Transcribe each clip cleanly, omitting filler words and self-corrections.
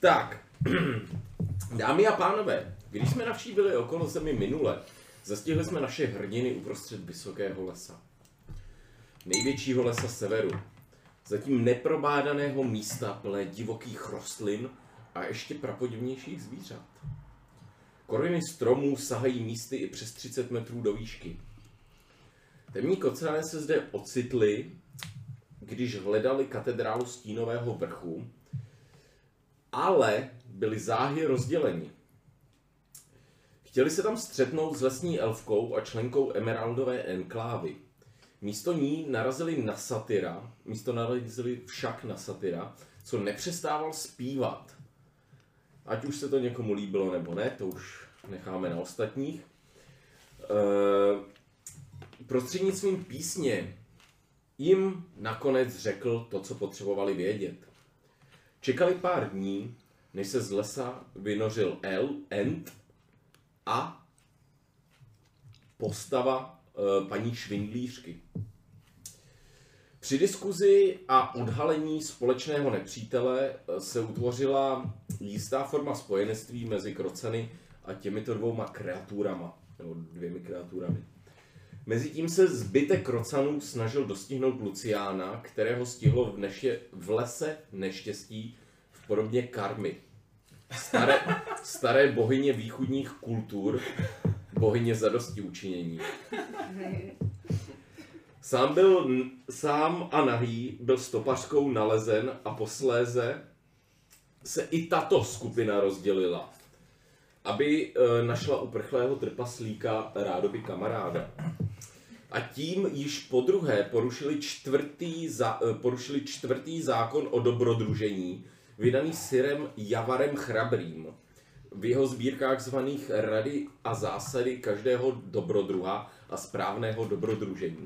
Tak, dámy a pánové, když jsme navštívili okolo Zemi minule, zastihli jsme naše hrdiny uprostřed vysokého lesa. Největšího lesa severu. Zatím neprobádaného místa plné divokých rostlin a ještě prapodivnějších zvířat. Koruny stromů sahají místy i přes 30 metrů do výšky. Temní kocourové se zde ocitli, když hledali katedrálu Stínového vrchu, ale byli záhy rozděleni. Chtěli se tam střetnout s lesní elfkou a členkou Emeraldové enklávy. Místo narazili však na satyra, co nepřestával zpívat. Ať už se to někomu líbilo nebo ne, to už necháme na ostatních. Prostřednictvím písně jim nakonec řekl to, co potřebovali vědět. Čekali pár dní, než se z lesa vynořil Ent a postava paní švindlířky. Při diskuzi a odhalení společného nepřítele se utvořila jistá forma spojenectví mezi krocany a těmito dvěma kreaturami. Mezitím se zbytek krocanů snažil dostihnout Luciána, kterého stihlo v lese neštěstí v podobě karmy. Staré bohyně východních kultur, bohyně zadostiučinění. Sám a nahý byl stopařkou nalezen a posléze se i tato skupina rozdělila, aby našla uprchlého trpaslíka rádoby kamaráda. A tím již podruhé porušili čtvrtý zákon o dobrodružení, vydaný Sirem Javarem Chrabrým. V jeho sbírkách zvaných Rady a zásady každého dobrodruha a správného dobrodružení.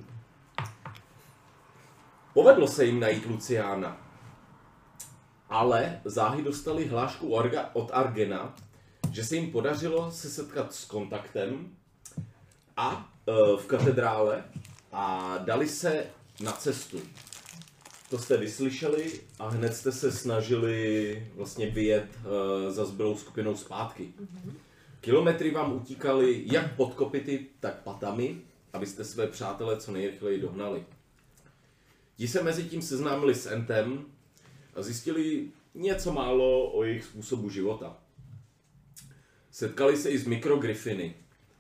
Povedlo se jim najít Luciána, ale záhy dostali hlášku od Argena, že se jim podařilo se setkat s kontaktem a v katedrále a dali se na cestu. To jste vyslyšeli a hned jste se snažili vlastně vyjet za zbylou skupinou zpátky. Kilometry vám utíkaly jak pod kopyty, tak patami, abyste své přátele co nejrychleji dohnali. Ti se mezi tím seznámili s Entem a zjistili něco málo o jejich způsobu života. Setkali se i s mikrogryfiny.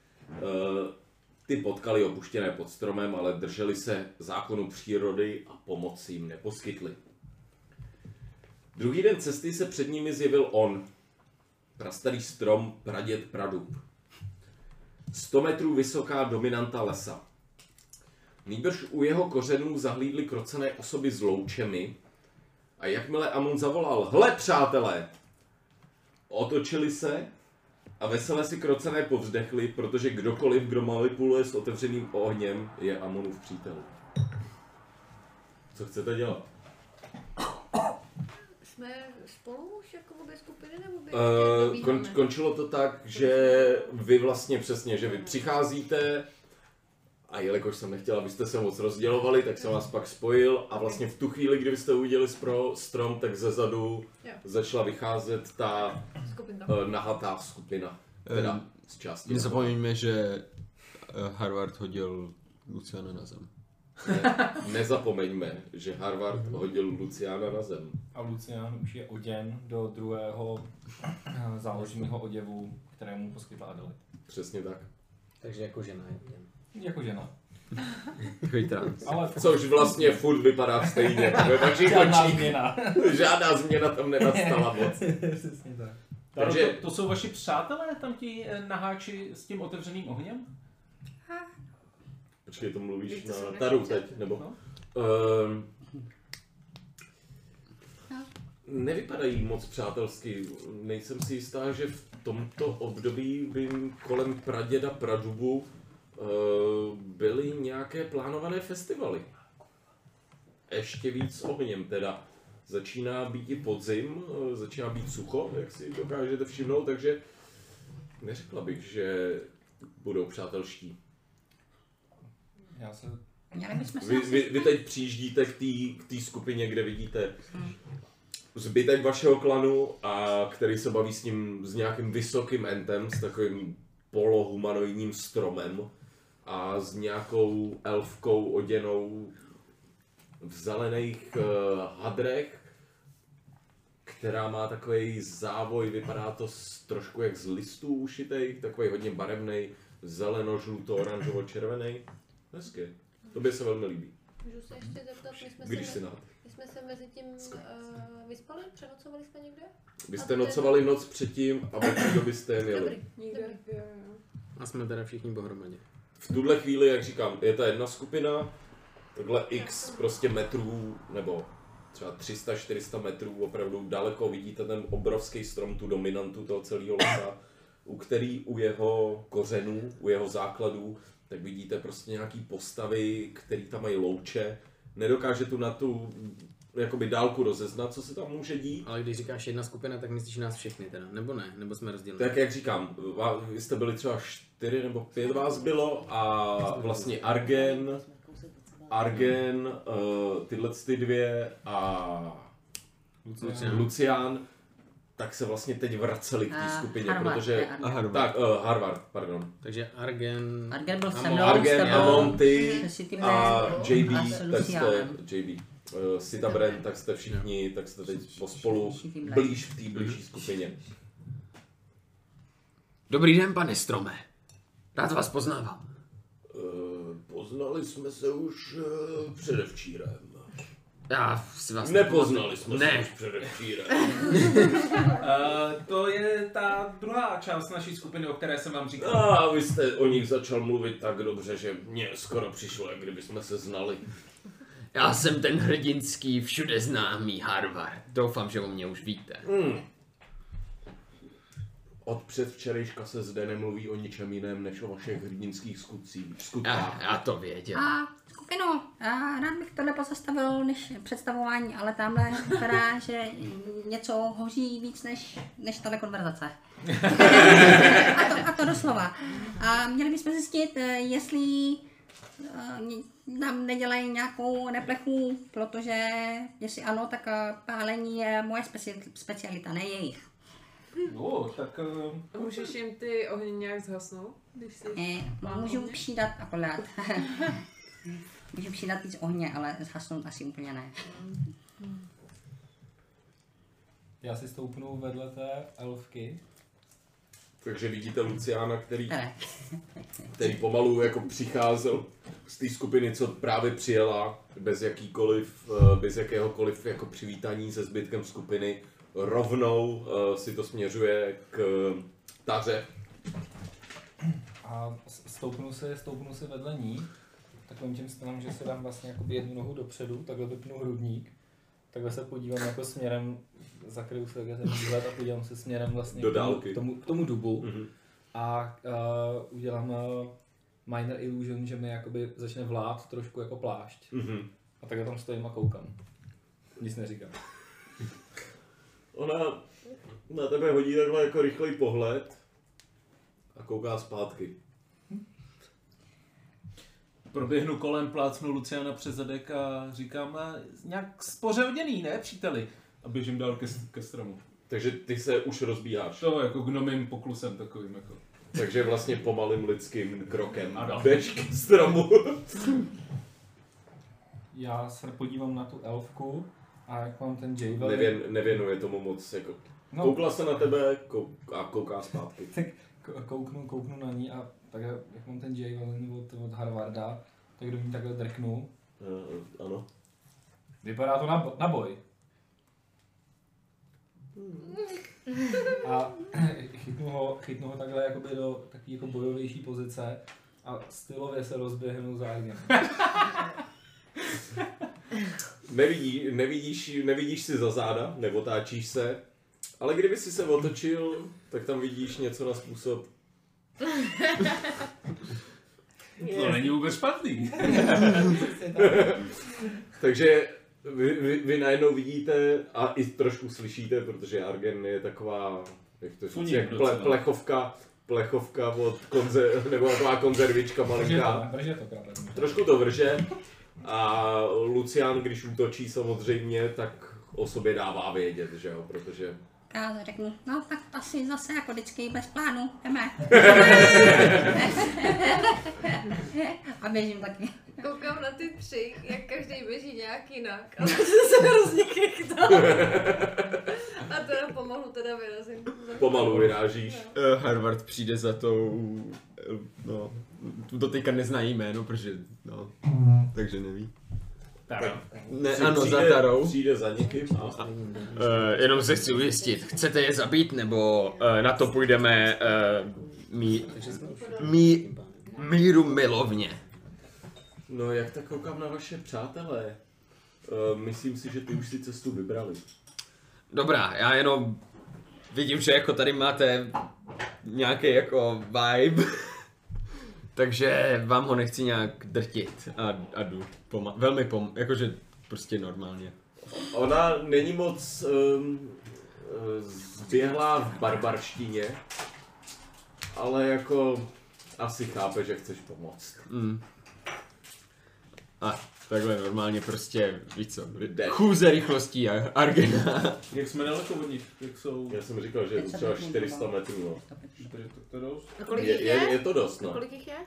Ty potkali opuštěné pod stromem, ale drželi se zákonu přírody a pomoc jim neposkytli. Druhý den cesty se před nimi zjevil on, prastarý strom, praděd pradub. 100 metrů vysoká dominanta lesa. Nýbrž u jeho kořenů zahlídly krocené osoby s loučemi a jakmile Amon zavolal: "Hle, přátelé!" Otočili se a veselé si krocené povzdechli, protože kdokoliv, kdo manipuluje s otevřeným ohněm, je Amonův přítel. Co chcete dělat? Jsme spolu už jako obě skupiny, nebo končilo to tak, že vy vlastně přesně, že vy přicházíte a jelikož jsem nechtěl, abyste se moc rozdělovali, tak jsem vás pak spojil a vlastně v tu chvíli, kdy byste uviděli strom, tak zezadu začala vycházet ta nahatá skupina, teda z části. Nezapomeňme, že Harvard hodil Luciana na zem. Nezapomeňme, že Harvard hodil Luciana na zem. A Lucián už je oděn do druhého záložního oděvu, kterému poskytla Adelaide. Přesně tak. Takže jako žena je oděn. Jako žena. Ale což vlastně furt vypadá stejně. Žádná změna. Žádná změna tam nenastala moc. Přesně tak. Takže to jsou vaši přátelé, tam ti naháči s tím otevřeným ohněm? Počkej, to mluvíš na Taru teď, nebo? No. Nevypadají moc přátelsky. Nejsem si jistá, že v tomto období by kolem praděda Pradubu byly nějaké plánované festivaly. Ještě víc s ohněm teda. Začíná být i podzim, začíná být sucho, jak si dokážete všimnout, takže neřekla bych, že budou přátelští. Vy teď přijíždíte k té skupině, kde vidíte zbytek vašeho klanu, a který se baví s nějakým vysokým entem, s takovým polohumanoidním stromem a s nějakou elfkou oděnou v zelených hadrech, která má takový závoj, vypadá to trošku jak z listů ušitej, takový hodně barevný, zeleno, žluto, oranžovo, červený. Hezky. To by se velmi líbí. Můžu se ještě zeptat, Když si my jsme se mezi tím vyspali? Přenocovali jsme někde? Vy jste nocovali noc předtím a od té doby jste jeli. Dobrý. Nikde. Jo. A jsme teda všichni pohromadě. V tuhle chvíli, jak říkám, je ta jedna skupina, takhle x prostě metrů, nebo třeba 300-400 metrů, opravdu daleko vidíte ten obrovský strom, tu dominantu toho celého lesa, u jeho kořenů, u jeho základů, tak vidíte prostě nějaký postavy, které tam mají louče. Nedokáže tu na tu jakoby dálku rozeznat, co se tam může dít. Ale když říkáš jedna skupina, tak myslíš nás všechny teda, nebo ne? Nebo jsme rozděleni? Tak jak říkám, vy jste byli třeba 4 nebo 5 vás bylo a vlastně Argen, tyhle ty dvě a Lucián, tak se vlastně teď vraceli k té skupině, protože... Harvard, pardon. Takže Argen byl se Amon, mnou, Argen, Amon, ty City a Brand JB, a s tak jste, Lucianem. Sita Brand, tak jste všichni, tak jste teď pospolu blíž v té blížší skupině. Dobrý den, pane Strome. Rád vás poznávám. Poznali jsme se už předevčírem. Já si vás Nepoznali jsme se už předevčírem. To je ta druhá část naší skupiny, o které jsem vám říkal. A vy jste o nich začal mluvit tak dobře, že mně skoro přišlo, jak kdyby jsme se znali. Já jsem ten hrdinský, všude známý Harvard. Doufám, že o mě už víte. Od předvčerejška se zde nemluví o ničem jiném, než o vašich hrdinských skutkách. Já to věděl. A skupino, rád bych tohle pozastavil než představování, ale tamhle vypadá, že něco hoří víc než tahle konverzace. a to doslova. A měli bychom zjistit, jestli nám nedělají nějakou neplechu, protože jestli ano, tak pálení je moje specialita, ne jejich. No, tak... A můžeš jim ty ohně nějak zhasnout? Když si... Můžu přidat akorát. Můžu přidat víc ohně, ale zhasnout asi úplně ne. Já si stoupnu vedle té elfky. Takže vidíte Luciána, který pomalu jako přicházel z té skupiny, co právě přijela, bez jakéhokoliv jako přivítání se zbytkem skupiny. Rovnou si to směřuje k Taře. A stoupnu si vedle ní. Takovým tím stylem, že si dám vlastně jako jednu nohu dopředu, takhle vypnu hrudník. Takhle se podívám jako směrem, zakryju se ten výhled a podívám se směrem vlastně do dálky. K tomu dubu. A udělám minor illusion, že mi jakoby začne vlát trošku jako plášť. A takhle tam stojím a koukám. Nic neříkám. Ona na tebe hodí takhle jako rychlej pohled a kouká zpátky. Proběhnu kolem, plácnu Luciana přes zadek a říkám, nějak spořelděný, ne příteli? A běžím dál ke stromu. Takže ty se už rozbíháš. To jako gnomým poklusem takovým jako. Takže vlastně pomalým lidským krokem Ano. jdeš ke stromu. Já se podívám na tu elfku a jak mám ten Javel. Nevěnuje tomu moc jako. No. Koukla se na tebe a kouká zpátky. Tak kouknu na ní a tak jak mám ten Javel od Harvarda, tak do ní takhle drknu. Ano. Vypadá to na boj. A chytnu ho takhle jakoby do takové jako bojovější pozice a stylově se rozběhnu zájemem. Nevidíš si za záda, neotáčíš se, ale kdyby si se otočil, tak tam vidíš něco na způsob. To není vůbec špatný. Takže vy najednou vidíte a i trošku slyšíte, protože Argen je taková, jak to říct, jak plechovka od nebo taková konzervička malinká. Vrže to Trošku to vrže a Lucián, když útočí samozřejmě, tak o sobě dává vědět, že jo, protože... Já řeknu, no tak asi zase jako vždycky bez plánu, jdeme. A běžím taky. Koukám na ty tři, jak každý běží nějak jinak. A to se hrozně kechtal. A teda pomalu teda vyrazím. Pomalu vyrážíš. Harvard přijde za tou, no, to teďka nezná jméno, protože, no, takže neví. Ne, ano, za Tarou. Přijde za někým. Jenom se chci ujistit, chcete je zabít, nebo na to půjdeme míru milovně? No jak tak koukám na vaše přátelé. Myslím si, že ty už si cestu vybrali. Dobrá, já jenom vidím, že jako tady máte nějaký jako vibe. Takže vám ho nechci nějak drtit a jdu. Jakože prostě normálně. Ona není moc zběhlá v barbarštině, ale jako asi chápe, že chceš pomoct. A takhle normálně prostě, víš co, chůze rychlostí a Argena. Jak jsme daleko od nich? Jak jsou... Já jsem říkal, že je to třeba 400 metrů, no. To dost? A kolik jich je? Je to dost, no. A kolik jich je?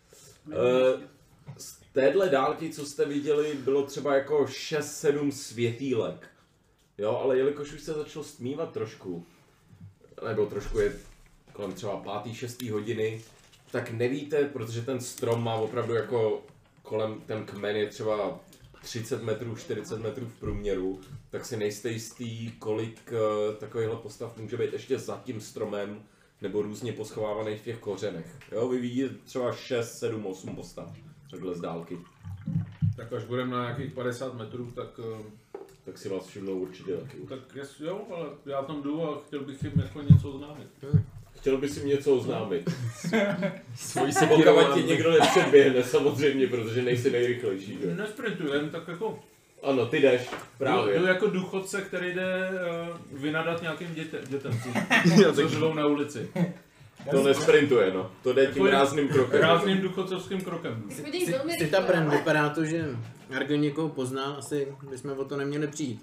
Z téhle dálky, co jste viděli, bylo třeba jako 6-7 světýlek. Jo, ale jelikož už se začalo stmívat trošku, nebo trošku je kolem třeba 5. 6. hodiny, tak nevíte, protože ten strom má opravdu jako kolem, ten kmen je třeba 30 metrů, 40 metrů v průměru, tak si nejste jistý, kolik takovýchhle postav může být ještě za tím stromem, nebo různě poschovávaných v těch kořenech. Jo, vy vidíte třeba 6, 7, 8 postav, takhle z dálky. Tak až budeme na nějakých 50 metrů, Tak si vás všimnou určitě taky. tak jo, ale já tam jdu a chtěl bych jim jako něco oznámit. Chtěl bys jim něco oznámit. Svojí Pokud tě někdo nepředběhne samozřejmě, protože nejsi nejrychlejší, že? Nesprintuji, jen tak jako... Ano, ty jdeš, právě. Jdu jako důchodce, který jde vynadat nějakým dětem, co živou na ulici. To nesprintuje, no. To jde tím rázným krokem. Rázným důchodcovským krokem. Chodí velmi Si ta rychle, Bren ale- vypadá to, že Argen někoho pozná, asi bychom o to neměli přijít.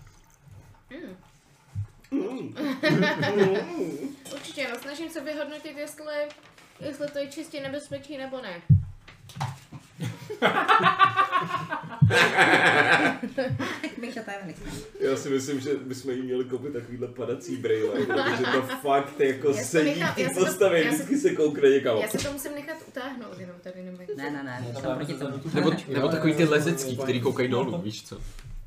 Určitě, no snažím se vyhodnotit, jestli to je čistě nebezpečí nebo ne. Bych, že to je velice. Já si myslím, že bychom jí měli koupit takovýhle padací brejle, protože to fakt jako Já si to sedí nechám- v té já si to- postavě, já si- vždycky se koukne někam. Já se to musím nechat utáhnout, jenom tady nemůžu. Ne, jsem proti tomu. Nebo takový ty lezecký, který koukají dolů, víš co?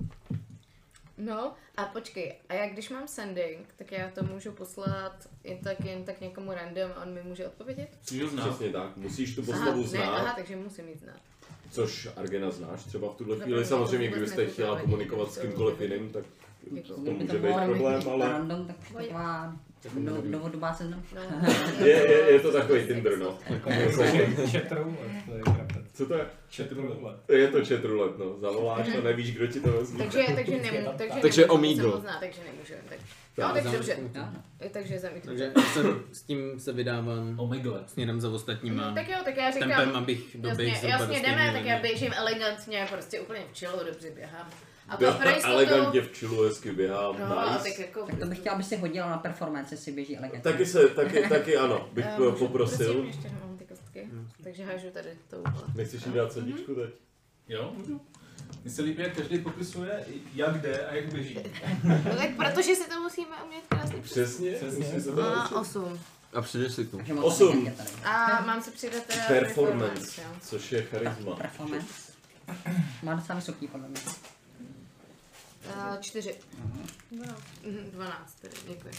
No a počkej, a jak když mám sending, tak já to můžu poslat jen tak někomu random a on mi může odpovědět? Musíš ho znát. Přesně tak, musíš tu Aha, postavu ne, znát, aha, takže musím jít znát. což Argena znáš třeba v tuhle Dobrý, chvíli. to Samozřejmě, vůbec kdybyste chtěla nepoznávání, komunikovat s kdyby to kýmkoliv bylo. jiným, tak Děkuju. to Kdyby může to být bylo problém, ale random, tak taková novodobá seznam. No, je to takový Tinder, no. Chatroulette, to je krapet. Co to je? Chatroulette. Je to chat roulette, no. Zavoláš a nevíš, kdo ti to vezme. Takže Omegle. Takže nemůžu. No, tak dobře. Takže zamítnu. Takže s tím se vydávám Omegle. směrem za ostatníma Tak jo, tak já říkám. tempem, abych doběhl zhruba do Jasně stejné jdeme, tak já linie. běžím elegantně, prostě úplně v chillu, dobře běhám. A Jo, pro jistotu... elegantně v čilu, hezky běhám, No, a tak nice. jako... Tak to bych chtěla, aby si hodila na performance, si běží elegantně. Taky ano, bych poprosil. Prosím, ještě nemám ty kostky, takže hážu tady touhle. Nechceš jí dát sadičku teď? Jo, můžu. Mně se líbí, jak každý popisuje, jak jde a jak běží. No tak protože si to musíme umět krásně Přesně, musím se to A naučit. 8. A přijdeš si k tomu. Takže moc 8. elegantně tady. A mám se přidat teda Performance, jo. což je charisma. Performance. Má docela vysoký, podle mě. 4. 12 tedy, děkuji.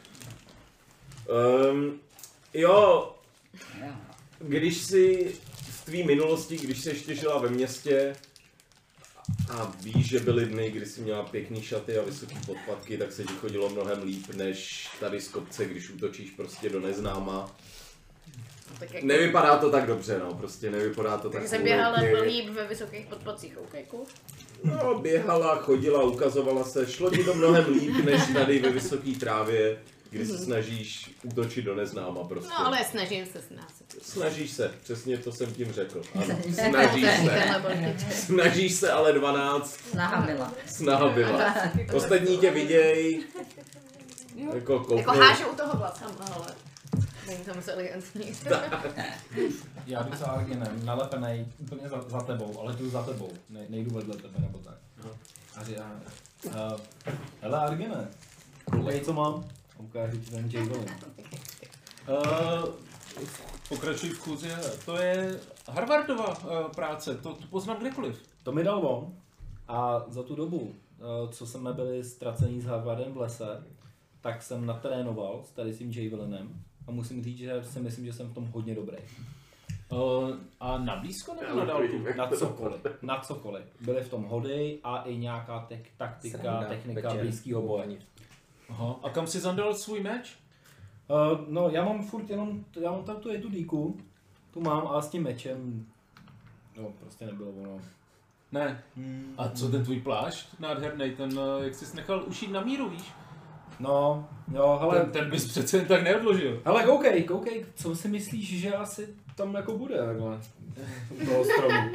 Jo, Jo. když jsi v tvý minulosti, když jsi ještě žila ve městě a víš, že byly dny, kdy jsi měla pěkný šaty a vysoký podpatky, tak se ti chodilo mnohem líp, než tady z kopce, když útočíš prostě do neznáma. Tak jako, Nevypadá to tak dobře, no, prostě nevypadá to tak takže jsem běhala úletně. líp ve vysokých podpacích, OK, cool. No, běhala, chodila, ukazovala se, šlo ti to mnohem líp, než tady ve vysoké trávě. kdy se snažíš útočit do neznáma prostě. No ale snažím se snásit. Snažíš se, přesně to jsem tím řekl. Ano, snažíš se. Snažíš se, ale 12. Snaha byla. Ostatní tě viděj. Jako hážu u toho Vlacama, ale není to moc elegantní. Já jdu za Argenem, nalepenej úplně za tebou, ale jdu za tebou, nejdu vedle tebe nebo tak. A říkám, hele Argene, koukej co mám. A ukážu ti ten Javelin. Pokračuj v chůzi, to je Harvardova práce, to poznám kdekoliv. To mi dal on a za tu dobu, co jsme byli ztracení s Harvardem v lese, tak jsem natrénoval s tady s tím Javelinem a musím říct, že si myslím, že jsem v tom hodně dobrý. A na blízko nebo na dálku? Na cokoliv. Byly v tom hody a i nějaká taktika, technika blízkého boje. Aha. A kam jsi zandal svůj meč? No já mám furt jenom, já mám tam tu jednu díku, tu mám a s tím mečem, no prostě nebylo ono. Ne. A co ten tvůj plášť nádherný, ten jak jsi nechal ušít na míru, víš? No, jo, hele. Ten bys přece jen tak neodložil. Hele, koukej, co si myslíš, že asi tam jako bude takhle? U toho stromu.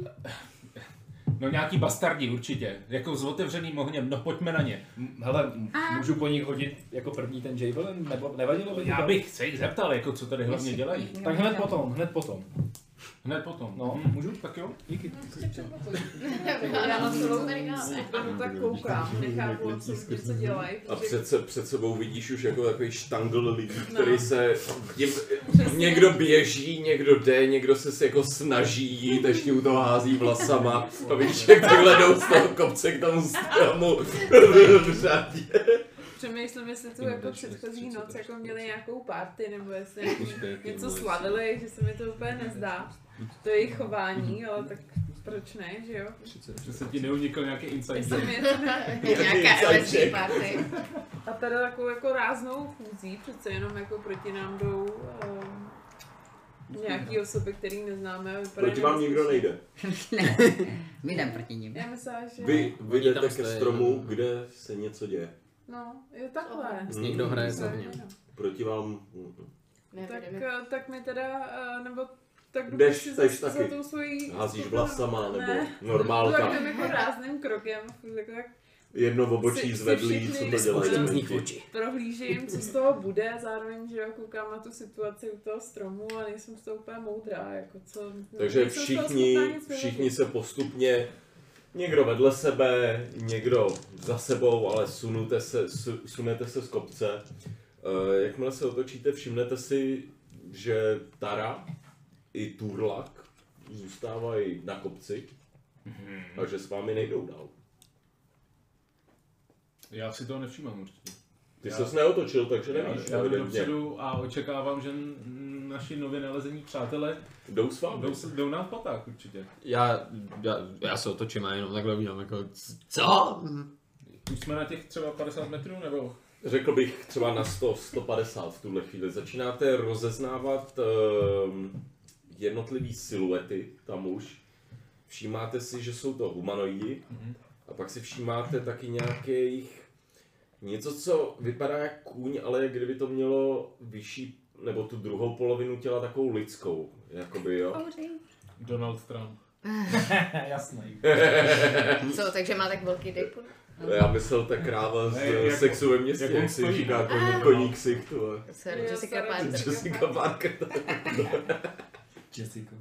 No nějaký bastardi určitě, jako s otevřeným ohněm, no pojďme na ně. Hele, můžu po nich hodit jako první ten Javelin, nebo nevadilo by? Já bych se jich zeptal, jako co tady hlavně dělají. Tak hned potom. Hned potom. No, můžu? Tak jo? Díky. Já na celou tak koukám, nechápu absolutně, co dělají. A před sebou vidíš už jako takový štangl lidí, který se... Někdo běží, někdo jde, někdo se jako snaží jít, ještě u toho hází vlasama. A vidíš, jak takhle jdou z toho kopce k tomu stromu. Přemýšlím, jestli tu jako předchozí noc jako měli nějakou party, nebo jestli něco slavili, že se mi to úplně nezdá. To je jejich chování, ale tak proč ne, že jo? Že se ti neunikl nějaký inside joke. Nějaká LSD party. A teda takovou jako ráznou chůzí, přece jenom jako proti nám jdou nějaký osoby, který neznáme. Proti vám nikdo nejde. Ne, my jdem proti ním. Já myslím, že... Vy jdete ke stromu, kde se něco děje. No, je takhle. Někdo hraje s ohněm. Proti vám... Tak mi teda, nebo tak jdeš si za tou svojí... Házíš vlasama, nebo normálka. Tak jdem jako rázným krokem, jako tak jedno v obočí zvedlý, co to dělají. Prohlížím, co z toho bude, zároveň, že jo, koukám na tu situaci u toho stromu a nejsem z toho úplně moudrá, jako co... Takže všichni se postupně, někdo vedle sebe, někdo za sebou, ale sunete se z kopce. Jakmile se otočíte, všimnete si, že Tara i Turlak zůstávají na kopci a že s vámi nejdou dál. Já si toho nevšímám určitě. Ty ses neotočil, takže nevíš. Já jdu dopředu a očekávám, že naši nově nalezení přátelé jdou s vámi. Jdou na paták určitě. Já se otočím a jenom takhle udělám jako co? Už jsme na těch třeba 50 metrů nebo? Řekl bych třeba na 100-150 v tuhle chvíli. Začínáte rozeznávat jednotlivý siluety tam už. Všímáte si, že jsou to humanoidi. A pak si všímáte taky nějakých něco, co vypadá jak kůň, ale jak kdyby to mělo vyšší, nebo tu druhou polovinu těla takovou lidskou, jakoby, jo. Donald Trump. Jasný. Co, takže má tak velký dick? Já myslel ta kráva z Sexu ve městě, jak si říká koník ksichtu. Jessica Parker. Jessica Parker. Jessica.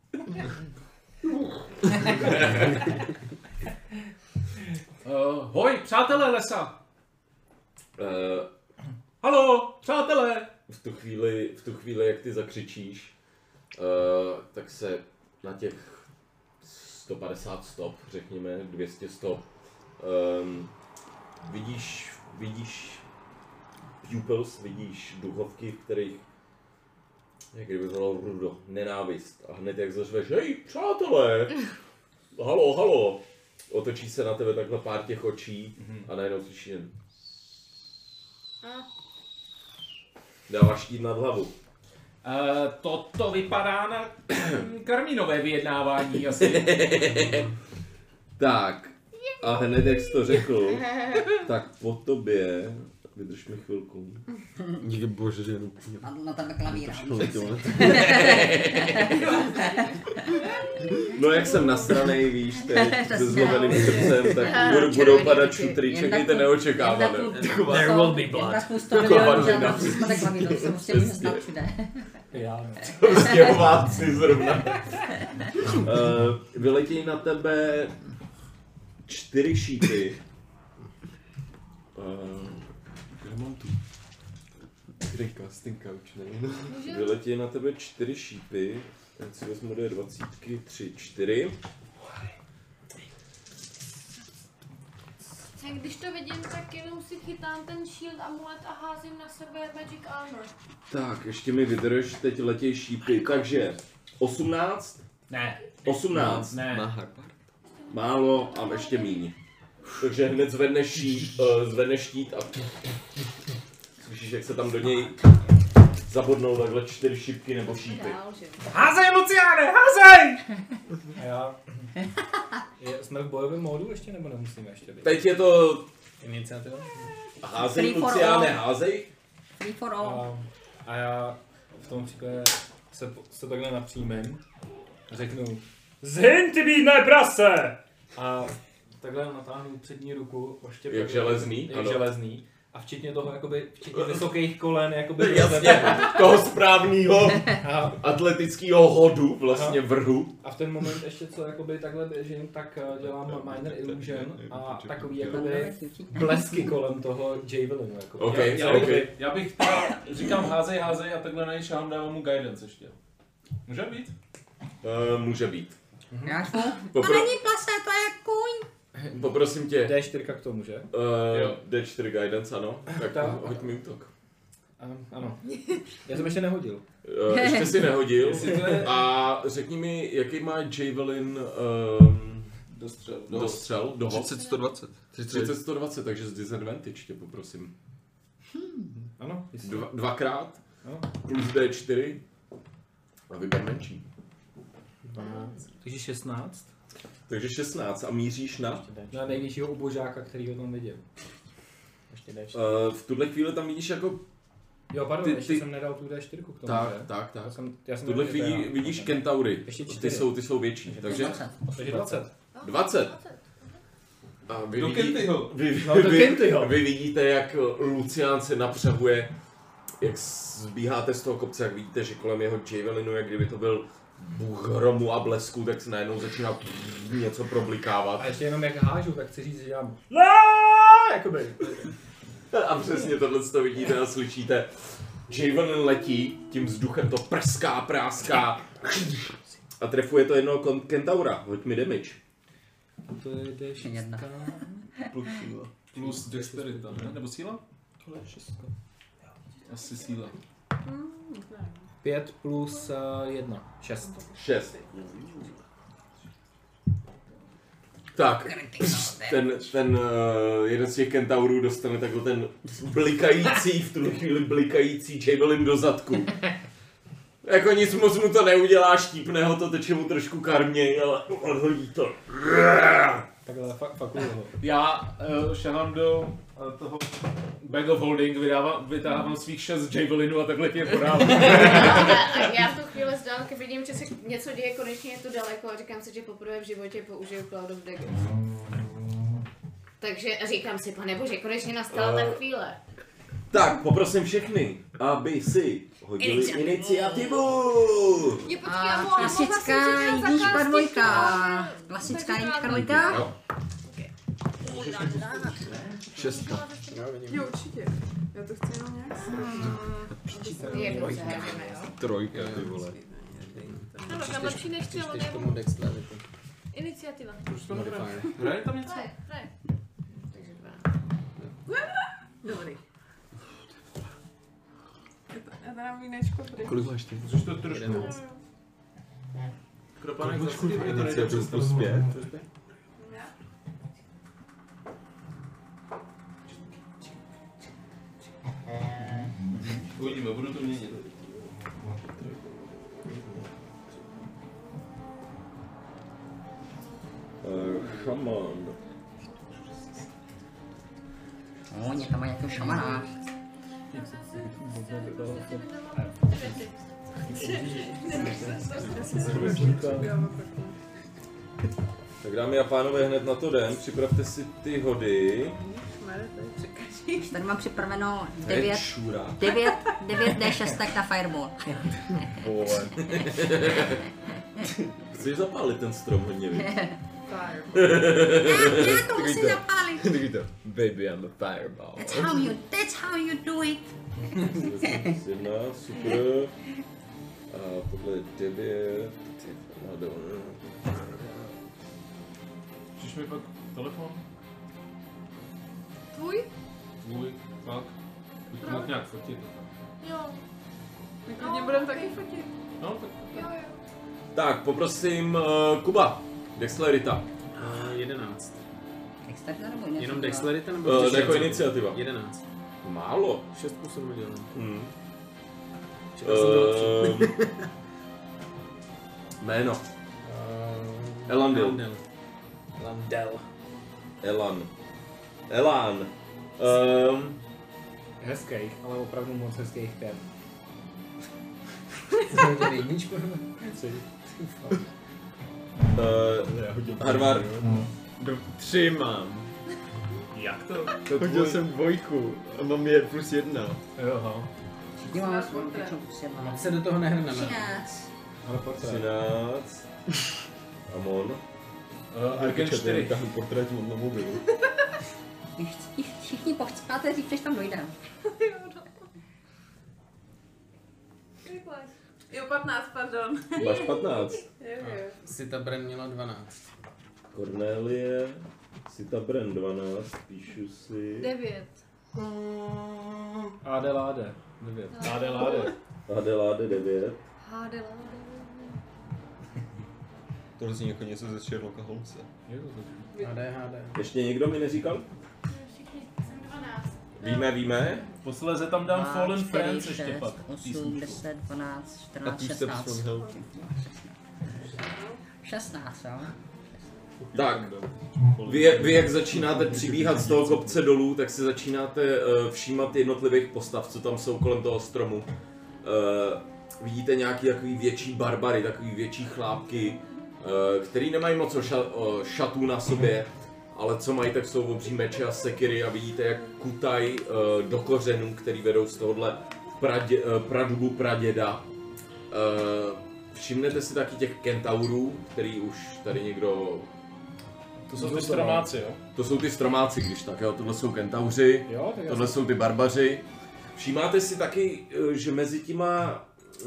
Hoj, přátelé lesa! Halo, přátelé! V tu chvíli, jak ty zakřičíš, tak se na těch 150 stop, řekněme, 200 stop, vidíš pupils, vidíš duchovky, v kterých jak kdyby bylo rudo, nenávist. A hned jak zařveš, hej, přátelé! Halo! Otočí se na tebe takhle pár těch očí a najednou slyšíš jen... Dáváš štít nad hlavu. Toto vypadá na karmínové vyjednávání asi. Tak, a hned jak jsi to řekl, tak po tobě Vydrž mi chvilku. Díky bože, že jenom... Na tebe klavír. No jak jsem nasranej, víš, teď se zlomeným srdcem, tak budou padat šutry, čekejte neočekávané. There will be blood. Stěhováci zrovna. Vyletějí na tebe 4 šípy. Já mám tu. Casting couch, nevím. Vyletějí na tebe 4 šípy. Teď si vezmu D20, 3, 4. Když to vidím, tak jenom si chytám ten shield, amulet a házím na sebe magic armor. Tak, ještě mi vydrž, teď letějí šípy, takže 18? Ne. 18. Ne. Má hardbar. Málo a ještě míň. Takže hned zvedneš štít a slyšíš, jak se tam do něj zabodnou takhle 4 šipky nebo šípy. Házej, Luciáne, házej! A já... Jsme v bojovém módu ještě, nebo nemusíme ještě být? Teď je to... Iniciativa? Házej, Luciáne, házej. Free for all. A já v tom příkladě se takhle napřímím a řeknu Zhyň, ty bídné prase! A takhle natáhnu přední ruku, oštěpím. Jak železný? Jak ano. železný. A včetně toho, jakoby, včetně vysokých kolen, jakoby... Jasně, toho správného atletického hodu, vlastně vrhu. A v ten moment ještě co jakoby takhle běžím, tak dělám minor illusion a takový jakoby blesky kolem toho javelinu. Okay, Já bych teda říkám házej a takhle na něj šahám, dávám mu guidance ještě. Může být? Může být. To není plase, to je kůň. Poprosím tě. D4 k tomu, že? D4 guidance, ano. Tak hoď mi útok. Ano. Já jsem ještě nehodil. Ještě si nehodil. A řekni mi, jaký má Javelin dostřel? 30-120. 30-120, takže z disadvantage tě poprosím. Ano. Dvakrát. Plus D4. A vyber menší. 12. Takže 16. Takže 16 a míříš na? Na největšího ubožáka, který ho tam viděl. Ještě D4. V tuhle chvíli tam vidíš jako... Jo, pardon, ještě jsem nedal tu D4 k tomu, Tak. Já v tuhle chvíli vidíš kentaury. Ty jsou větší, takže... 20. 20. A vy vidíte, jak Lucián se napřahuje, jak zbíháte z toho kopce, jak vidíte, že kolem jeho javelinu, jak kdyby to byl bůh hromu a blesku, tak se najednou začíná něco problikávat. A ještě jenom jak hážu, tak chci říct, že dělám jakoby. A přesně tohle to vidíte a slyšíte. Javelin letí, tím vzduchem to prská, práská a trefuje to jednoho kentaura. Hoď mi damage. To je D6. Plus dexterita, ne? Nebo síla? Tohle je 6. Asi síla. 5 plus 1. 6. 6. Tak, ten jeden z těch kentaurů dostane takhle ten blikající, v tu chvíli blikající javelin do zadku. Jako nic moc mu to neudělá, štípne ho to, teče mu trošku karměj, ale odhodí to. Takhle fakuju ho. Já šahám do toho bag of holding, vytáhám svých 6 javelinů a takhle tě podávám. A já v tu chvíli z dálky vidím, že se něco děje, konečně je to daleko a říkám si, že poprvé v životě použiju Cloud of Daggers. Takže říkám si, panebože, konečně nastala ta chvíle. Tak, poprosím všechny, aby si hodili iniciativu. Klasická jednička, dvojka. Klasická jednička, dvojka. 6. Jo, určitě. Já to chci jenom nějak Trojka, ty vole. Ano, kam lepší než ty, ale nebo... Iniciativa. Hraje tam něco? Hraje. Takže 2. Dobrý. Já dám vínečko pryč. Kolik máš ty? Což to trošku... Kropanek zase ti to nejde přes plus 5. Uvidíme, budu to měnit. Come on. No, někam má nějakého šamana. Tak dámy a pánové, hned na to jdem, připravte si ty hody. Tady mám připraveno Hej, 9 D6 na fireball. Vole. Chceš zapálit ten strom hodně, víc? Já to musím zapálit. Taky to, baby, I'm a fireball. That's how you do it. 1, super. A tohle je 9. Přiš mi pak telefon? Tvůj? Tvůj, tak. Už to mohl nějak fotit. Jo. My klidně budeme taky fotit. No, tak. Jo. Tak, poprosím Kuba, Dexterita. 11. Dexterita nebo jiné? Jenom Dexterita nebo Jako iniciativa. 11. Málo. 6 plus 7 dělám. Jméno. Elandil. Elan. Hezkých, ale opravdu moc hezkých pět. Harvard. 3 mám. Jak to? Hodil jsem 2 a mám je +1. Jo, Všichni máme svůj většinou +1. Moc se do toho nehrneme. 13. Ale portrét. 13. Amon. Argen 4. Tahu portrét mám na mobilu. Když všichni povckáte, říct, než tam dojdem. Jo, 15, pardon. Máš 15. Jo. Sitabren měla 12. Cornelie. Sitabren 12. Píšu si. 9. Adelaide. 9. Adelaide. Adelaide 9. Adelaide. To zní jako něco ze Sherlocka Holmesa. ADHD. Ještě někdo mi neříkal? Všichni, jsem 12. Víme. Posléze tam dám Fallen Friends ještě pak. 8, 10, 12, 14, 16. 16, jo? Tak, vy jak začínáte přibíhat z toho kopce dolů, tak si začínáte všímat jednotlivých postav, co tam jsou kolem toho stromu. Vidíte nějaký takový větší barbary, takový větší chlápky, který nemají moc šatů na sobě, ale co mají, tak jsou obří meče a sekiry a vidíte, jak kutaj do kořenů, který vedou z tohohle pradubu praděda. Všimnete si taky těch kentaurů, který už tady někdo... To jsou ty stromáci, jo? To jsou ty stromáci, když tak, jo. Tohle jsou kentauři, tohle jsou ty barbaři. Všímáte si taky, že mezi těma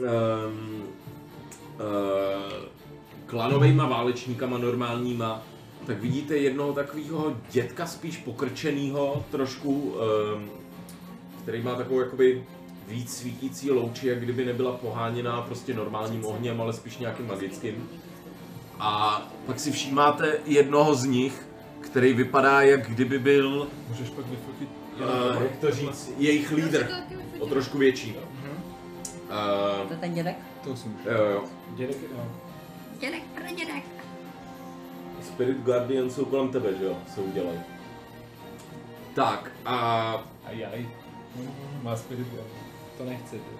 klanovejma válečníkama normálníma, tak vidíte jednoho takového dětka spíš pokrčenýho trošku, který má takovou jakoby víc svítící louči, jak kdyby nebyla poháněná prostě normálním ohněm, ale spíš nějakým magickým. A pak si všímáte jednoho z nich, který vypadá, jak kdyby byl, Můžeš pak vyfotit. jak to říct, jejich lídr, o trošku větší. To je ten dědek? To jsem Jo. Dědek, no. Dědek, pradědek. Spirit Guardian jsou kolem tebe, že jo, se udělají. Tak a... Ajaj. Má spirit, jo. To nechci, ty.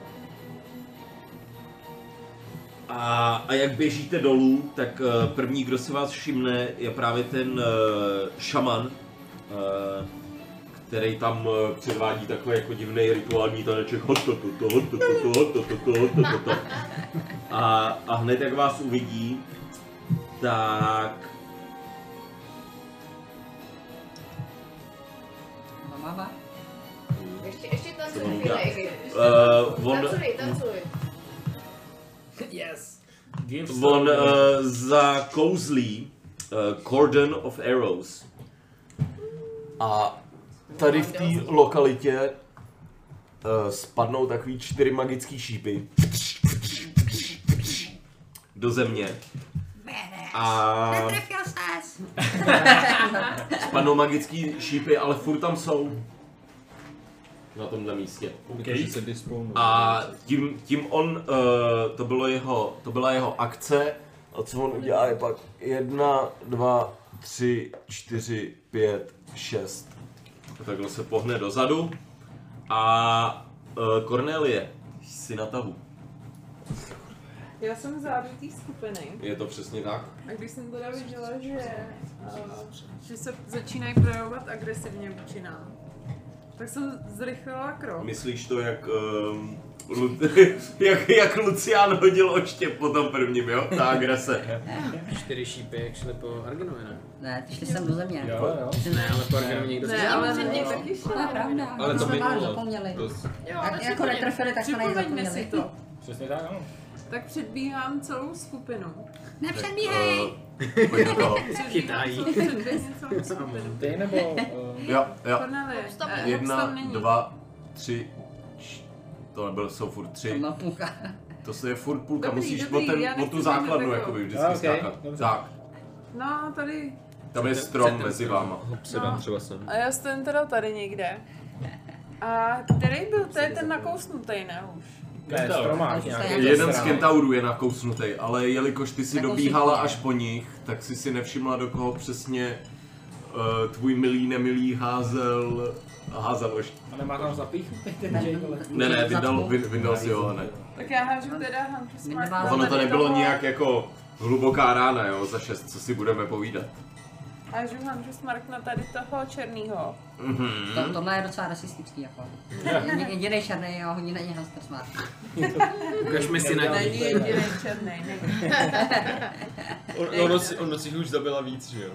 A jak běžíte dolů, tak první, kdo se vás všimne, je právě ten šaman, který tam předvádí takový jako divný rituální taneček. A hned jak vás uvidí, tak... Mama. Ještě tancuj, To chvíli. Tancuj. Yes. On zakouzlí Cordon of Arrows. A tady v té lokalitě spadnou takový 4 magický šípy do země. A Netrefil ses. spadnou magický šípy, ale furt tam jsou. Na tomhle místě. okay. Se A tím on, to byla jeho akce, a co on udělá je pak 1, 2, 3, 4, 5, 6. takhle se pohne dozadu a Cornelie, jsi na tahu. Já jsem zádu té skupiny. Je to přesně tak? A když jsem teda viděla, že se začínají projevovat agresivně vůči nám, tak jsem zrychlila krok. Myslíš to, jak jak Lucián hodil oštěp po tom prvním, jo? Ta agrese. 4 šípy, jak šli po Argenovi, ne? Ne, ty šli sem do země. Jo. Ne, ale po Argenovi někdo Ne, ale před něj taky šel. To je pravda. Ale to jsme minulo. vás zapomněli. Jo, Jak jako netrefili, tak jsme na ně připomeňme si zapomněli. to. Přesně tak, ano. Tak předbíhám celou skupinu. Nepředbíhej! Pojď do toho. Chytají. Předběhni celou skupinu. Ty nebo... Jo. Cornelie, 1, 2, 3, to nebylo, jsou furt 3. Má půlka. To je furt půlka, Dobrý, musíš dobrý, já o nechci tu být základnu takovou. jakoby vždycky Okay, skákat. dobře. Tak, No, tady. tam je strom mezi váma. Předám třeba sem. A já stojím teda tady někde. A který byl? To je ten nakousnutý, ne už? Ne, stromák nějaký. Jeden z kentaurů je nakousnutý, ale jelikož ty si Nakousnutý dobíhala je. až po nich, tak si nevšimla, do koho přesně tvůj milý nemilý házel oštěp. A nemá tam zapíchnutý ten Javel? Ne, vyndal si ho, ne. Tak já hážu teda Hunter Smart. Minimálně Ono to tady nebylo toho. nějak jako hluboká rána, jo, za 6, co si budeme povídat. Hážu Hunter Smart na tady toho černýho. Tohle je docela rasistický jako. Jedinej černý a hodí na ně Hunter Smart. Ukažme si na Není něj. jediný černý, není. On nosí už zabila víc, že jo?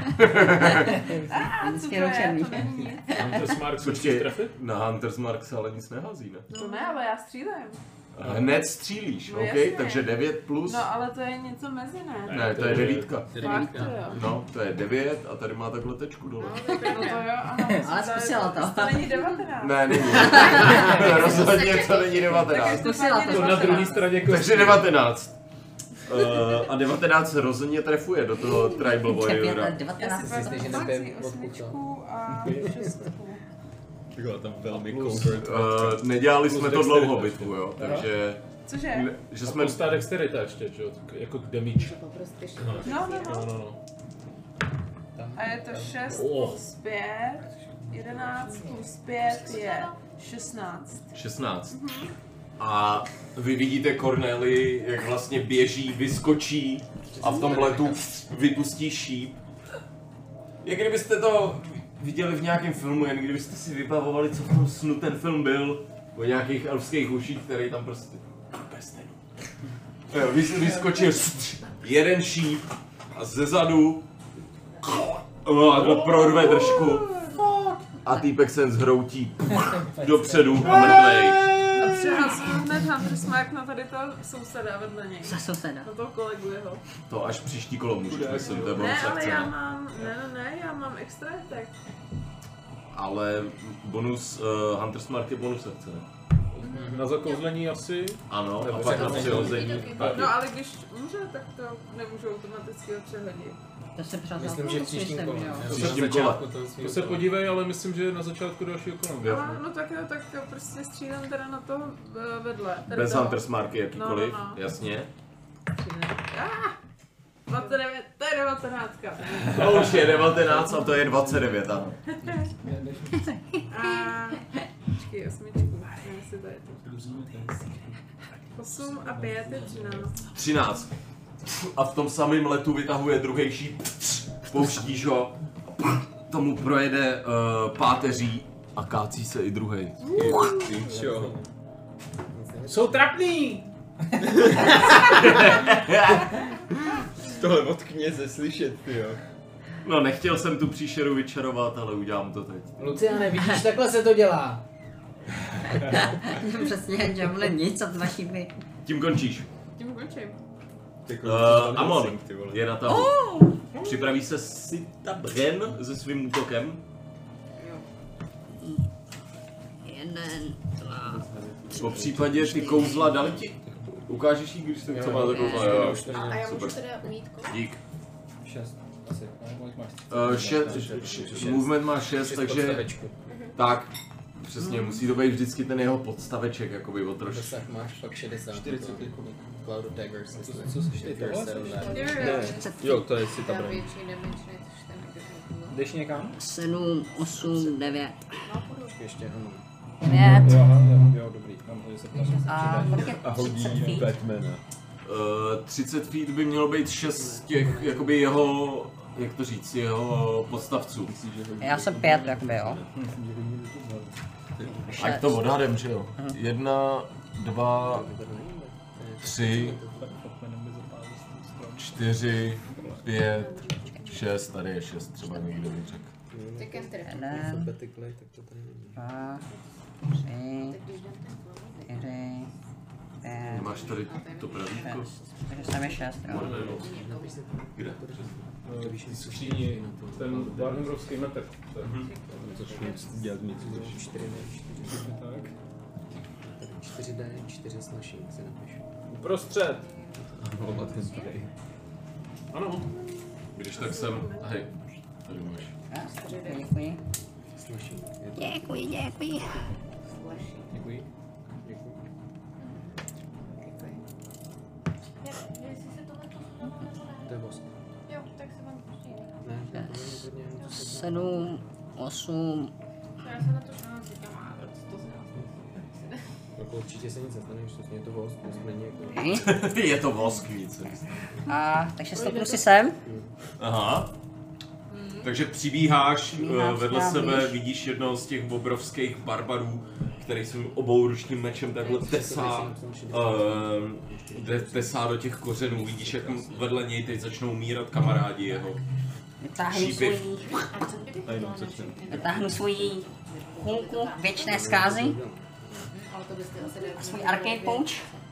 Vždycky Co to jenom je? černý. To není nic. Hunter Smart se Počkej, trefit? na Hunter's Mark se ale nic nehází, ne? To ne, ale já střílím. Hned střílíš, No OK? jasně. Takže 9 plus. No ale to je něco mezi, ne? Ne, to je 9. Fakt to jo. No, to je 9 a tady má takhle tečku dole. No to jo, aha. Ale zkusila to. To není 19. Ne, není. Rozhodně to není 19. Zkusila to. To na druhé straně Takže 19. A 19 rozhodně trefuje do toho Tribal Warriora. 19. Myslíš, že nebije od půlka? 8 a 6. Takhle tam velmi covert. Nedělali jsme to dlouho bitvu, jo, takže... Cože? Že Jsme jsme... postá dexterita ještě, že jo, jako damage. No. A je to 6 plus 5, 11 plus 5 je 16. 16. A vy vidíte Corneli, jak vlastně běží, vyskočí a v tom letu vypustí šíp. Jak kdybyste to viděli v nějakém filmu, jen kdybyste si vybavovali, co v tom snu ten film byl, o nějakých elfských uších, který tam prostě... Bez ten. Vyskočil jeden šíp a zezadu prorve držku a týpek se zhroutí dopředu a mrtvej. A přehazuju hned Hunter Smart na tady toho souseda vedle něj. Za souseda. Na toho kolegu jeho. To až příští kolo můžeš, myslím, to je bonus Ne, ale akce, já ne? mám, ne, já mám extra attack. Ale bonus, Hunter Smart je bonus akce, ne? Na zakouzlení asi. Ano, a Nebo pak na přehození. přehození. No ale když umře, tak to nemůžu automaticky ho přehodit. To se přesně Myslím, že v příštím kole. V příštím kole. To se podívej, ale myslím, že na začátku dalšího kola. No tak jo, tak prostě střílám teda na toho vedle. Tady Bez toho. Hunter Smart jakýkoliv, No. jasně. 29, to je 19. To už je 19 a to je 29, ano. A počkej, 8. Nevím, jestli to je to. 8 a 5 je 13. 13. A v tom samém letu vytahuje druhý šíp, pouštíš ho, tomu projede páteří a kácí se i druhý. Píčo. Jsou trapný! Tohle od kněze slyšet, jo. No, nechtěl jsem tu příšeru vyčarovat, ale udělám to teď. Luciane, vidíš, takhle se to dělá. Přesně, Javelin nic od vaší by. Tím končíš. Tím končím. Amon je na tahu. Připraví se Sita Bren se svým útokem. Jeden, dva. Po případě ty kouzla dali ti. Ukážeš jí, když se co má za kouzla, jo. A já Super. můžu teda ujít kolik? Dík. 6 asi. Kolik máš? Movement má 6, takže... Tak. Přesně, musí to být vždycky ten jeho podstaveček, jakoby o trošku. Dosah máš pak 60. 40. Cloud of Daggers. Co se štěte? Jo, to je si ta Já brand. větší damage než ten agresivní. jdeš někam? 7, 8, 9. Ještě ano. 9. Jo, dobrý. Mám to, že se A kolik je A hodí 30 feet? Batmana. 30 feet by mělo být 6 těch, jakoby jeho, jak to říct, jeho podstavců. Já jsem 5, jakoby, jo. Ať to odhadem, že jo? 1, 2, 3, 4, 5, 6, tady je 6, třeba někdo by řekl. Tak enter. 1, Alphabetical, tak to tady není. 2, 3, 4, 5, Máš tady to pravítko? 6. Takže jsem je 6, jo. Kde? Ty skříni, ten Warhammerovský metr. Začnu dělat něco. 4D, Tak. 4D, 4 slashing si napíšu. Uprostřed. Ano. Když tak jsem, hej, tady máš. Děkuji. Slashing. Děkuji, děkuji. Děkuji. To je vosk. Jo, tak se vám pustí. Ne, to je hodně. 7, 8. Já se na to říkám, a to se Jako určitě se nic nestane, když to je to vosk, to není jako... Je to vosk víc. A takže stopnu si sem. Aha. Takže přibíháš vedle já sebe, blíž. vidíš jednoho z těch obrovských barbarů, který svým obouručním mečem takhle tesá do těch kořenů. Vidíš, jak vedle něj teď začnou umírat kamarádi jeho. Vytáhnu svoji hůlku věčné zkázy a svůj arcade pouch.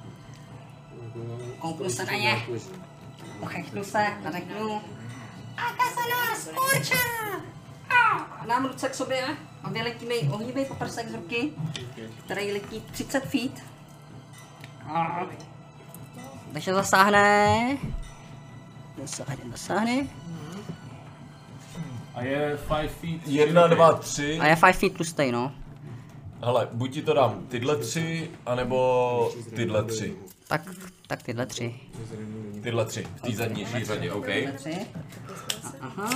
Kouknu se na ně, uchechnu se a řeknu Akasana skurča! A dám ruce k sobě a vyletí mi ohnivý paprsek z ruky, který letí 30 feet. Takže zasáhne. Zasáhne. A je 5 feet. 1, 2, 3. A je 5 feet plus stay, no. Hele, buď ti to dám tyhle 3, anebo tyhle 3. Tak tyhle 3. Tyhle 3, v té zadnější řadě, OK? Aha.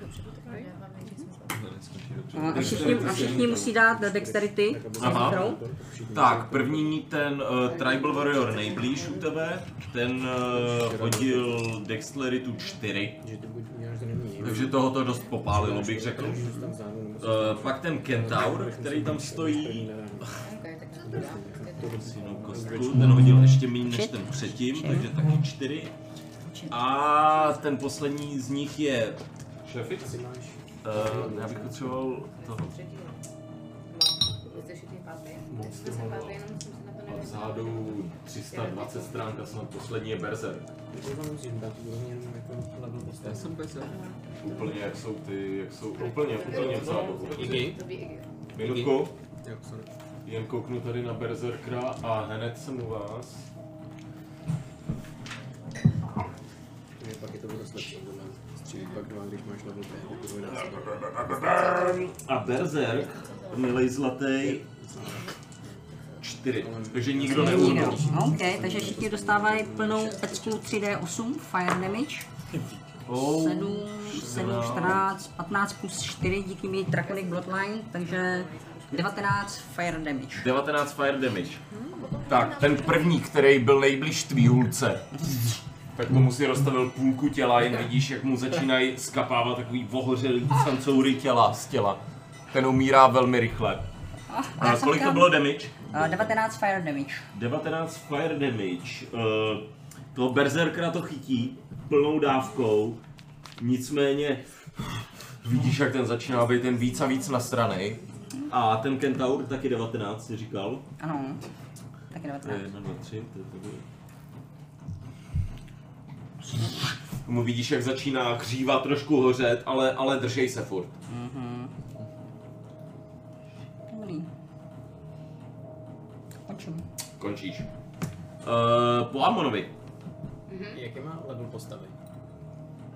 A všichni musí dát dexterity. Aha. Tak, první ten Tribal Warrior nejblíž u tebe, ten hodil Dexteritu 4. Takže toho to dost popálilo, bych řekl. Pak ten Kentaur, který tam stojí. Ten hodil ještě méně než ten předtím, takže taky 4. A ten poslední z nich je Šefit. Já bych potřeboval toho. Vzadu 320 stránka, snad poslední je Berserk. Já jsem Berserk. Úplně jak jsou ty, úplně vzadu. Minutku. Jen kouknu tady na Berserkera a hned jsem u vás. Pak je to dost lepší, pak 2, když máš level 5, a Berserk, milej zlatý, 4, takže nikdo neumřel. OK, takže všichni dostávají plnou pecku 3D8 fire damage. 7, 14, 15 plus 4 díky mít Draconic Bloodline, takže 19 fire damage. 19 fire damage. Tak, ten první, který byl nejblíž tvý hůlce, tak tomu si rozstavil půlku těla, jen vidíš, jak mu začínají skapávat takový ohořelý sancoury těla z těla. Ten umírá velmi rychle. A kolik to bylo damage? 19 fire damage. 19 fire damage. Toho Berserkera to chytí plnou dávkou, nicméně vidíš, jak ten začíná být ten víc a víc nasranej. A ten Kentaur taky 19, si říkal? Ano, taky 19. 1, 2, 3, to je to. Mu vidíš, jak začíná hřívat, trošku hořet, ale držej se furt. Dobrý. Končím. Končíš. Po Amonovi. Jaký má level postavy?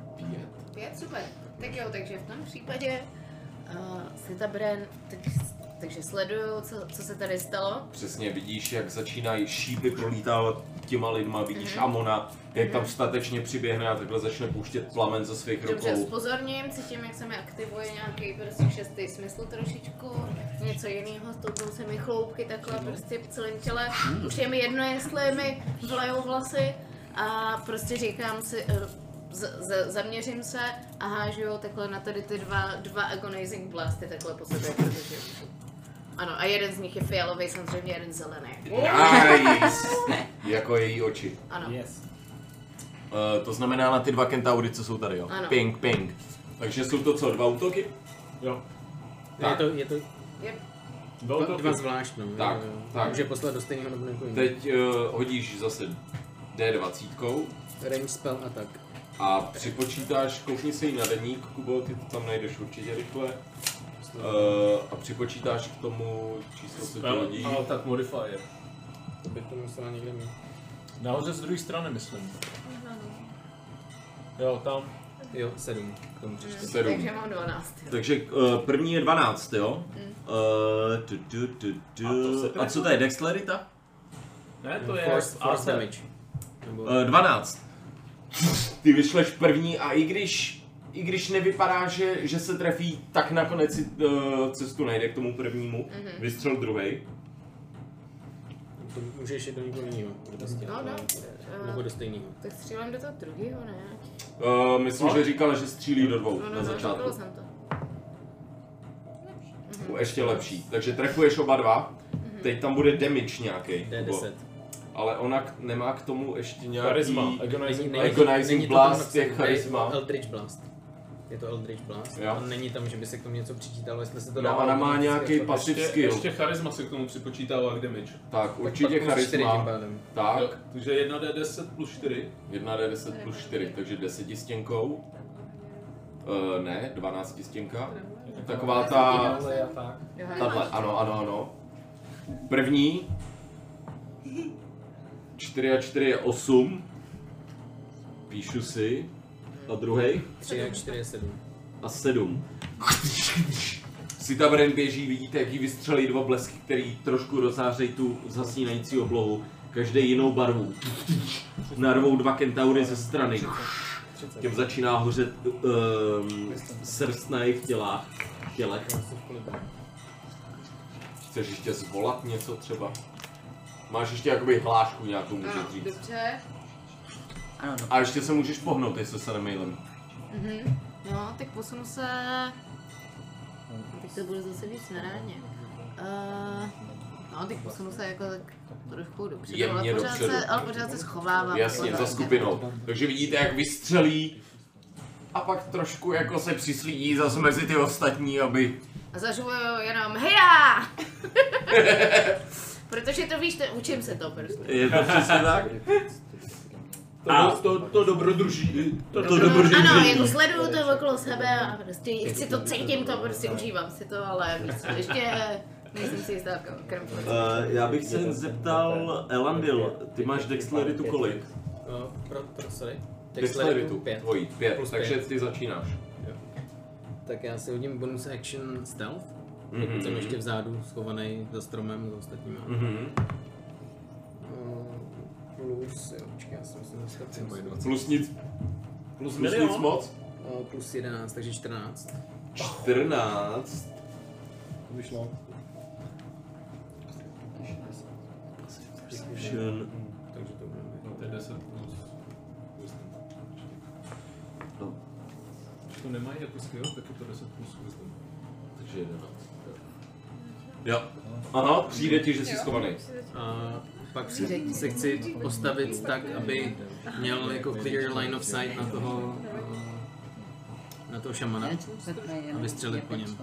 5, super. Tak jo, takže v tom případě si zabere teď takže sleduju, co se tady stalo. Přesně, vidíš, jak začínají šípy prolítávat těma lidma, vidíš Amona, jak tam statečně přiběhne a takhle začne pouštět plamen ze svých rukou. Dobře, zpozorním, cítím, jak se mi aktivuje nějaký prostě šestý smysl trošičku, něco jiného, stoupnou se mi chloupky takhle prostě v celém těle. Už je mi jedno, jestli mi vlejou vlasy a prostě říkám si, zaměřím se a hážu takhle na tady ty dva agonizing blasty takhle po sobě, protože ano, a jeden z nich je fialový, samozřejmě jeden zelený. Nice! Jako její oči. Ano. Yes. To znamená na ty dva kentaury, co jsou tady, jo? Ano. Ping, ping. Takže jsou to co, 2 útoky? Jo. Je to Yep. dva zvlášť, no. Tak, tak. Může poslat do stejného nebo někoho. Teď hodíš zase D20 Range spell attack. a připočítáš, koukni si ji na deník, Kubo, ty to tam najdeš určitě rychle. A připočítáš k tomu číslo, co ti hodí. Ale tak modifier. To by to musela někde mít. Nahoře z druhé strany, myslím. Jo, tam. Jo, 7. K tomu přišli. 7. Takže mám 12. Takže první je 12, jo? A co to je, dexterita? Ne, to je Force AC. damage. Nebo 12. Ty vyšleš první a i když nevypadá, že se trefí, tak nakonec si cestu najde k tomu prvnímu. Vystřel druhej. to můžeš jít do někoho jiného. No, Nebo do stejného. tak střílím do toho druhého, ne? Myslím, že říkala, že střílí do 2 No, na začátku. říkala jsem to. Ještě lepší. Takže trefuješ oba dva. Teď tam bude damage nějaký. D10. Ale ona nemá k tomu ještě nějaký... Charisma. Agonizing Blast je charisma. Eldritch Blast. Je to Eldritch Blast. Jo. A není tam, že by se k tomu něco přičítalo, jestli se to No, dává. ona má nějaký jako passive skill. Ještě charisma se k tomu připočítává k damage. Tak, určitě pak plus 4 tím charisma. pádem. Tak, Jo, takže 1d10 plus 4. 1d10 plus 4, takže 10 stěnkou. Ne, 12 stěnka. Taková ta... Tahle, ano. První. 4 a 4 je 8. Píšu si. A druhý? 3 a 4 je 7. A 7. Sitabren běží, vidíte, jak jí vystřelí 2 blesky, který trošku rozzářejí tu zasínající oblohu. Každý jinou barvu. Narvou 2 kentaury ze strany. Těm začíná hořet srst na jejich tělech. Chceš ještě zvolat něco třeba? Máš ještě jakoby hlášku nějakou, můžeš říct. Dobře. Ano, no. A ještě se můžeš pohnout, jestli se nemailem. No, tak posunu se... Teď to bude zase víc naráně. No, teď posunu se jako tak trošku dopředu, Jemně dopředu. ale pořád se schovávám. Jasně, za skupinou. Takže vidíte, jak vystřelí a pak trošku jako se přislídí zase mezi ty ostatní, aby... A zažuju jenom heja! Protože to víš, učím se to prostě. Je to přesně tak? To dobrodruží. To dobrodruží. Ano, jako sleduju to okolo sebe a prostě chci to, cítím to, prostě užívám si to, ale víš co, ještě nejsem si jistá krem. Já bych se zeptal, Elandil, ty máš dexteritu kolik? Sorry. Dexteritu, 5. tvojí, 5, Plus takže 5. ty začínáš. Tak já si hodím bonus action stealth. Pokud jsem ještě vzadu schovaný za stromem za ostatníma. Plus, jo, počkej, já si myslím, že Plus nic. Plus milion? nic moc? plus 11, takže 14. 14. Vyšlo. Perception. Takže to bude být. No, to je 10 plus. No, Když to nemají jako skill, tak je to 10 plus wisdom. takže 11. Jo. Aha, přijde ti, že jsi schovaný. A pak se chci postavit tak, aby měl jako clear line of sight na toho šamana a vystřelit po něm.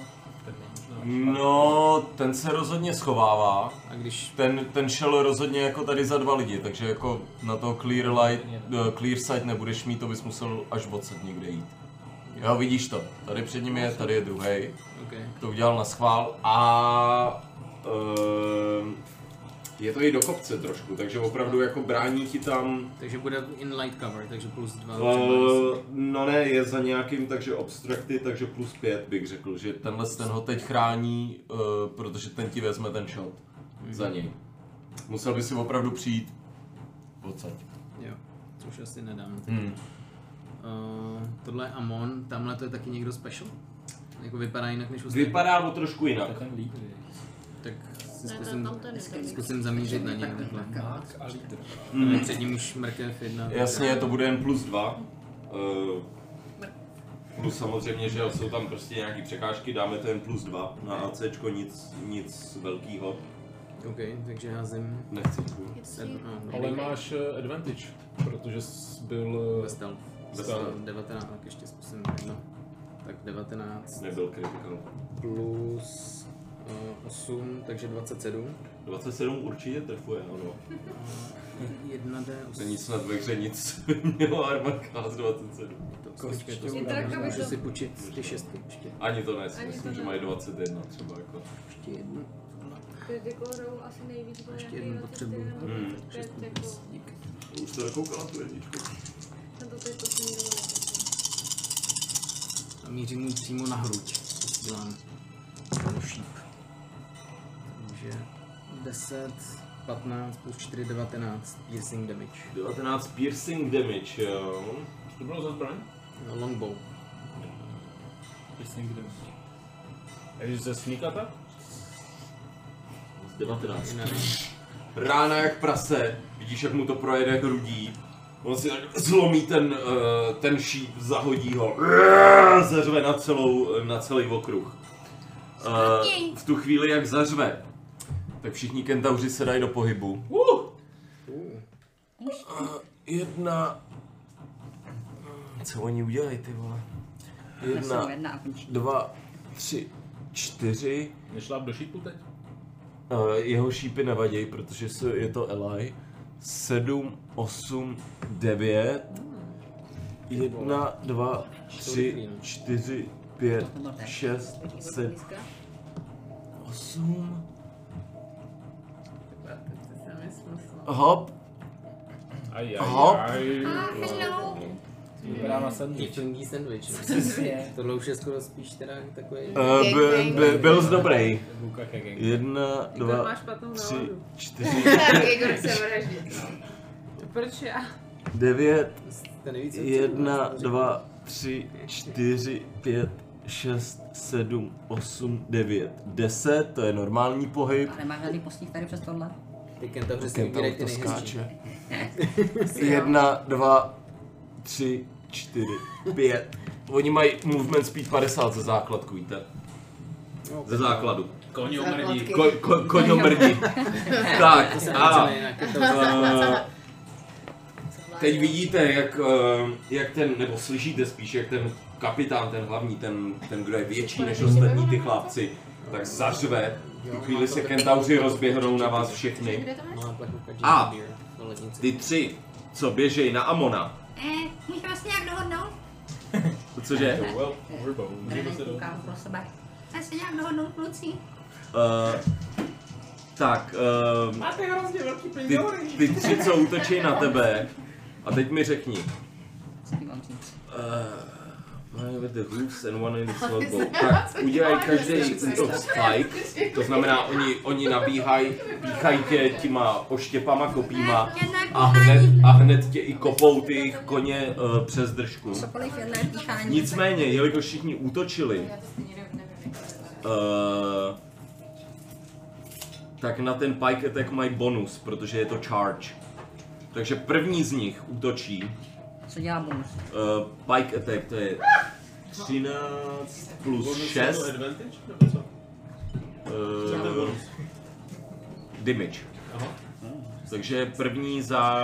No, ten se rozhodně schovává. A když Ten šel rozhodně jako tady za 2 lidi, takže jako na to clear sight nebudeš mít, to bys musel až odsud někde jít. Jo, vidíš to. Tady před ním je, tady je druhej. okay. To udělal na schvál a... Je to i do kopce trošku, takže opravdu jako brání ti tam... Takže bude in light cover, takže +2. No ne, je za nějakým, takže obstructed, takže +5 bych řekl, že ten ho teď chrání, protože ten ti vezme ten shot za něj. Musel by si opravdu přijít odsaď. Jo, což asi nedám. Tohle je Amon, tamhle to je taky někdo special? Jako vypadá jinak než ostatní? Vypadá o trošku jinak. To je ten lídr. Tak si zkusím zamířit na něj takhle. Mák a lídr. Před ním už mrkev jedna. Jasně, to bude jen +2. Plus samozřejmě, že jsou tam prostě nějaký překážky, dáme to jen +2 na ACčko, nic velkýho. OK, takže házím. Nechci. Ale máš advantage, protože jsi byl... Ve stealth. 19, tak ještě zkusím jedno. Tak 19. Nebyl critical. Plus 8, takže 27. 27 určitě trefuje, ano. 1D8. Není snad ve hře nic, mělo armor class 27. Můžu si počít ty šestky ještě. Ani to ne, myslím, že mají 21 třeba jako. Ještě jednu. Critical Role asi nejvíc bude Ještě jednu potřebuji. Dík. Už to nekoukala tu jedničku. A mířím mu přímo na hruď. Dělám šíp. Takže 10, 15 plus 4, 19 piercing damage. 19 piercing damage, jo. To bylo za zbraň? No, longbow. Piercing damage. Je ze sneak attack? 19. Rána jak prase, vidíš, jak mu to projede hrudí. On si tak zlomí ten šíp, zahodí ho, zařve na celý okruh. V tu chvíli, jak zařve, tak všichni kentauři se dají do pohybu. Jedna... Co oni udělají, ty vole? 1, 2, 3, 4... Nešláp do šípu teď? Jeho šípy nevadí, protože je to ally. 7, 8, 9, 1, 2, 3, 4, 5, 6, 7, 8. Hop. Hop. Vypadá na sandwich. Děčengý sandwich. Tohle už je skoro spíš teda takový... Byl z dobrý. 1, 2, 3, 4, Igor se vraždí. Proč já? 9, 1, 2, 3, 4, 5, 6, 7, 8, 9, 10, to je normální pohyb. A nemáš žádný postih tady přes tohle? Ty kentauři si vybírají ty nejhezčí. 1, 2, 3, 4, 5. Oni mají movement speed 50 ze základku, víte? Ze základu. Koňomrdí. Koňomrdí. Tak, a teď vidíte, jak ten, nebo slyšíte spíš, jak ten kapitán, ten hlavní, ten kdo je větší než ostatní ty chlapci, tak zařve. V chvíli se kentauři rozběhnou na vás všechny. A ty 3, co běžejí na Amona. Můžeme se nějak dohodnout? Cože? Koukám pro sebe. Můžeme se nějak dohodnout, kluci? Tak, Máte hrozně velký peňory. ty 3, co útočí na tebe, a teď mi řekni. One with the hooves and one in the slot bow. Tak udělají každý útok spike, to znamená oni nabíhají, píchají tě těma poštěpama, kopíma a hned tě i kopou ty jejich koně přes držku. Nicméně, jelikož všichni útočili, tak na ten pike attack mají bonus, protože je to charge. Takže první z nich útočí. Co dělá bonus? Pike attack, to je 13 plus 6. Damage. Takže první za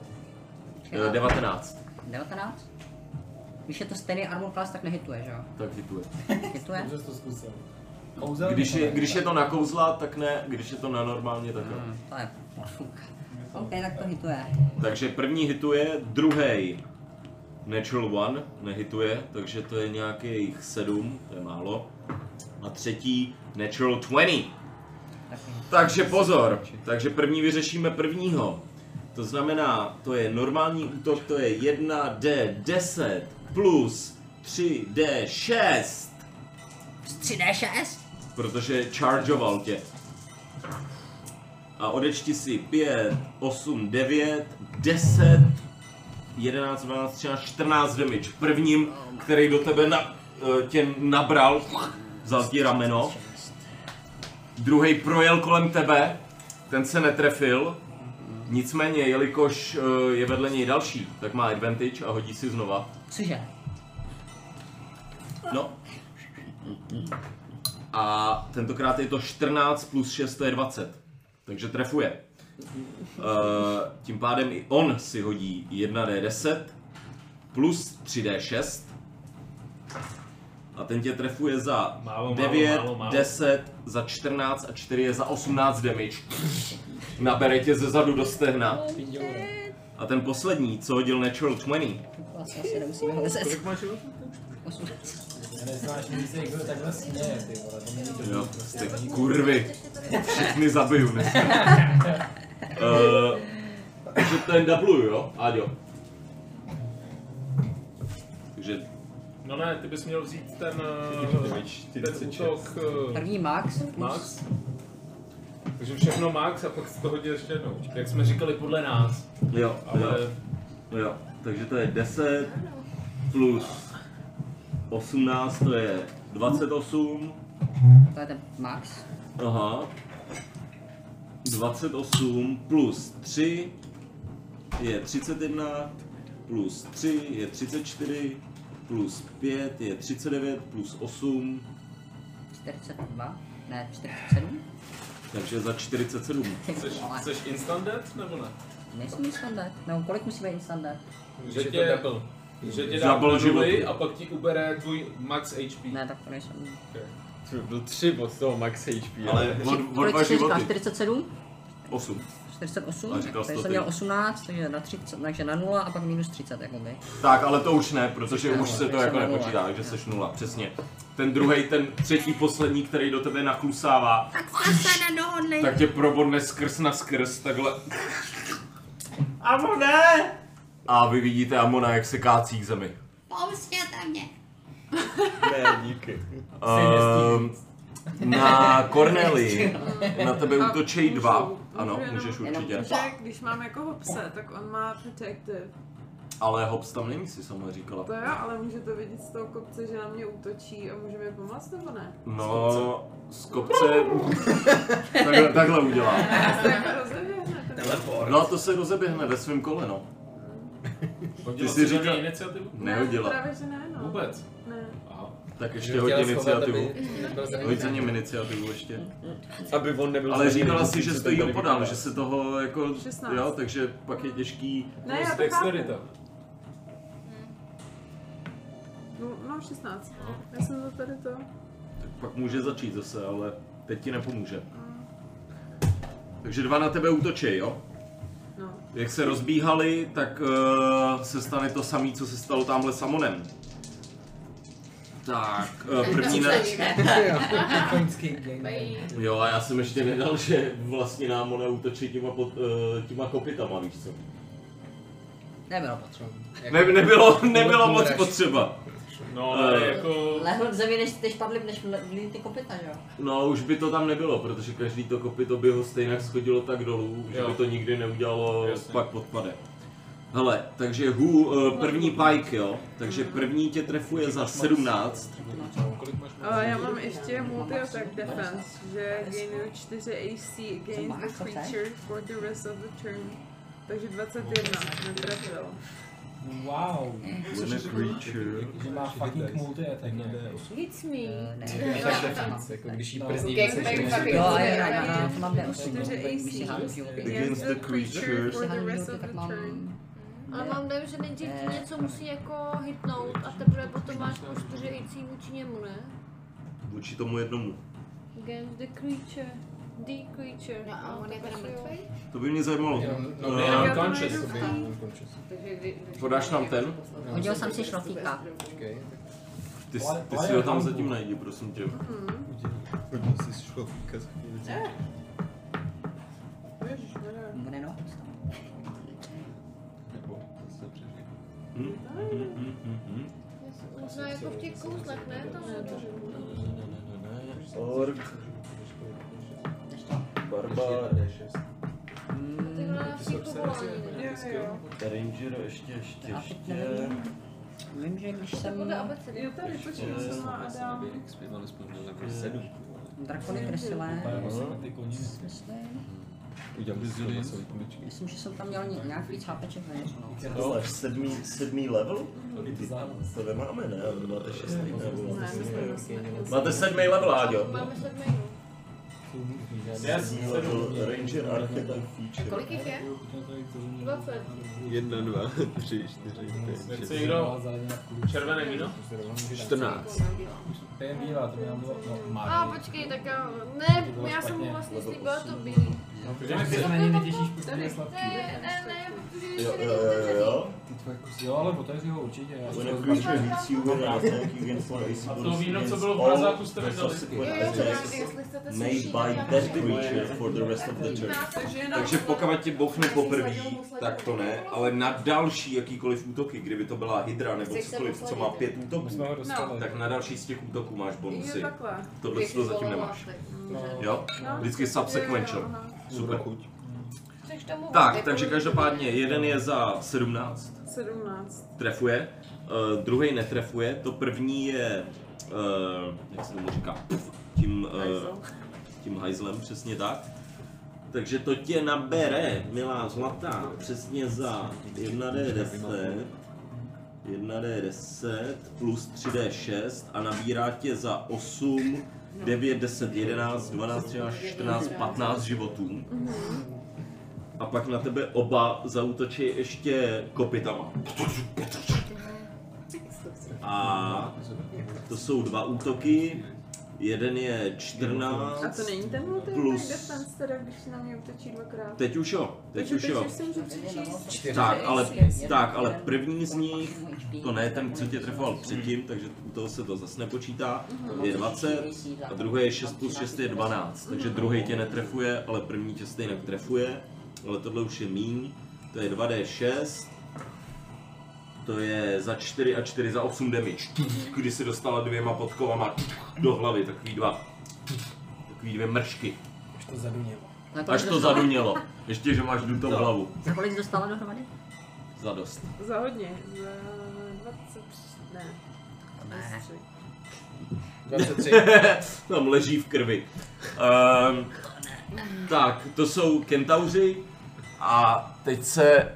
19. 19? Když je to stejný armor class, tak nehituje, že jo? Tak hituje. Hituje? Když je to na kouzla, tak ne, když je to na normálně, tak jo. To je pošuk. OK, tak to hituje. Takže první hituje, druhý natural one nehituje, takže to je nějakých 7, to je málo. A třetí natural 20. Takže pozor, takže první vyřešíme prvního. To znamená, to je normální útok, to je 1d10 plus 3d6. 3d6? Protože chargeoval tě. A odečti si 5, 8, 9, 10, 11, 12, 13, 14 damage. Prvním, který do tebe tě nabral, vzal ti rameno. Druhý projel kolem tebe, ten se netrefil. Nicméně, jelikož je vedle něj další, tak má advantage a hodí si znova. Cože? No. A tentokrát je to 14 plus 6, to je 20. Takže trefuje. Tím pádem i on si hodí 1d10 plus 3d6. A ten tě trefuje za 9, 10, za 14 a 4 je za 18 damage. Nabere tě ze zadu do stehna. A ten poslední, co hodil natural 20. Vlastně asi nemusíme hledat. Kolik máš život? 18. Neznáš, když se někdo takhle směje, ty vole, to není dobrý. Jo, ty kurvy. Všechny zabiju dneska. Takže to je W, jo? Áďo. Takže... No ne, ty bys měl vzít ten útok... První max. Max. Takže všechno max a pak to hodí ještě jednou. Jak jsme říkali podle nás. Jo, ale... jo. Takže to je 10 plus 18, to je 28. To je ten max. Aha. 28 plus 3 je 31, plus 3 je 34, plus 5 je 39, plus 8. 42? Ne, 47? Takže za 47. Chceš instant death nebo ne? Nejsem instant death. No, kolik musí být instant death? Že tě dá bludový a pak ti ubere tvůj max HP. Ne, tak to nejsem. Okay. Byl 3 od toho max HP. Ale o 2 životy. 47? 8. 48? A říkal jsi Takže to jsem měl 18, takže na 30, takže na 0 a pak minus 30 jakoby. Tak, ale to už ne, protože No, už se to jsem jako na nepočítá, nula. takže seš 0, přesně. Ten druhej, ten třetí poslední, který do tebe naklusává, Tak se nedohodli. tak tě probodne skrz na skrz, takhle. Amone! A vy vidíte Amona, jak se kácí k zemi. Pomstěte mě. Ne, díky. Na Corneli, na tebe útočí 2. Ano, můžeš určitě. Že když mám jako hopse, tak on má protective. Ale Hobbs tam není, si sama říkala. To jo, ale může to vidět z toho kopce, že na mě útočí a může mi pomoct nebo ne? No, z kopce... takhle udělá. To jako rozeběhne. No to se rozeběhne ve svém kole, no. Hodila jsi jsi na říkal- něj iniciativu? Nehodila. Právě, že ne, no. Vůbec? Ne. Aha. Tak ještě hoď iniciativu. Hoď za ním iniciativu ještě. Aby on nebyl Ale zraněný, říkala si, musím že se stojí tady opodál, vypadat. že se toho jako... 16. Jo, takže pak je těžký... Ne, já Plus to chápu. dexterita. No, 16. Já jsem to tady to. Tak pak může začít zase, ale teď ti nepomůže. Takže 2 na tebe útočí, jo? No. Jak se rozbíhali, tak se stane to samé, co se stalo tamhle s Amonem. Tak, první na... Jo, a já jsem ještě nedal, že vlastně na Amona útočí těma kopytama, víš co? Nebylo potřeba. Nebylo moc potřeba. No, ale jako... Lehl v zemi, než padly, než byly ty kopyta, že jo? No, už by to tam nebylo, protože každý to kopyto by ho stejně schodilo tak dolů, že by to nikdy neudělalo, Jasně. pak podpade. Hele, takže první pike, jo? Takže první tě trefuje za 17. Já mám ještě multi-attack defense, že gainuju 4 AC against the creature for the rest of the turn. Takže 21, netrefil. Wow. Což je creature. Že má fucking multi-attack. It's me. Jako když jí brzdí, Gangbang fucking Jo, multi-attack. to mám D8. 4 Když si hážu AC životy. against the creature for Když si the hážu rest životy, of tak the mám... turn. Ale mám dojem, že nejdřív ti něco musí jako hitnout a teprve potom máš plus 4 AC vůči němu, ne? Vůči tomu jednomu. Against the creature. The creature. No, a on je teda mrtvý? To by mě zajímalo. No, Já to unconscious. najdu. Podáš nám ten? Hodil jsem si šlofíka. Ty si ho tam zatím najdi, prosím tě. Hodně jsi šlo ke Bude noc. Možná jako v těch kouzlech, ne? Ork. Barbar. Tyhle v těch povolání. Ranger ještě. Vím, že když jsem Jo, tady počkej, co má Adam. drakony kreslé, Udělám si to masový kuličky. myslím, že jsem tam měl nějak víc hápeček než no. To až sedmý level? To nemáme, ne? Máte 6. nebo? Máte 7. level, Áďo? Máme 7. Yes, Ranger Archetype Feature. Kolik jich je? 20. 1, 2, 3, 4, 5, Nechce někdo červené víno? 14. To je bílá, to by nám bylo, Počkej, tak já jsem mu vlastně slíbila to bílý. Ty se na něj netěšíš, protože je sladký. Ne, protože Jo. Jo, ale otevři ho určitě. When a creature hits you with an attack, you gain 4 AC A to bonus víno, co against bylo v all Brazáku, jste mi dali. subsequent jestli attacks chcete made suší, by tak já that můžu. creature for the rest of the turn. Takže pokud tě bouchne poprvé, tak to ne, ale na další jakýkoliv útoky, kdyby to byla hydra nebo cokoliv, co má 5 útoků, tak na další z těch útoků máš bonusy. Tohle to zatím nemáš. Jo? Vždycky subsequential. Super. Tak, takže každopádně jeden je za 17. 17. Trefuje, druhý netrefuje, to první je, jak se tomu říká, tím hajzlem, přesně tak. Takže to tě nabere, milá zlatá, přesně za 1d10 plus 3d6 a nabírá tě za 8, 9, 10, 11, 12, 13, 14, 15 životů. A pak na tebe oba zaútočí ještě kopytama. A to jsou 2 útoky. Jeden je 14. A to není ten multi plus... defense teda, když si na mě útočí dvakrát. Teď už jo. Si můžu přečíst. Tak, ale první z nich, to ne ten, co tě trefoval předtím, takže u toho se to zase nepočítá, je 20 a druhý je 6 plus 6 je 12, takže druhý tě netrefuje, ale první tě stejně trefuje, ale tohle už je míň, to je 2d6, to je za 4 a 4 za 8 damage, kdy si dostala 2 podkovama do hlavy, takový 2 mršky. Až to zadunělo, ještě že máš dutou hlavu. Za kolik dostala dohromady? Za dost. Za hodně, za 23, ne. 23. Tam leží v krvi. Tak, to jsou kentauři a teď se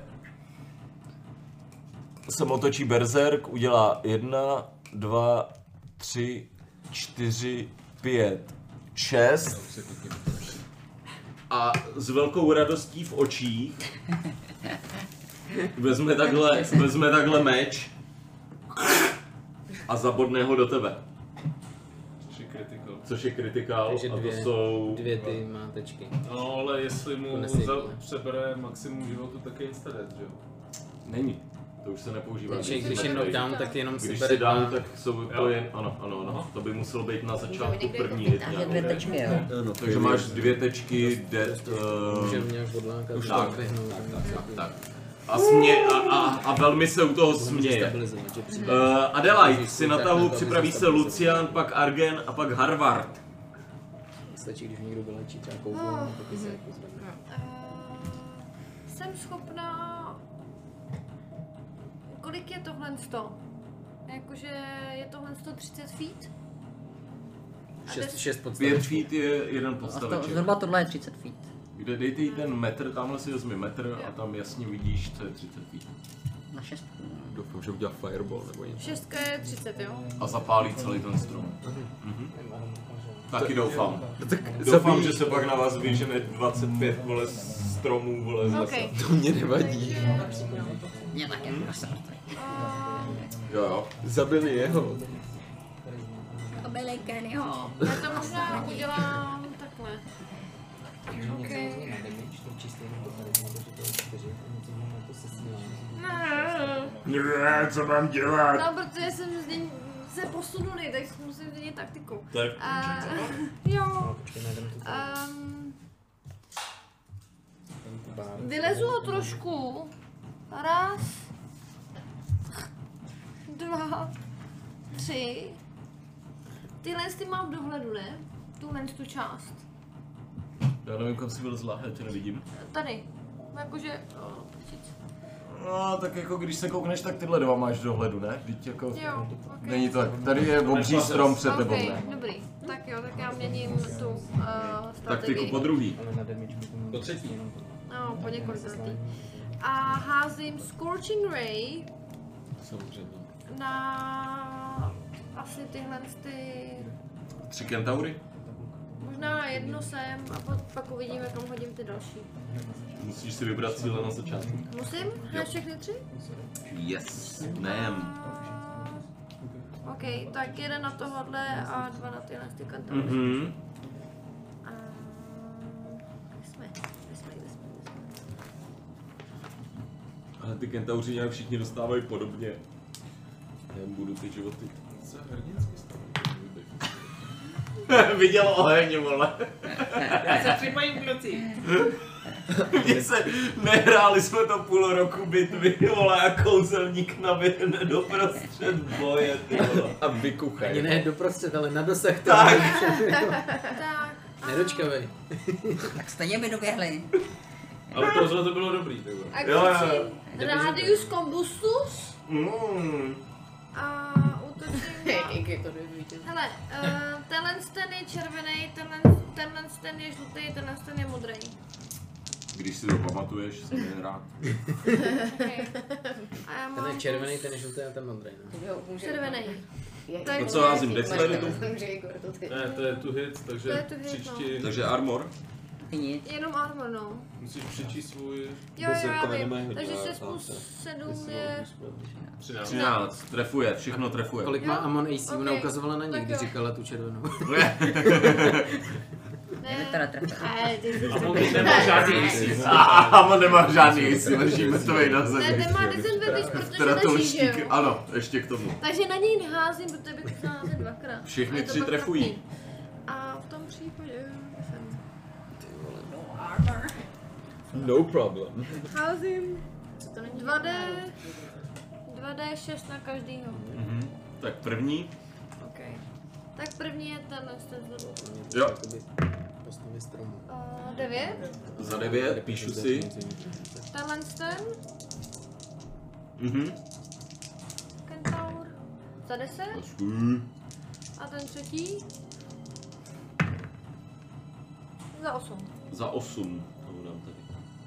otočí berserk, udělá 1, 2, 3, 4, 5, 6 a s velkou radostí v očích vezme takhle meč a zabodne ho do tebe. Což je critical. Takže a to jsou 2 ty mátečky. No, ale jestli mu přebere maximum životu, tak je instadet, že jo? Není. To už se nepoužívá. Takže když je knockdown, tak jenom když si bere si down, tak jsou, to je, ano. To by muselo být na začátku první hit. Takže 2 tečky, jo. Takže máš 2 tečky, můžeme nějak odlákat. Tak. A velmi se u toho směje. Adelaide si na tahu, připraví se Lucian, pak Argen a pak Harvard. Stačí, když někdo vylečí třeba kouvou, taky se jako zvedne. Jsem schopná... Kolik je tohle 100? Jakože je tohle 130 feet? 6 podstavečků. 5 feet je jeden podstaveček. Zhruba tohle je 30 feet. Kde dejte jí ten metr, tamhle si vezmi metr a tam jasně vidíš, co je 30 feet. Na 6. Doufám, že udělá fireball nebo něco. 6 je 30, jo? A zapálí celý ten strom. Taky doufám. Tak Doufám, že se pak na vás vyžene 25 vole stromů vole z lesa. Okay. To mě nevadí. Mě taky prostě. Jo. Zabili jeho. Zabili Kennyho. Já to možná udělám takhle. Okay. Ne, co mám dělat? No, protože jsem se posunuli, tak musím změnit taktiku. Tak. Jo. Vylezu ho trošku. Raz. 2. 3. Tyhle ty mám v dohledu, ne? Tuhle tu část. Já nevím, kam jsi vylezla, já tě nevidím. Tady. Jakože... No, tak jako když se koukneš, tak tyhle dva máš v dohledu, ne? Vždyť jako... Jo, okay. Není to tak. Tady je obří strom před tebou, ne? Dobrý. Tak jo, tak já měním tu strategii. Taktiku po druhý. Po třetí. No, po několikátý. A házím Scorching Ray Samozřejmě. na asi tyhle ty... 3 kentaury? Možná jedno sem a pak uvidíme, kam hodím ty další. Musíš si vybrat cíle na začátku. Musím? Hned všechny 3? Yes, ma'am. OK, tak jeden na tohohle a 2 na tyhle ty kantaury. Mhm. Kde jsme? Ale ty kentauři nějak všichni dostávají podobně. Já budu ty životy. Co je hrdinský stav? Viděl oheň, vole. Já se připojím kluci. Mně se nehráli jsme to půl roku bitvy, vole, a kouzelník naběhne doprostřed boje, ty vole. A vykuchaj. Ani ne doprostřed, ale na dosah. Tak. Tak. Nedočkavej. Tak stejně by doběhli. Ale tohle to bylo dobrý, ty vole. A Jo. Radius Combustus Mm. a útočím na... to nevíte. Hele, tenhle ten je červený, tenhle ten je žlutý, tenhle ten je modrý. Když si to pamatuješ, jsem jen rád. Okay. A já Ten mám je červený, ten je žlutý a ten modrý. No. červený. To co házím, dexteritu? Ne, to je tu hit, takže To je tu hit, přičti, Takže armor. Nic. Jenom armor, no. musíš přičíst svůj Jo, já vím. Takže 6 plus 7 je... 13. 13, trefuje, všechno trefuje. Kolik má Jo, Amon AC? Ona ok. ukazovala na ní, Tak když jo. říkala tu červenou. Kdyby teda trefil. Ne, ty jsi... A on nemá žádný AC. A on nemá žádný AC, ležíme to na Ne, zemi. ten má disadvantage, protože Teda to leží, že leštík, jo? ano, ještě k tomu. Takže na něj neházím, protože bych chtěla házet dvakrát. Všechny A je to 3 pak trefují. špatný. A v tom případě jsem... No problem. Házím 2D6 na každýho. Mhm. Tak první. OK. Tak první je tenhle zadu. Jo. Postavy stromu. 9. Za 9, píšu si. Tenhle ten. Mhm. Kentaur. Za 10. A ten třetí. Za 8. Za 8. To dám tady.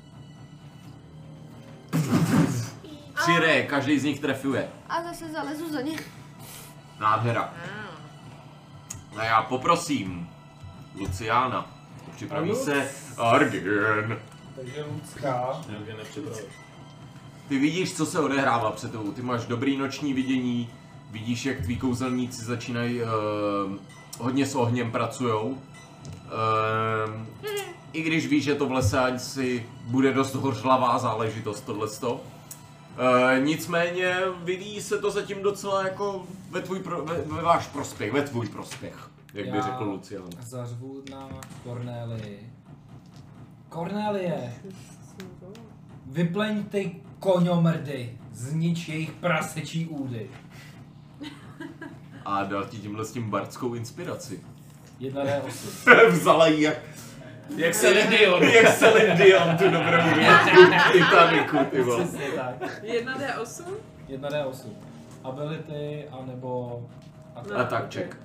3 ré, každý z nich trefuje. A zase zalezu za ně. Nádhera. A já poprosím Luciána. Připraví se Argen. Takže Lucka. Ty vidíš, co se odehrává před tebou. Ty máš dobrý noční vidění. Vidíš, jak tví kouzelníci začínají hodně s ohněm pracujou. I když víš, že to v lese asi bude dost hořlavá záležitost tohleto. Nicméně vyvíjí se to zatím docela jako ve váš prospěch, ve tvůj prospěch, jak by řekl Lucián. Zařvu na Cornélii. Cornélie! Vypleň ty koňomrdy, znič jejich prasečí údy. A dal ti tímhle s tím bardskou inspiraci. 1D8. Vzala jí jak Celine Dion tu dobrou větu Titaniku, ty vole. Přesně tak. 1D8? 1D8. Ability, anebo... Attack.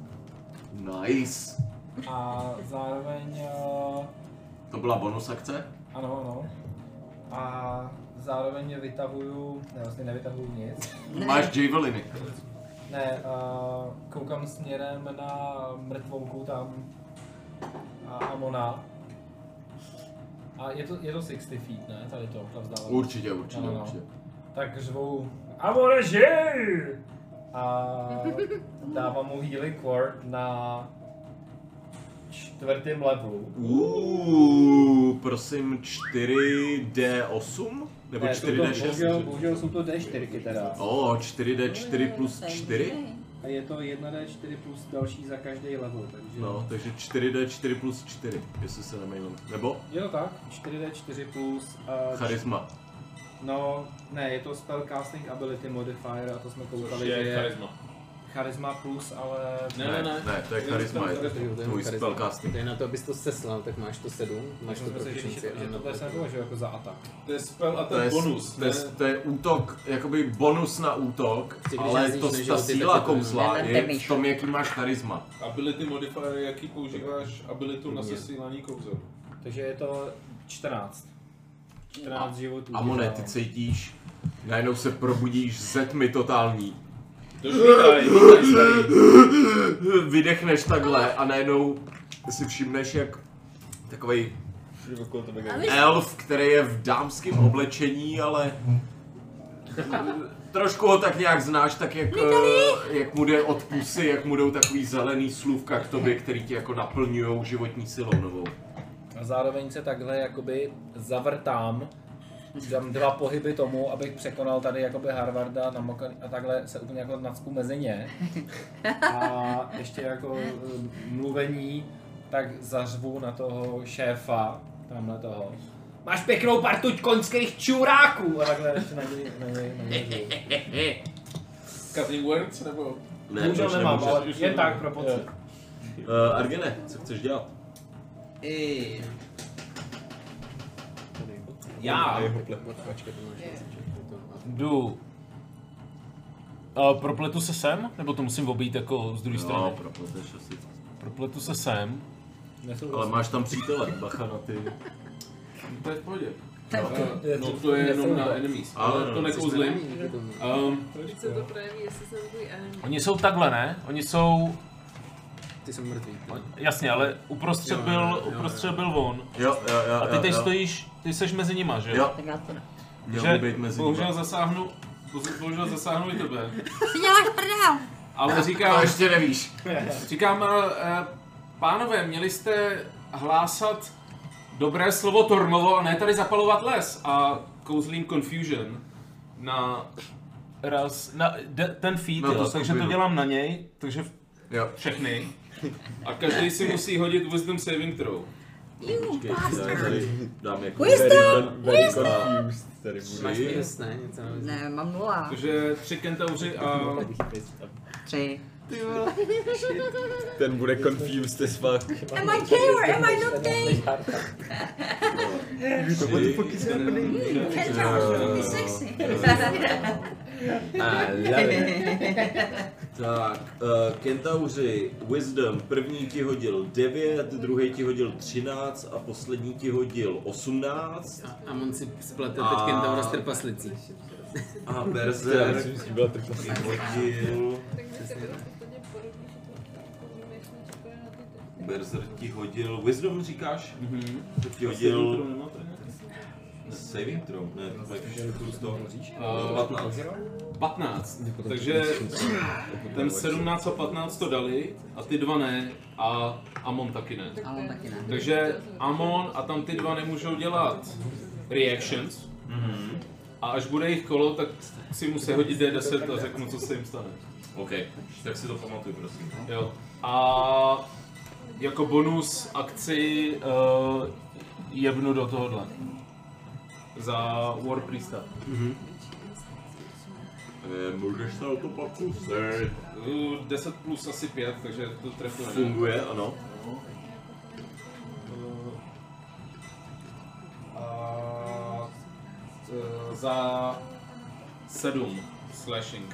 Nice. A zároveň... To byla bonus akce? Ano. A zároveň vytahuju... Ne, vlastně nevytahuju nic. Máš javeliny. Ne, koukám směrem na mrtvouku tam a Amona. A je to 60 feet, ne? Tady to, ta vzdálenost. Určitě. Tak řvou Amone, žij! A dávám mu healing word na 4. levelu. Prosím 4D8? Nebo 4D6? Bohužel jsou to D4 teda. 4D4 plus 4? A je to 1d4 plus další za každý level, takže... No, takže 4D4 plus 4, jestli se nemýlím. Nebo? Je to tak, 4d4 plus... Charisma. No, ne, je to spellcasting ability modifier a to jsme koukali, že je charisma. Charisma plus, ale... Ne, to je charisma, je tvůj spellcasting. To je na to, abys to seslal, tak máš to 7, máš to proficiency. Že tohle se nepovažuje jako za atak. To je spell a ten bonus. To je útok, jakoby bonus na útok, ale ta síla kouzla je v tom, jaký máš charisma. Ability modifier, jaký používáš abilitu na sesílání kouzel. Takže je to 14. 14 životů. Amone, ty cítíš, najednou se probudíš ze tmy totální. Vítaj, Vydechneš takhle a najednou si všimneš, jak takovej elf, který je v dámském oblečení, ale trošku ho tak nějak znáš, tak jak mu jde od pusy, jak mu jdou takový zelený slůvka k tobě, který ti jako naplňujou životní silou novou. A zároveň se takhle jakoby zavrtám, dám 2 pohyby tomu, abych překonal tady jakoby Harvarda a takhle se úplně jako nacpu mezi ně. A ještě jako mluvení, tak zařvu na toho šéfa, tamhle toho. Máš pěknou partu koňských čuráků! A takhle ještě na něj. Cutting words nebo? Ne, Bohužel to už nemám, ale nemůžeš. jen tak pro pocit. Argene, co chceš dělat? Já jdu. Propletu se sem? Nebo to musím obejít jako z druhé strany? No, propleteš asi. Propletu se sem. Ale máš tam přítele, bacha na ty. To je v pohodě. No to je jenom na enemies, ale to nekouzlím. Když se to projeví, jestli jsem tvůj enemy. Oni jsou takhle, ne? Oni jsou... Ty jsou mrtví. Jasně, ale uprostřed byl on. Jo. A ty teď stojíš, ty seš mezi nima, že? Jo. Tak já to ne. Měl Že by být mezi Bohužel nimi. zasáhnu i tebe. Si děláš prdel! Ale říkám, Ale ještě nevíš. říkám, pánové, měli jste hlásat dobré slovo Tormovo a ne tady zapalovat les. A kouzlím Confusion na... Ten feed, No, jo, to takže to skupinu. dělám na něj, takže Jo. všechny. A každý si musí hodit Wisdom Saving Throw. Počkej, tady dám jako Very confused tady budu. Máš minus, ne? Něco Ne, mám 0. Takže 3 kentauři a 3. Ten bude confused as fuck. Am I gay or am I not gay? Be sexy. Tak, kentauři, Wisdom, první ti hodil 9, druhý ti hodil 13 a poslední ti hodil 18. A on si splete teď kentaura s trpaslicí. A Berserk hodil... Tak by se bylo v podstatě podobný, jak jsme čekali na ty Berserk ti hodil... Wisdom říkáš? To ti hodil... Saving throw, ne, to je kurz toho. 15. 15. Takže ten 17 a 15 to dali a ty dva ne a Amon taky ne. A on taky ne. Takže Amon a tam ty dva nemůžou dělat reactions. A až bude jich kolo, tak si musí hodit D10 a řeknu, co se jim stane. OK, tak si to pamatuj, prosím. Jo. A jako bonus akci jebnu do tohohle. Za War Priesta. Můžeš se o to pak zkusit. 10 plus asi 5, takže to trefuje. Funguje, ano. A za 7 slashing.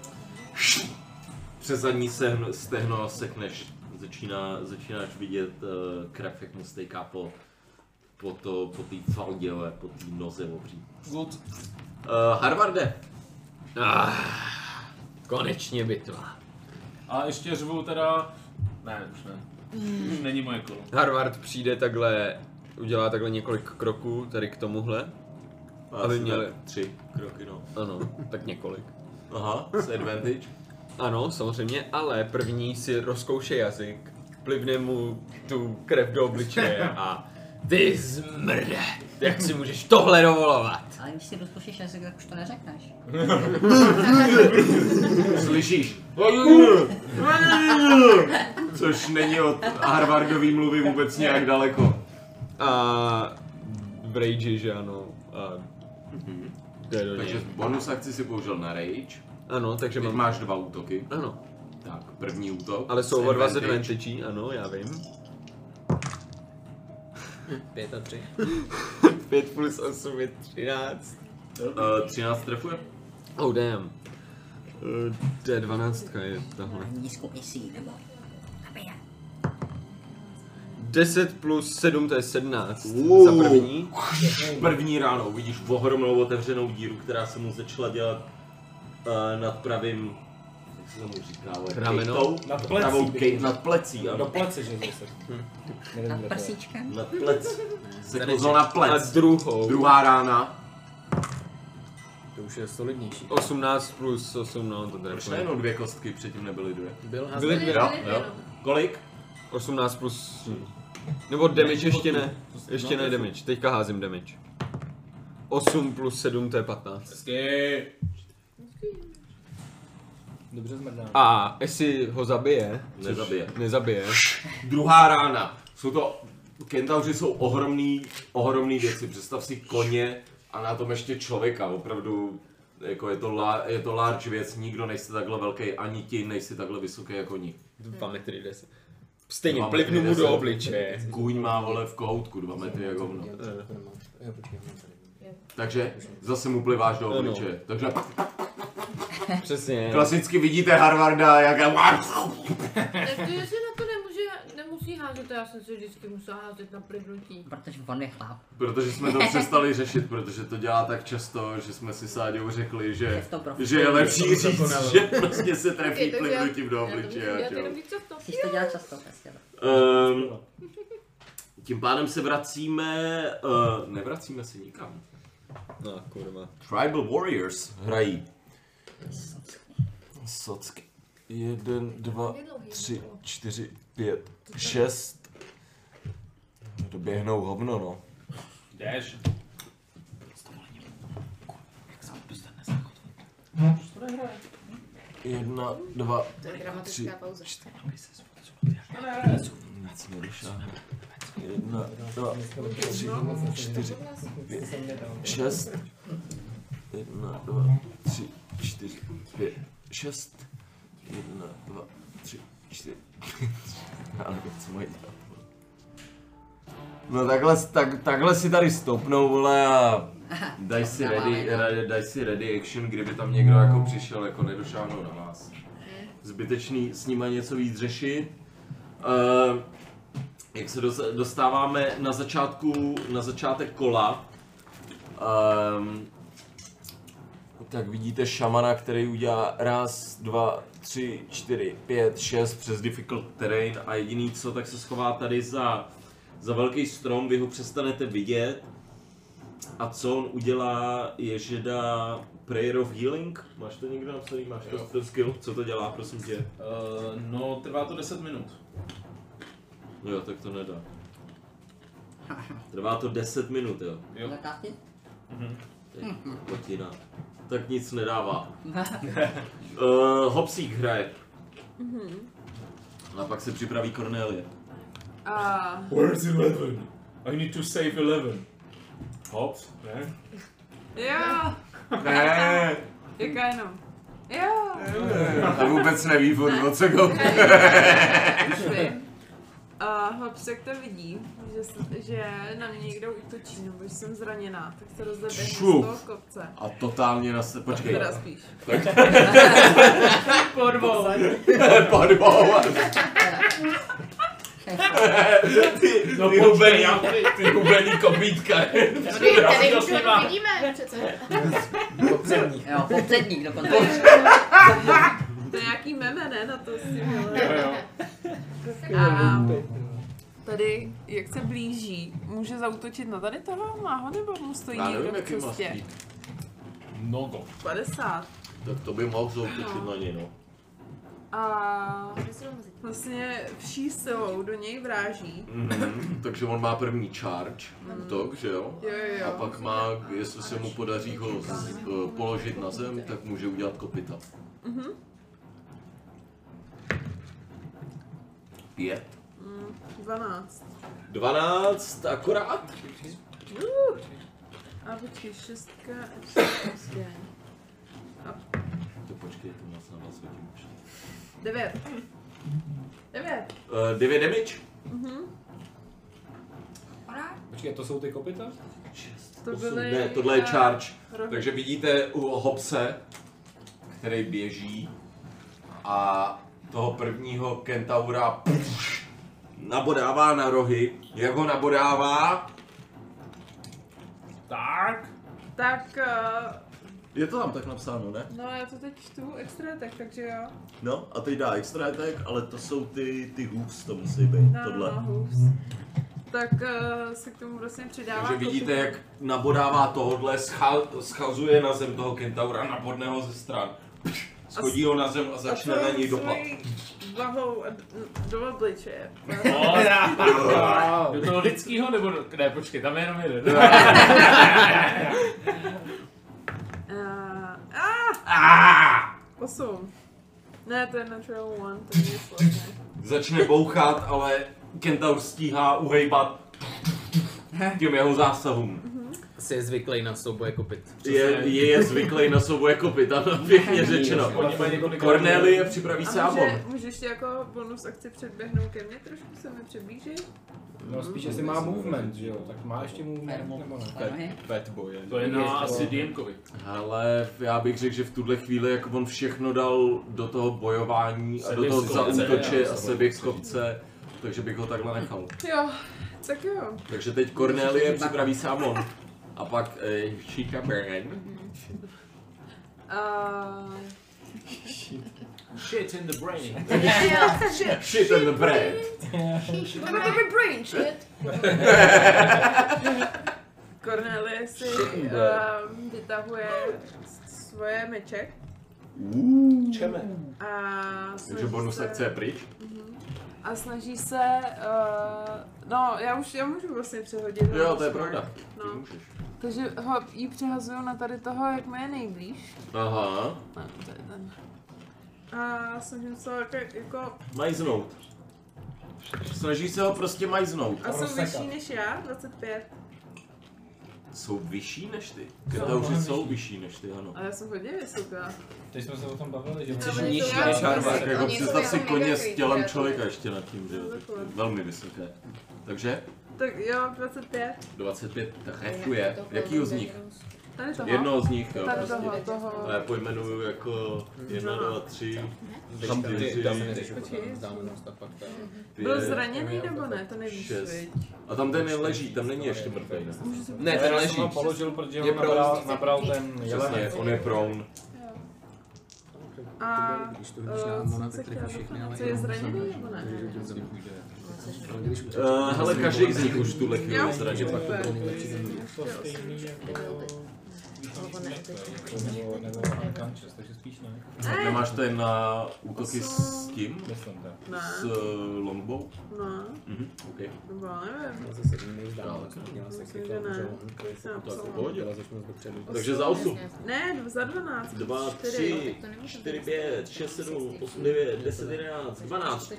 Přes zadní stehno sekneš. Začínáš vidět krev, jak mu stejká po té faldě, po té noze obří. Good. Harvarde. Konečně bitva. A ještě řvu teda... Ne, už ne. Už není moje kolo. Harvard přijde takhle, udělá takhle několik kroků tady k tomuhle. Aby měli 3 kroky, no. Ano, tak několik. Aha, s advantage. Ano, samozřejmě, ale první si rozkouše jazyk, plivne mu tu krev do obličeje a Ty zmrde, jak si můžeš tohle dovolovat? Ale když si rozpuštíš jazyk, tak už to neřekneš. Slyšíš? Což není od Harvardový mluvy vůbec nějak daleko. A v rage, že ano. A jde do Takže něj. bonus akci si použil na rage. Ano, takže Teď mám... máš 2 útoky. Ano, Tak, první útok. ale jsou oba dva z advantage. advantage, ano, já vím. 5 a 3. 5 plus 8 je 13. 13 trefuje? Oh damn. D12 je tahle. Nízkou isí, nebo... Aby je. 10 plus 7 to je 17. Wow. Za první. První ráno vidíš ohromnou otevřenou díru, která se mu začala dělat nad pravým, jak se tomu říká, Rameno? kejtou? Nad plecí Pravou bych kej, řekl. nad plecí, Do ano. plece, že zase. Nevím, Nad kde to je. prsíčkem. Nad plec. Se kluzl na A plec. druhou. Druhá rána. To už je solidnější. 18 plus 8, no to Proč trefuje. najednou 2 kostky, předtím nebyly 2? Byl a Byly dvě. Jo. Kolik? 18 plus... Nebo damage ještě ne. Ještě ne damage. Teďka házím damage. 8 plus 7 to je 15. Hezky. Dobře zmrdáme. A jestli ho zabije... což Nezabije. Nezabije. Druhá rána. Jsou to, kentauři jsou ohromný věci. Představ si koně a na tom ještě člověka. Opravdu, jako je to large věc. Nikdo nejste takhle velký, ani ti nejste takhle vysoký jako oni. 2 metry 10. Stejně 2 plivnu metry mu do 10. obličeje. Kůň má vole v kohoutku 2 metry jak hovno. Jo, počkej, mám tady. Takže zase mu pliváš do obličeje. Takže Přesně. klasicky vidíte Harvarda, jak je... Takže si na to nemusí házet, já jsem si vždycky musela házet na plivnutí. Protože on je chlap. Protože jsme to přestali řešit, protože to dělá tak často, že jsme si s Áďou řekli, že to profil. je lepší říct, že prostě se trefí Okay, takže já- plivnutím do já to obličeje. musím ať dělat jo. jenom víc často. Musíš to dělat často, přesně. Tím pádem se vracíme, nevracíme se nikam. No kurva. Tribal Warriors hrají. Socky. 1, 2, 3, 4, 5, 6. Doběhnou hovno, no. Jdeš. 1, 2, To je dramatická pauza. nic nedošáhne. 1, 2, 3, 4, 5, 6. 1, 2, 3, 4, 5, 6. 1, 2, 3, 4, 5. Já nevím, co mají dělat. No takhle si tady stopnou, vole, a daj si ready action, kdyby tam někdo jako přišel, jako nedošáhnou na vás. Zbytečný s nima něco víc řešit. Jak se dostáváme na začátek kola, tak vidíte šamana, který udělá 1, 2, 3, 4, 5, 6 přes difficult terrain a jediný co, tak se schová tady za velký strom, vy ho přestanete vidět. A co on udělá, je, že dá Prayer of Healing. Máš to někdo napsaný? Máš to ten skill? Co to dělá, prosím tě? No, trvá to 10 minut. Jo, tak to nedá. Trvá to 10 minut, jo. Jo. Zakázky? Kotina. Tak nic nedává. Hopsík hraje. A pak se připraví Cornelie. Where's 11? I need to save 11. Hops, ne? Jo, Ne, jaká jenom. Jo, ta vůbec neví, o co go. už vím. Hopsek to vidí, že na mě někdo útočí, nebo že jsem zraněná, tak se rozeběhne z Šup. toho kopce. A totálně počkej. Teda spíš. Podvol. Podvol. Ty hubený kopítka. Tady už ho vidíme přece. Popřední. Jo, popředník dokonce. To je nějaký meme, ne, na to s tím, Jo, hele. jo. A tady, jak se blíží, může zaútočit na tady toho máho, nebo mu stojí Já někdo nevím, v jaký má cestě? speed. Nogo. 50. Tak to by mohl zautočit na něj, no. A vlastně vší silou do něj vráží. Takže on má první charge, útok, že jo? Jo. A pak má, jestli se mu podaří ho položit na zem, tak může udělat kopyta. 5. 12. 12, akorát. A počkej, 6. To počkej, to nás na vás hodím už. 9. 9 damage? Počkej, to jsou ty kopyta? Ne, tohle je charge. Takže vidíte u Hobse, který běží a toho prvního kentaura nabodává na rohy. Jak ho nabodává? Tak... Je to tam tak napsáno, ne? No já to teď čtu, extra attack, takže jo. No, a teď dá extra attack, ale to jsou ty hooves, to musí být, tohle. No, hooves. Tak se k tomu vlastně přidává. Takže vidíte, jak nabodává tohodle, schazuje na zem toho kentaura, nabodne ho ze stran. Schodí ho na zem a začne na něj dopat. Vahou do obličeje. Do toho lidskýho nebo ne, počkej, tam je jenom jeden. 8. Ne, to je natural 1, to je nic. Začne bouchat, ale kentaur stíhá uhejbat těm jeho zásahům. Asi je zvyklý na souboje kopyt. Je zvyklý na souboje kopyt, ano, pěkně řečeno. Cornelie, připraví se Amon. Můžeš ještě jako bonus akci předběhnout ke mně trošku, se mi přiblížit? No spíš asi má movement, že jo? Tak má ještě movement, nebo ne? Pet boje. To je na asi DMkovi. Ale já bych řekl, že v tuhle chvíli jako on všechno dal do toho bojování a do toho zaútoče a seběh kopce, takže bych ho takhle nechal. Jo, tak jo. Takže teď Cornelie, připraví se Amon. A pak Chica Beren. Shit in the brain. Shit in the brain. brain shit. Cornelie si vytahuje svoje meče. Čeme. Takže bonus akce je pryč. A snaží se, no já můžu vlastně přehodit. Jo, to je pravda. No. Takže jí přehazuju na tady toho, jak mi je nejblíž. Aha. No, to je ten. A snažím se jako... Majznout. Snaží se ho prostě majznout. A jsou vyšší než já, 25. Jsou vyšší než ty? Kentauři jsou vyšší než ty, ano. Ale já jsem hodně vysoká. Teď jsme se o tom bavili, že jsi nižší než Harvard. Tak jako představ si koně s tělem člověka ještě nad tím, že jo? Velmi vysoké. Takže? Tak jo, 25. 25 trefuje. Jakýho z nich? Tady toho. Jednoho z nich, jo. Tady toho. A já pojmenuju jako 1, 2, 3, 4, Byl zraněný nebo ne? To nevíš, 6. viď? A tam ten leží, tam není ještě mrtvý, ne? Ne, ten leží. Ho položil, protože ho nabral ten Přesně, jelen. on je prone. A Když to vidíš na Amona, tak trefí všechny, ale co je zraněný nebo ne? Hele, každý z nich už v tuhle chvíli zraně pak to bylo. Nebo unconscious, takže spíš ne. Nemáš ten na útoky s tím? Myslím tak. Ne. S longbow? No. OK. Nebo já nevím. zase mi nezdál, Myslím, že ne. Jsem napsala. V pohodě. Takže za 8. Ne, za 12. 2, 3, 4, 5, 6, 7, 8, 9, 10, 11, 12.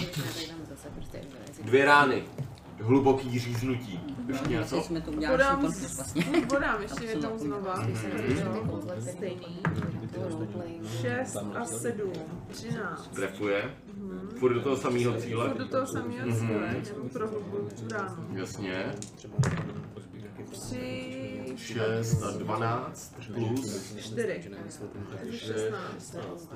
2 rány. Hluboký říznutí. Ještě něco? Jsme to udělali vlastně. Podám ještě jednou znova. Stejný. 6 a 7. 13. Trefuje. Furt do toho samého cíle. Do toho samého cíle. Jenom prohlubuju tu ránu. Jasně. 3, 6 a 12 plus 4. 16,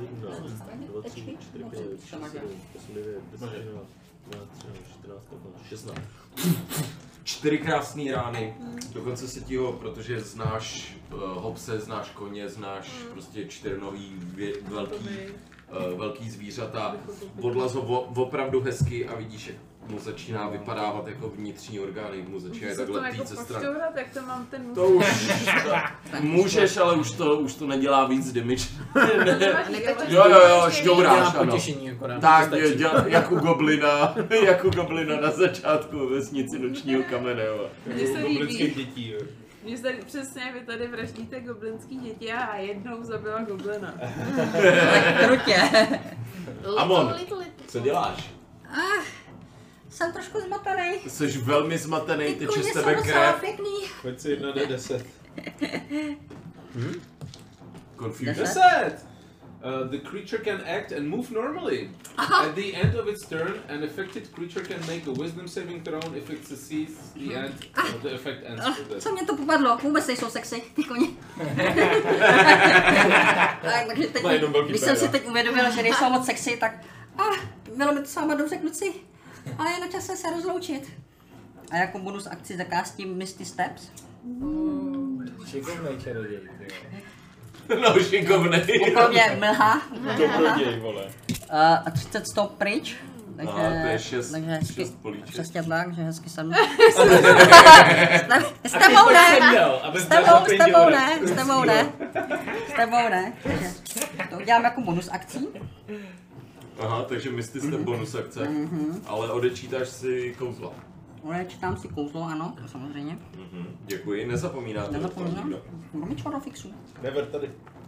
16. 4 krásné rány, dokonce se ti ho, protože znáš Hobse, znáš koně, znáš prostě čtyřnohý velký zvířata, odlaz ho opravdu hezky a vidíš, jak mu začíná vypadávat jako vnitřní orgány, mu začíná takhle pít ze strany. Jak to mám ten To už můžeš, ale už to nedělá víc damage. Jo, šťouráš, ano. Tak, jak u goblina na začátku vesnici Nočního kamene, jo. Mně se líbí. Mně se přesně, vy tady vraždíte goblinský děti a jednou zabila goblina. Krutě. Amon, co děláš? Jsem trošku zmatený. Jsi velmi zmatený, teče z tebe krev. krev. Pojď si 1d10. Confusion. 10! The creature can act and move normally. At the end of its turn, an affected creature can make a wisdom saving throw if it succeeds the end. The effect ends with this. Co mě to popadlo? Vůbec nejsou sexy, ty koni. Takže teď, když jsem si teď uvědomila, že nejsou moc sexy, tak bylo mi to sama dobře, kluci. Ale je na čase se rozloučit. A jako bonus akci zakástím Misty Steps. Šikovnej čaroděj, ty jo. No, šikovnej. Úplně mlha. Dobroděj, vole. A 30 stop pryč. Takže, to je 6 políček. Přesně tak, že hezky jsem... S tebou ne. Takže to udělám jako bonus akcí. Aha, takže Misty jste bonus akce, ale odečítáš si kouzla. Odečítám si kouzlo, ano, samozřejmě. Děkuji, nezapomínáte. Nezapomínám, mám čoro fixu. Never tady.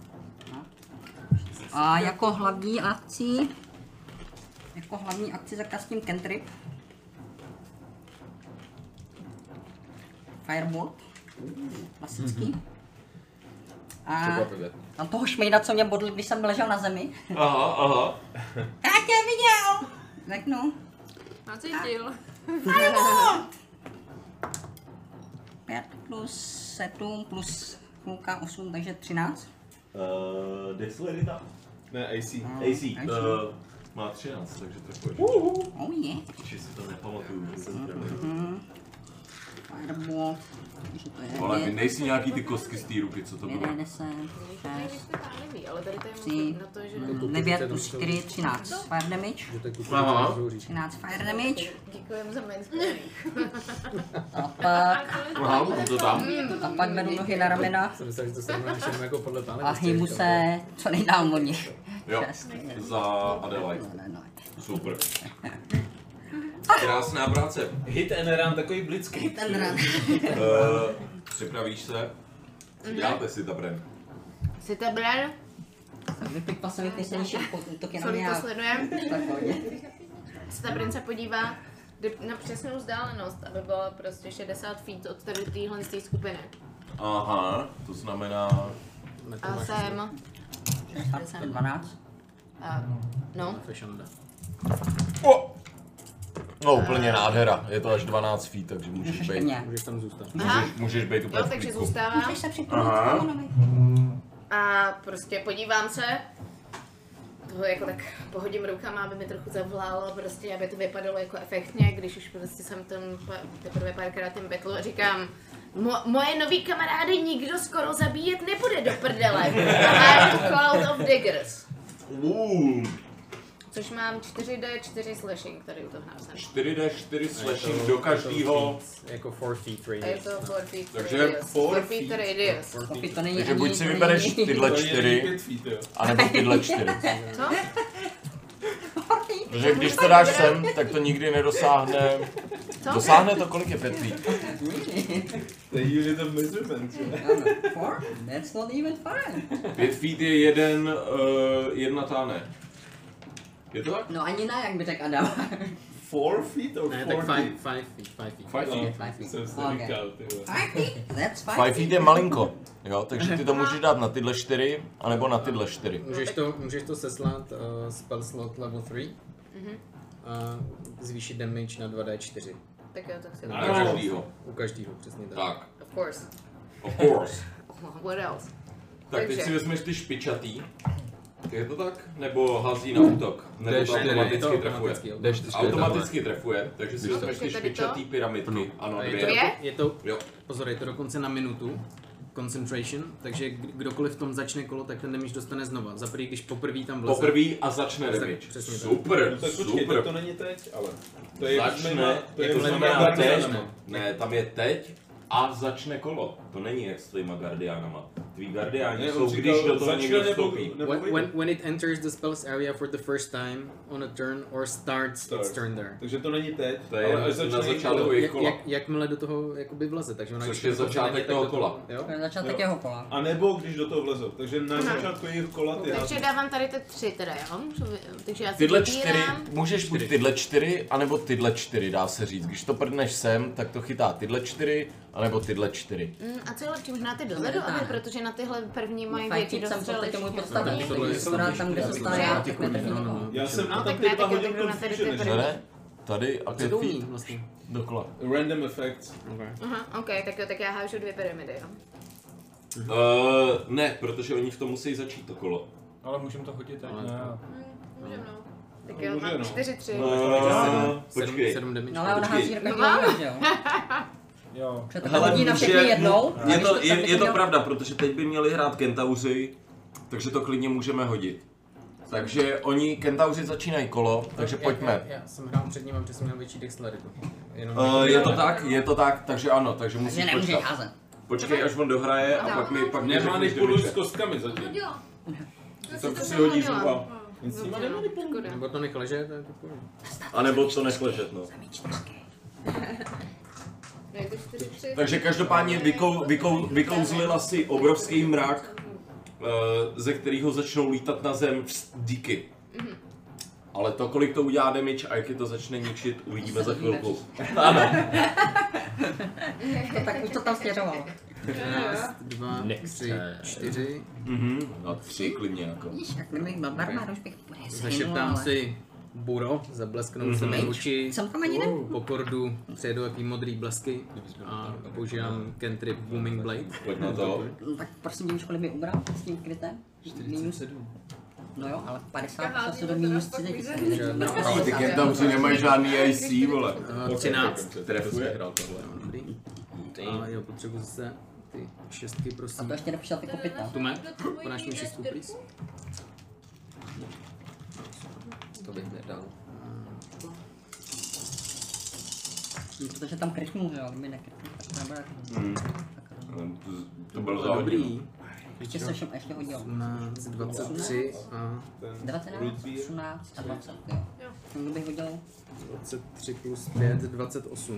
A jako hlavní akci zakastím cantrip. Firebolt. Klasický. A tam toho šmejda, co mě bodl, když jsem ležel na zemi. Aha. Já tě viděl! Řeknu. Nacítil. Firebolt! 5 plus 7 plus půlka 8, takže 13. Dexterita? Ne, AC. AC. Má 13, takže trefuješ. Oh je. Či si to nepamatuju. Firebolt. Ale vy nejsi nějaký ty kostky z té ruky, co to bylo? 10, 6, Ale tady to je 3, na to, že 9 plus 4, 13 fire damage. Aha. 13 fire damage. Děkujeme za mansplaining. A pak... Aha, to tam. A pak beru nohy na ramena. Jsem myslel, že to srovnáš jenom jako podle pánek. A hýbu se co nejdál od nich. Jo, za Adelaide. Super. Krásná práce. Hit and run, takový blitzkrieg. Hit and run. Připravíš se? Děláte si Tabren. Tabren. Vypikla jsem ty nejsilnější útoky na mě. Co to sledujeme? Tabren se podívá na přesnou vzdálenost, aby byla prostě 60 feet od tady téhle skupiny. Aha, to znamená... A jsem... 12. No. No úplně nádhera, je to až 12 feet, takže můžeš být. Můžeš tam zůstat. Můžeš být úplně jo, takže zůstávám. Můžeš se připravit. A prostě podívám se. Toho jako tak pohodím rukama, aby mi trochu zavlálo, prostě aby to vypadalo jako efektně, když už prostě jsem ten teprve párkrát tím betlu a říkám moje nový kamarády nikdo skoro zabíjet nebude do prdele. A I'm Cloud of Diggers. Což mám 4D4 slashing, tady u toho napsané. 4D4 slashing do každého. Jako 4 feet radius. Je to 4 feet takže radius. 4 feet radius. Takže buď si vybereš tyhle 4, anebo tyhle 4. Co? Protože když to dáš sem, tak to nikdy nedosáhne. Co? Dosáhne to, kolik je 5 feet? To je unit of measurement. 4? That's not even fine. 5 feet je jedna táhne. Je to tak? No ani ne, jak by řekl Adam. 4 feet or 4 Ne, tak feet? 5 feet. 5 feet. Jsem si Okay. říkal, ty vole. 5 feet? That's 5 5 feet je malinko, jo, takže ty to můžeš dát na tyhle 4, anebo na tyhle 4. Můžeš to seslat spell slot level 3 a zvýšit damage na 2d4. Tak jo, tak si Na každýho. U každého, přesně tak. Tak, Of course. of course. What else? Tak teď Takže. si vezmeš ty špičatý. Je to tak? Nebo hází na útok? Nebo to automaticky trefuje? Automaticky trefuje, takže si vezmeš ty špičatý pyramidky. Ano, A dvě. je to, Jo. pozor, je to dokonce na minutu. concentration, takže kdokoliv v tom začne kolo, tak ten damage dostane znova. Za prvý, když poprvé tam vleze. Poprvé a začne damage. Přesně tak. Super, No tak počkej, super. tak to není teď, ale. To je Začne, to je to jak znamená teď. Guardianama. Ne, tam je teď a začne kolo. To není jak s tvýma guardiánama. Tví guardiáni Ne, jsou, on říkal, když do toho začne někdo nebo- vstoupí. nebo vyjde. When it enters the spell's area for the first time on a turn or starts its turn there. Takže to není teď, To je ale až na začne začátku jejich kola. Jakmile do toho jakoby vleze, takže ona Což když je to začátek není, tak toho do kola. Jo? To je začátek Jo. jeho kola. A nebo když do toho vlezou. Takže na začátku jejich kola ty Takže dávám tady ty 3 teda, jo? Takže já si Tyhle vybírám. 4, můžeš buď tyhle 4, anebo tyhle 4, dá se říct. Když to prdneš sem, tak to chytá tyhle 4, anebo tyhle 4. A co je lepší, možná ty dozadu, aby, protože na tyhle první mají větší Fajčit jsem v dostřel. podstatě můj ještě. podstatný. tohle je Akorát tam, kde se stane já, tak netrefí nikoho. Já jsem No, tam tak ty ne, 2 tak já hodil tak jdu na tady ty confusion, první. než Ne? Tady a Co 5 to umí feet vlastně? dokola. random effects. Aha, ok, tak jo, tak já hážu 2 pyramidy, jo. Ne, protože oni v tom musí začít to kolo. Ale můžeme to hodit tak, ne? Můžeme no. Tak jo, Může, mám no. 4-3. Počkej. 7 damage. No ale ona hází Počkej. každý že jo? Jo. Protože to Hele, hodí na všechny může- jednou. Je to, a když je to tam pravda, protože teď by měli hrát kentauři, takže to klidně můžeme hodit. Takže oni, kentauři začínají kolo, takže pojďme. Já jsem hrál před ním, protože jsem měl větší dexteritu. Je to tak, takže ano, takže Takže musíš nemůže počkat. házet. Počkej, až on dohraje a pak mi řekneš Nemanipuluj s damage. kostkami zatím. Tak si hodíš znova. Nic s nima Škoda. Nebo to nech ležet, to je to půjde. A nebo to nech ležet, no. Je to 4-3. Takže každopádně vykouzlila si obrovský mrak, ze kterého začnou lítat na zem díky. Ale to, kolik to udělá damage a jak je to začne ničit, uvidíme za chvilku. Ano. Tak už to tam směřovalo. 2, 3, 4. A 3 klidně jako. Vidíš, jak kdybych byl barbar, už bych úplně schynul, Zašeptám ale... si Buro, zablesknou se mi oči, Jsem tam ani ne. po kordu přejedu jaký modrý blesky a používám cantrip Booming Blade. Pojď na to. No, tak prosím tě, už kolik mi ubral s tím krytem? 47. No jo, ale 50 se do minus 30. Ale ty kentauři nemají žádný AC, vole. 13. Trefuje. Dobrý. A jo, potřebuji zase ty šestky, A prosím. to ještě nepřišel ty kopyta. Tume, podáš mi šestku, please. To bych nedal. Protože tam krytnul, jo, kdyby nekrytnul, tak nebude. To bylo záhodně. Dobrý. Ještě se všem ještě hodil. 18, 23 a 19, 18 a 20, jo. Kdybych hodil 23 plus 5, 28.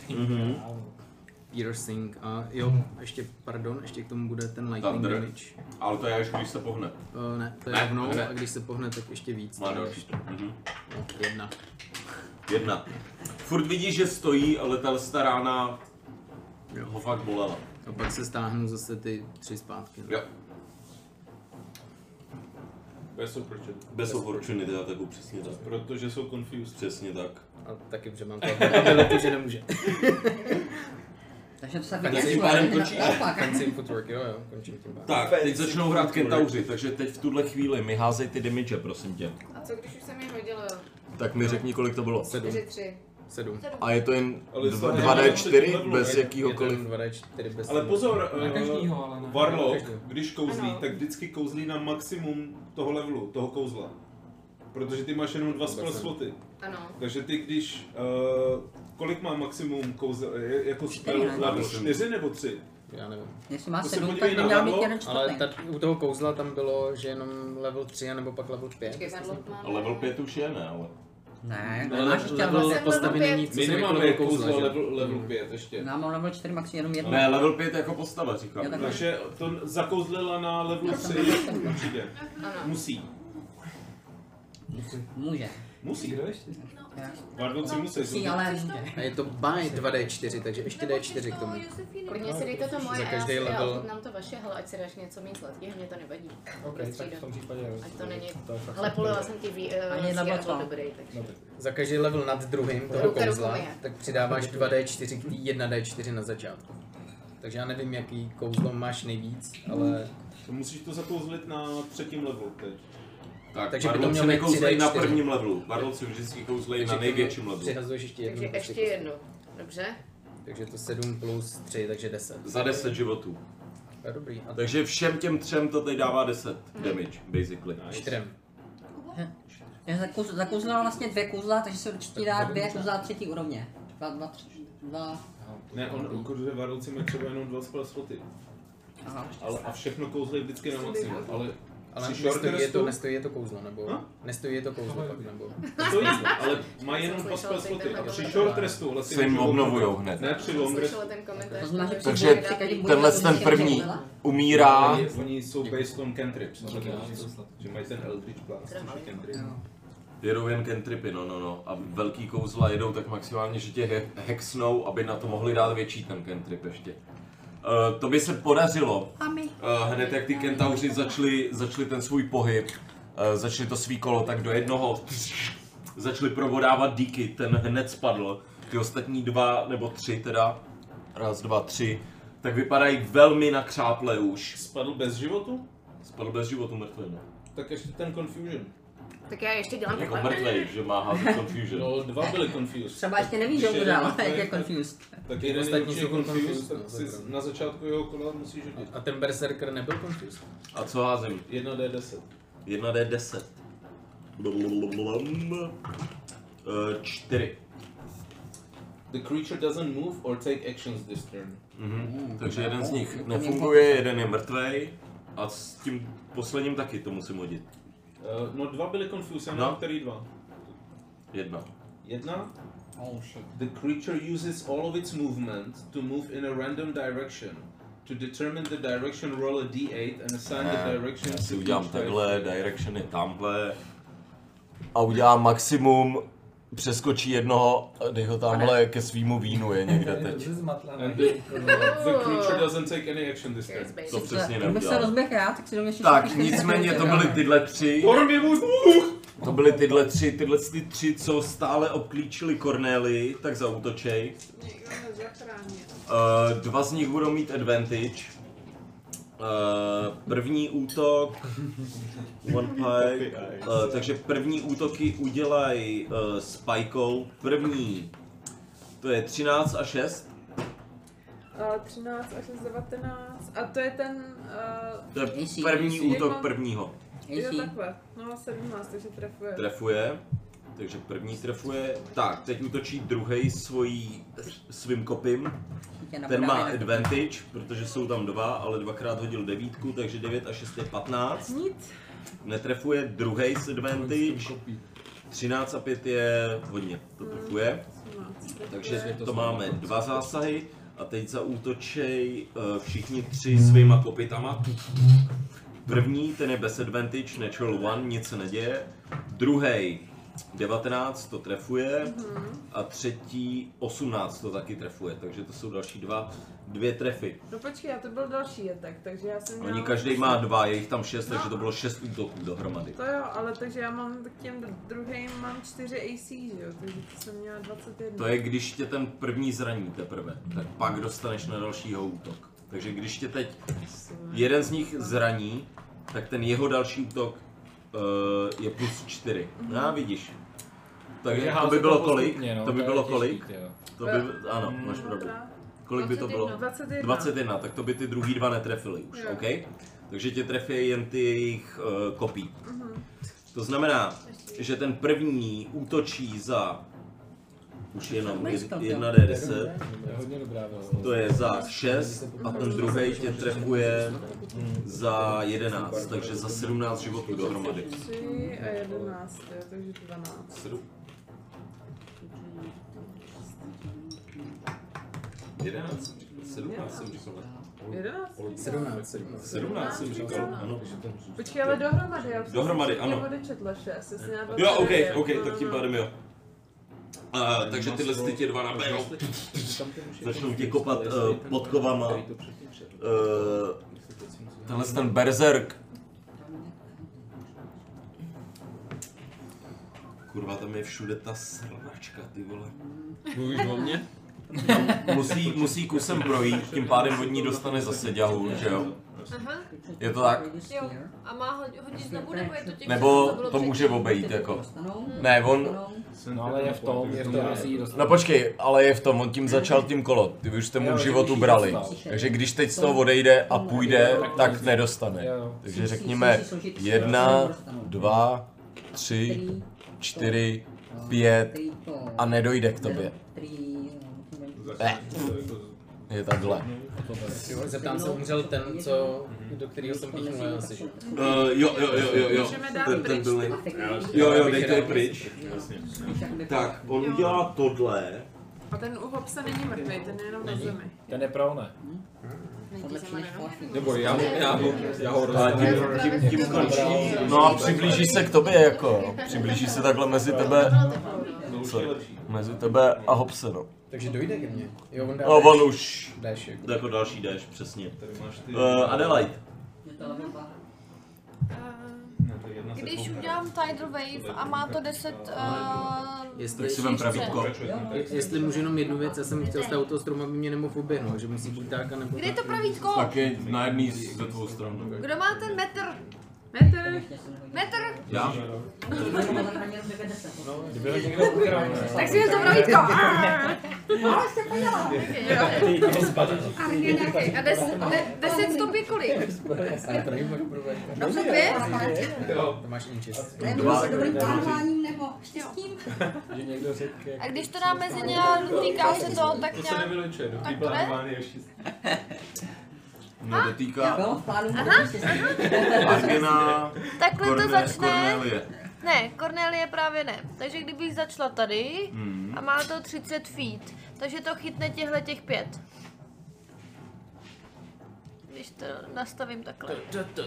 Piercing a jo, ještě, pardon, ještě k tomu bude ten lightning Thunder. damage. Ale to je až když se pohne. Ne, to je Ne, rovnou ne. a když se pohne, tak ještě víc. Má takže další. 1. 1. Furt vidíš, že stojí, ale ta rána ho fakt bolela. A pak se stáhnu zase ty 3 zpátky. Jo. Bez opportunity. Bez opportunity, já tak přesně tak. Protože jsou confused. Přesně tak. A taky, protože mám to ability, že nemůže. takže to se Tak tím pádem končíš. Fancy footwork, jo, končím tím pádem. Tak, teď začnou hrát kentauři, takže teď v tuhle chvíli mi házej ty damage, prosím tě. A co když už jsem je hodila? Tak mi řekni, kolik to bylo. 4-3. 7. A je to jen Ale 2D4 bez Je to jakýhokoliv. 2D4 bez Ale pozor, Na každýho, ale ne. Warlock, Na každýho. když kouzlí, Ano. tak vždycky kouzlí na maximum toho levelu, toho kouzla. Protože ty máš jenom 2 spell sloty. Ano. Takže ty když, kolik má maximum kouzel, jako spell Čtyři, ne? level? 4 nebo 3? Já nevím. Jestli má To se 7, podívej tak by na měl mít Varlo, jeden Ale čtvrtý. u toho kouzla tam bylo, že jenom level 3 nebo pak level 5. Počkej, Warlock má... A level 5 už je, ne, ale. Ne, Ale nemáš ještě level level. postavy není, co My se jako nemáme level kouzla, kouzlo že? level 5 ještě. Já mám level 4 max jenom jedno. Ne, level 5 jako postava, říkám. Jo, takhle. Takže to zakouzlila na levelu 3 určitě. Ano. Musí. Může. Musí. Kdo ještě? Vardovci musí. Musí, ale může. A je to by 2D4, takže ještě D4 k tomu. Klidně si dejte to moje Za a já každý si level. nám to vaše, hele, ať si dáš něco méně sladkého, mě to nevadí. OK, tak v tom případě jo. Ať to není... To je fakt Ale super. polila jsem ti Ani level co? dobrý, takže... Dobrý. Za každý level nad druhým toho Ruka kouzla, rukou je. tak přidáváš 2D4 k té 1D4 na začátku. Takže já nevím, jaký kouzlo máš nejvíc, ale Musíš to zakouzlit na 3. levelu teď. Tak, Takže by to Varlovci mělo být nekouzlej na 3D4. prvním levelu. Varlovci vždycky kouzlej na největším levelu. přihazuješ ještě jednu. Takže prostě ještě jednu. Dobře? Takže to 7 plus 3, takže 10. Za 10 životů. To je dobrý. A Takže všem těm třem to teď dává 10 damage, basically. čtyřem. Já zakouzlila vlastně 2 kouzla, takže se určitě dá 2 kouzla 3. úrovně. 2. Ne, on kurze varulci mají třeba jenom 2 spell sloty. Aha. A všechno kouzlo je vždycky na maximum, ale nestojí je to kouzlo, nebo... Nestojí je to kouzlo, pak nebo... Stojí, ale má jenom 2 spell sloty a při short restu, ale se jim obnovujou hned. Ne, při long restu. Takže tenhle ten první umírá. Oni jsou based on cantrips, že mají ten Eldritch Blast, což je cantrip. Jedou jen cantripy, no. A velký kouzla jedou tak maximálně, že tě hexnou, aby na to mohli dát větší ten cantrip ještě. To by se podařilo, hned jak ty kentauři začali ten svůj pohyb, začali to svý kolo, tak do jednoho začali provodávat díky, ten hned spadl. Ty ostatní 2 nebo 3 teda, 1, 2, 3, tak vypadají velmi nakřáple už. Spadl bez životu? Spadl bez životu, mrtvý, no. Tak ještě ten confusion. Tak já ještě dělám Jako takhle. mrtvej, že má házet confusion. No, 2 byly confused. Třeba ještě neví, že umřel, jak je confused. Tak jeden je určitě confused, tak si na začátku jeho kola musíš hodit. A ten berserker nebyl confused? A co házím? 1d10. 1d10. 4. The creature doesn't move or take actions this turn. Takže jeden z nich nefunguje, jeden je mrtvej a s tím posledním taky to musím hodit. No 2 byly confused, já mám který 2? 1. 1? Oh shit. The creature uses all of its movement to move in a random direction. To determine the direction, roll a d8 and assign the direction. Já si udělám takhle, direction je tamhle a udělám maximum, přeskočí jednoho, dej ho tamhle ke svýmu vínu je někde teď. And the creature doesn't take any action this turn. To přesně Kdybych se neudělám. rozběhl já, tak si doměš Tak, nicméně to byly tyhle 3. To byly tyhle 3, co stále obklíčili Cornelii, tak zaútočej. 2 z nich budou mít advantage. První útok, one pike, takže první útoky udělají spajkou. První, to je 13 a 6. 13 až 19. A to je ten... To je první útok prvního. Jo, takhle. No 17, takže trefuje. Trefuje. Takže první trefuje. Tak, teď útočí druhej svým kopím. Ten má advantage, protože jsou tam 2, ale 2krát hodil 9, takže 9 a 6 je 15. Nic. Netrefuje druhej s advantage. 13 a 5 je hodně, to trefuje. Takže to máme 2 zásahy. A teď zaútočej všichni 3 svýma kopytama. První, ten je bez advantage, natural 1, nic se neděje. Druhej 19, to trefuje. A třetí 18, to taky trefuje. Takže to jsou další 2 trefy. No počkej, a to byl další attack, takže já jsem měla... Oni každý má 2, je jich tam 6, takže to bylo 6 útoků dohromady. To jo, ale takže já mám k těm druhým mám 4 AC, že jo, takže to jsem měla 21. To je, když tě ten první zraní teprve, tak pak dostaneš na dalšího útok. Takže když tě teď jeden z nich zraní, tak ten jeho další útok je plus 4. No, vidíš. Takže to by bylo kolik? To by bylo kolik? To by, ano, máš pravdu. Kolik by to bylo? 21, tak to by ty druhý 2 netrefily už, OK? Takže tě trefí jen ty jejich kopí. To znamená, že ten první útočí za už jenom 1d10, to je za 6 a ten druhý tě trefuje za 11, takže za 17 životů dohromady. 3 a 11, takže 12. 11? 17 jsem říkal. 11? 17 jsem říkal, ano. Počkej, ale dohromady, já Dohromady, ano. odečetla 6, jestli měla 20. Jo, OK, tak tím pádem jo. Takže tyhle ty tě 2 naberou. Začnou tě kopat podkovama. Tenhle ten berserk. Kurva, tam je všude ta srnačka, ty vole. Mluvíš o mně? musí kusem projít, tím pádem od ní dostane zase ďahu, že jo? Aha. Je to tak? Jo. A má hodit znovu, nebo je to těch Nebo co bylo to může předtím? obejít jako. Ne, on... No ale je v tom asi dostat. No počkej, ale je v tom, on tím začal tím kolo, ty už jste mu život ubrali. Takže když teď z toho odejde a půjde, tak nedostane. Takže řekněme 1, 2, 3, 4, 5 a nedojde k tobě. Je takhle. Zeptám se, umřel ten, do kterého jsem píchnul asi. Jo. Ten byl Jo, dejte je pryč. Tak, on udělá tohle. A ten u Hopsa není mrtvý, ten je jenom na zemi. Ten je pravda. Nebo já ho Tím končí. No a přiblíží se k tobě jako. Přiblíží se takhle mezi tebe. Mezi tebe a Hopse, no. Takže dojde ke mně. Jo, on už. Dash jako další dash, přesně. Adelaide. Když udělám Tidal Wave a má to 10 Tak si vem pravítko. Jestli můžu jenom jednu věc, já jsem chtěl z toho stromu, aby mě nemohl uběhnout, že musí buď tak, nebo Kde je to pravítko? Tak je na jedný ze tvou stranu. Kdo má ten metr? Metr? Já? Tak si jen to pravítko. A 10 stop je kolik? 25? To máš inčist. A když to dá mezi ně a dotýká se to, tak nějak... Takhle? Nedotýká. Argena, takhle to začne. Cornelie. Ne, Cornelie právě ne. Takže kdybych začala tady a má to 30 feet, takže to chytne těch 5. Když to nastavím takhle.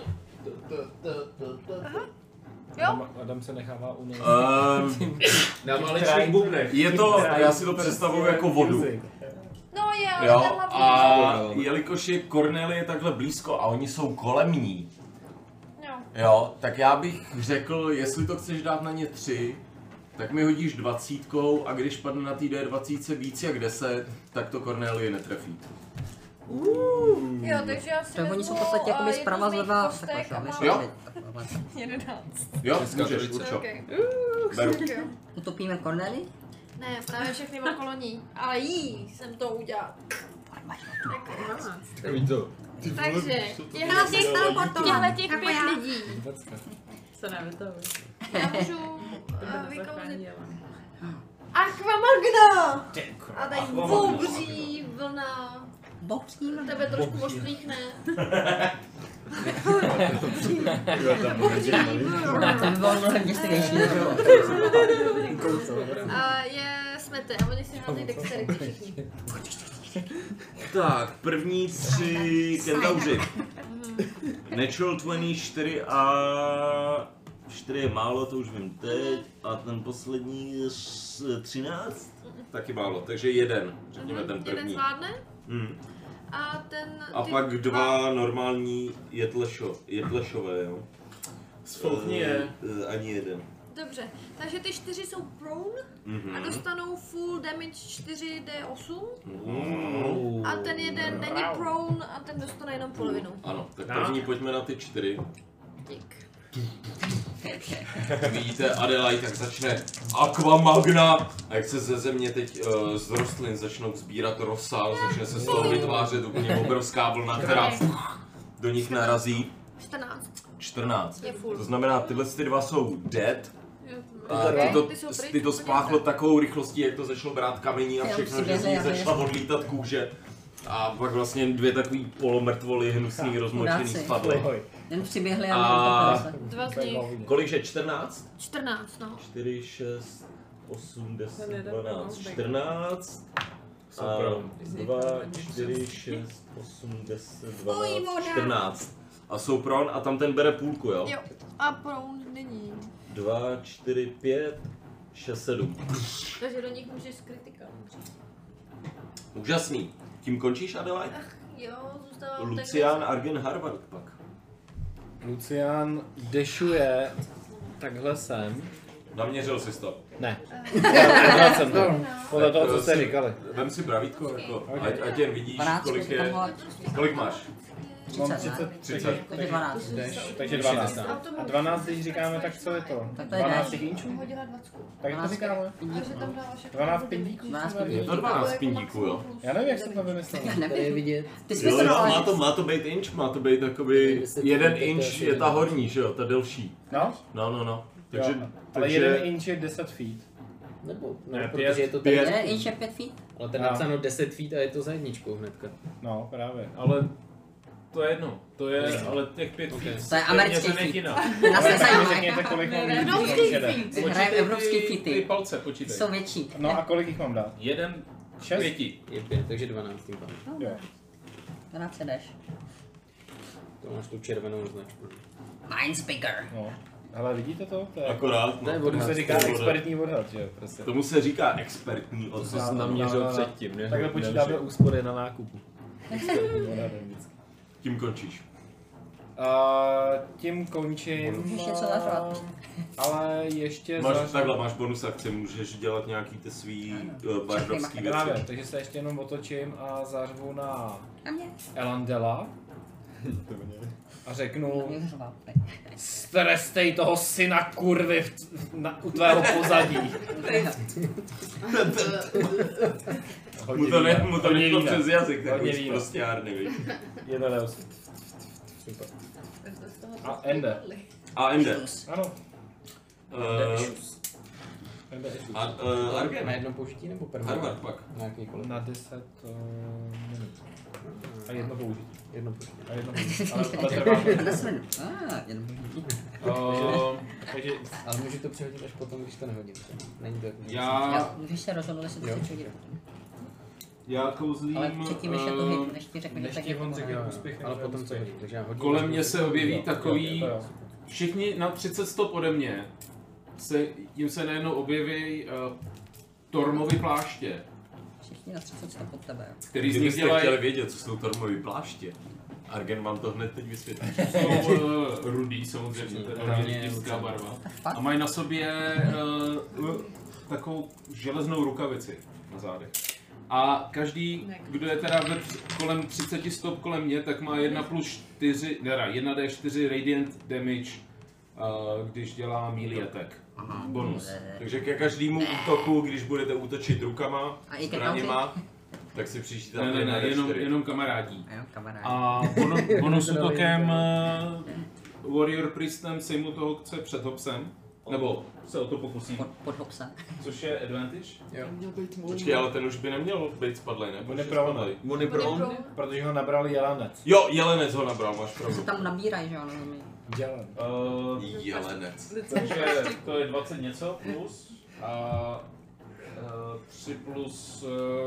Aha. Jo? Adam se nechává unést. Dám ale bubnek. Je to, já si to představuju jako vodu. No je, Jo, a jelikož je Cornelie takhle blízko a oni jsou kolem ní, jo, tak já bych řekl, jestli to chceš dát na ně 3, tak mi hodíš 20 a když padne na té D20 víc jak 10, tak to Cornelie netrefí. Jo, takže já si To oni jsou v podstatě jakoby zprava zleva, Jo? 11. Jo, můžeš, určo. Beru. Utopíme Corneli? Ne, právě všechny okolo ní. Ale jí jsem to udělal. Takže těhle těch 5 lidí. Se nevytahuje. Já můžu vykouzit Aquamagna! A tady bouří vlna. Tebe trošku mošplíchne. A je smete, a oni si mají dexterity všichni. Tak, první 3 kentauři. Natural 24 a 4 je málo, to už vím teď. A ten poslední je 13? Taky málo, takže 1, řekněme ten první. Jeden zvládne? A ty pak 2 normální jetlešové, jo. Sfoukni je. Ani jeden. Dobře, takže ty 4 jsou prone a dostanou full damage 4d8. A ten jeden není prone a ten dostane jenom polovinu. Ano, tak první pojďme na ty 4. Dík. Vidíte, Adelaide tak začne Aquamagna a jak se ze země teď z rostlin začnou sbírat rosa, začne se z toho vytvářet úplně obrovská vlna, která do nich narazí. 14. To znamená, tyhle ty 2 jsou dead. Ty to spáchlo takovou rychlostí, jak to začalo brát kamení a všechno, že z nich začala odlítat kůže. A pak vlastně 2 takový polomrtvoly hnusný rozmočený spadly. Jen přiběhli a 2 z nich. Kolik je 14? 14, no. 4, 6, 8, 10, 12, 14. A 2, 4, 6, 8, 10, 12, 14. A jsou prone a tam ten bere půlku, jo? Jo, a prone není. 2, 4, 5, 6, 7. Takže do nich můžeš kritika. Úžasný. Tím končíš, Adelaide? Jo, zůstávám Lucian, Argen, Harvard pak. Lucian dešuje takhle sem. Naměřil jsi to. Ne. Podle toho, co jste říkali. Vem si pravítko, jako, ať jen vidíš, kolik je. Kolik máš? Mám 30. Takže 12. Takže 12. A 12, když říkáme, tak co je to? 12 inčů? Tak to říkáme. 12 pindíků? Je to 12 pindíků, jo. Já nevím, jak jsem to vymyslel. Tady je vidět. Má to být inč, má to být takový, 1 inč je ta horní, že jo, ta delší. No? No. Takže, ale 1 inč je 10 feet. Nebo, Ne, protože je to tady. 1 inch je 5 feet? Ale tady napsáno 10 feet a je to za jedničkou hnedka. No, právě. Ale to je jedno, to je, ale těch 5 feet. To je americký feet. Nás nezajímá. Řekněte, kolik mám Evropský feet. Hrajem evropský Ty feety. palce počítej. Jsou větší. No a kolik jich mám dát? 1 z 5. Je 5, takže 12 tím pádem. Jo. 12 jdeš. To máš tu červenou značku. Mine's bigger. No. Hele, vidíte to? To je akorát, To je tomu se odhad. říká expertní odhad, že jo? Prostě. tomu se říká expertní To odhad. jsi naměřil předtím, ne? Takhle počítáme úspory na nákupu. Expertní odhadem vždycky. Tím končíš. Tím končím. Můžeš něco zařvat. Ale ještě Máš bonus akce, můžeš dělat nějaký ty svý bardovský Právě, věci. takže se ještě jenom otočím a zařvu na A mě? Elandela a řeknu Mě vyřval. strestej toho syna kurvy u tvého pozadí. Mu to nešlo přes jazyk, tak Hodně už vína. prostě járny, víš. Je to neus. Super. A Ende. A Ende. Ano. Argen. Na jedno použití nebo první? Harvard pak. Na jakýkoliv? Na 10 minut. A jedno použití. Jedno použití. A jedno použití. Ale trvá. Jenom použití. Takže Ale můžu to přehodit až potom, když to nehodím. Není to jako... Já Když se rozhodl, jestli to chci hodit. kouzlím... Ale předtím, než je to hit, než ti řekne, že než tak ti je on to řekne ne. úspěch, Ale potom co hodím, takže já hodím. Kolem mě se objeví takový... To jo. Všichni na 30 stop ode mě, jim se najednou objeví Tormovy pláště, Všichni na 30 stop od tebe. který z nich Kdybyste dělají... chtěli vědět, co jsou tormový pláště, Argen vám to hned teď vysvětlí. Jsou rudý samozřejmě, to je Hlavně dětská barva. Fakt? A mají na sobě takovou železnou rukavici na zádech. A každý, kdo je teda kolem 30 stop kolem mě, tak má 1d4 radiant damage, když dělá melee attack. Bonus. Takže ke každému útoku, když budete útočit rukama, A i ke zbraněma, tak si přičítáte Ne, jenom kamarádí. A jo, kamarádi. A bonus útokem Warrior Priestem sejmu toho, co je před hopsem. Nebo se o to pokusí. Pod hopsa. Což je advantage. Počkej, ale ten už by neměl být spadlej, ne? On je prone. On je prone? Protože ho nabral jelenec. Jo, jelenec ho nabral, máš Se pravdu. tam nabírají, že jo? No, Jelen. Jelenec. Takže to je 20 něco plus. A 3 plus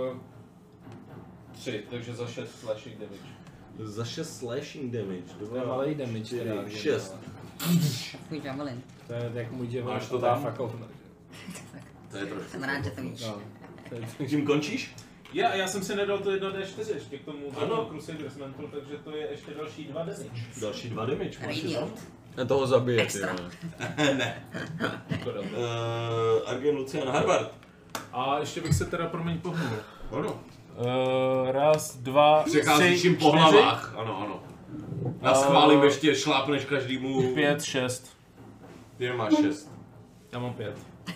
3, takže za 6 slashing damage. Za 6 slashing damage, To je malý damage, teda. 6. Tvůj javelin. To je jak můj javelin. Máš to dá tam? fakovna. To je trošku. Jsem rád, že to víš. No. Tím končíš? Já jsem si nedal to 1d4 ještě k tomu Ano. Crusader's Mantle, takže to je ještě další 2 damage. Další 2 damage. máš Radiant. A toho zabije, Extra. Ne. Argen, Lucian, Harvard. A ještě bych se teda promiň pohnul. Ano. Raz, dva, Přecházíš jim po hlavách. Ano. Na schválím ještě šlápneš každému. 5, 6. Ty nemáš 6. Já mám 5.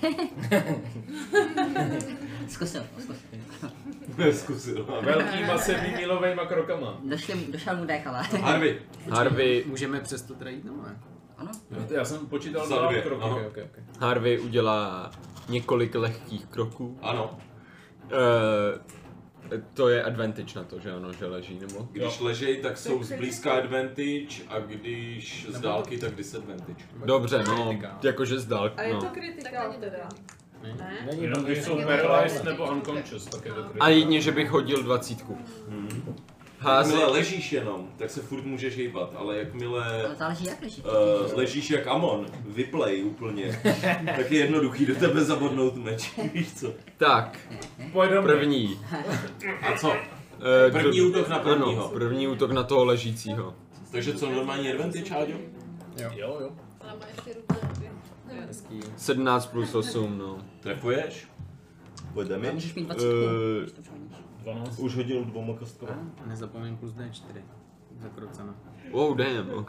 Zkusil. Zkusil. Velkýma sedmimilovejma krokama. Došel mu dech, ale. Harvey, Můžeme přesto teda jít, nebo ne? Ano. Já jsem počítal Za 2 2, kroky. ano. Okay. Harvey udělá několik lehkých kroků. Ano. To je advantage na to, že ano, že leží, nebo? Když ležej, tak jsou zblízka advantage a když z dálky, tak disadvantage. Dobře, no, jakože z dálky, A je to no. kritikál teda? Ne? Jenom když jsou paralyzed nebo unconscious, tak je to A jedině, že bych hodil 20. Jakmile ležíš jenom, tak se furt můžeš hejbat, ale jakmile Ale záleží jak leží. ležíš jak Amon, vyplej úplně, tak je jednoduchý do tebe zabodnout meč, víš co? Tak, první. A co? První útok na prvního. Ano, první útok na toho ležícího. Takže co, normální advantage, Áďo? Jo. Ale má ještě ruku. Hezký. 17 plus 8, no. Trefuješ? Pojď damage. Můžeš mít 20, když to přehodíš. 12. Už hodil 2 kostkama. A nezapomeň plus D4. Zakrocena. Oh damn, ok.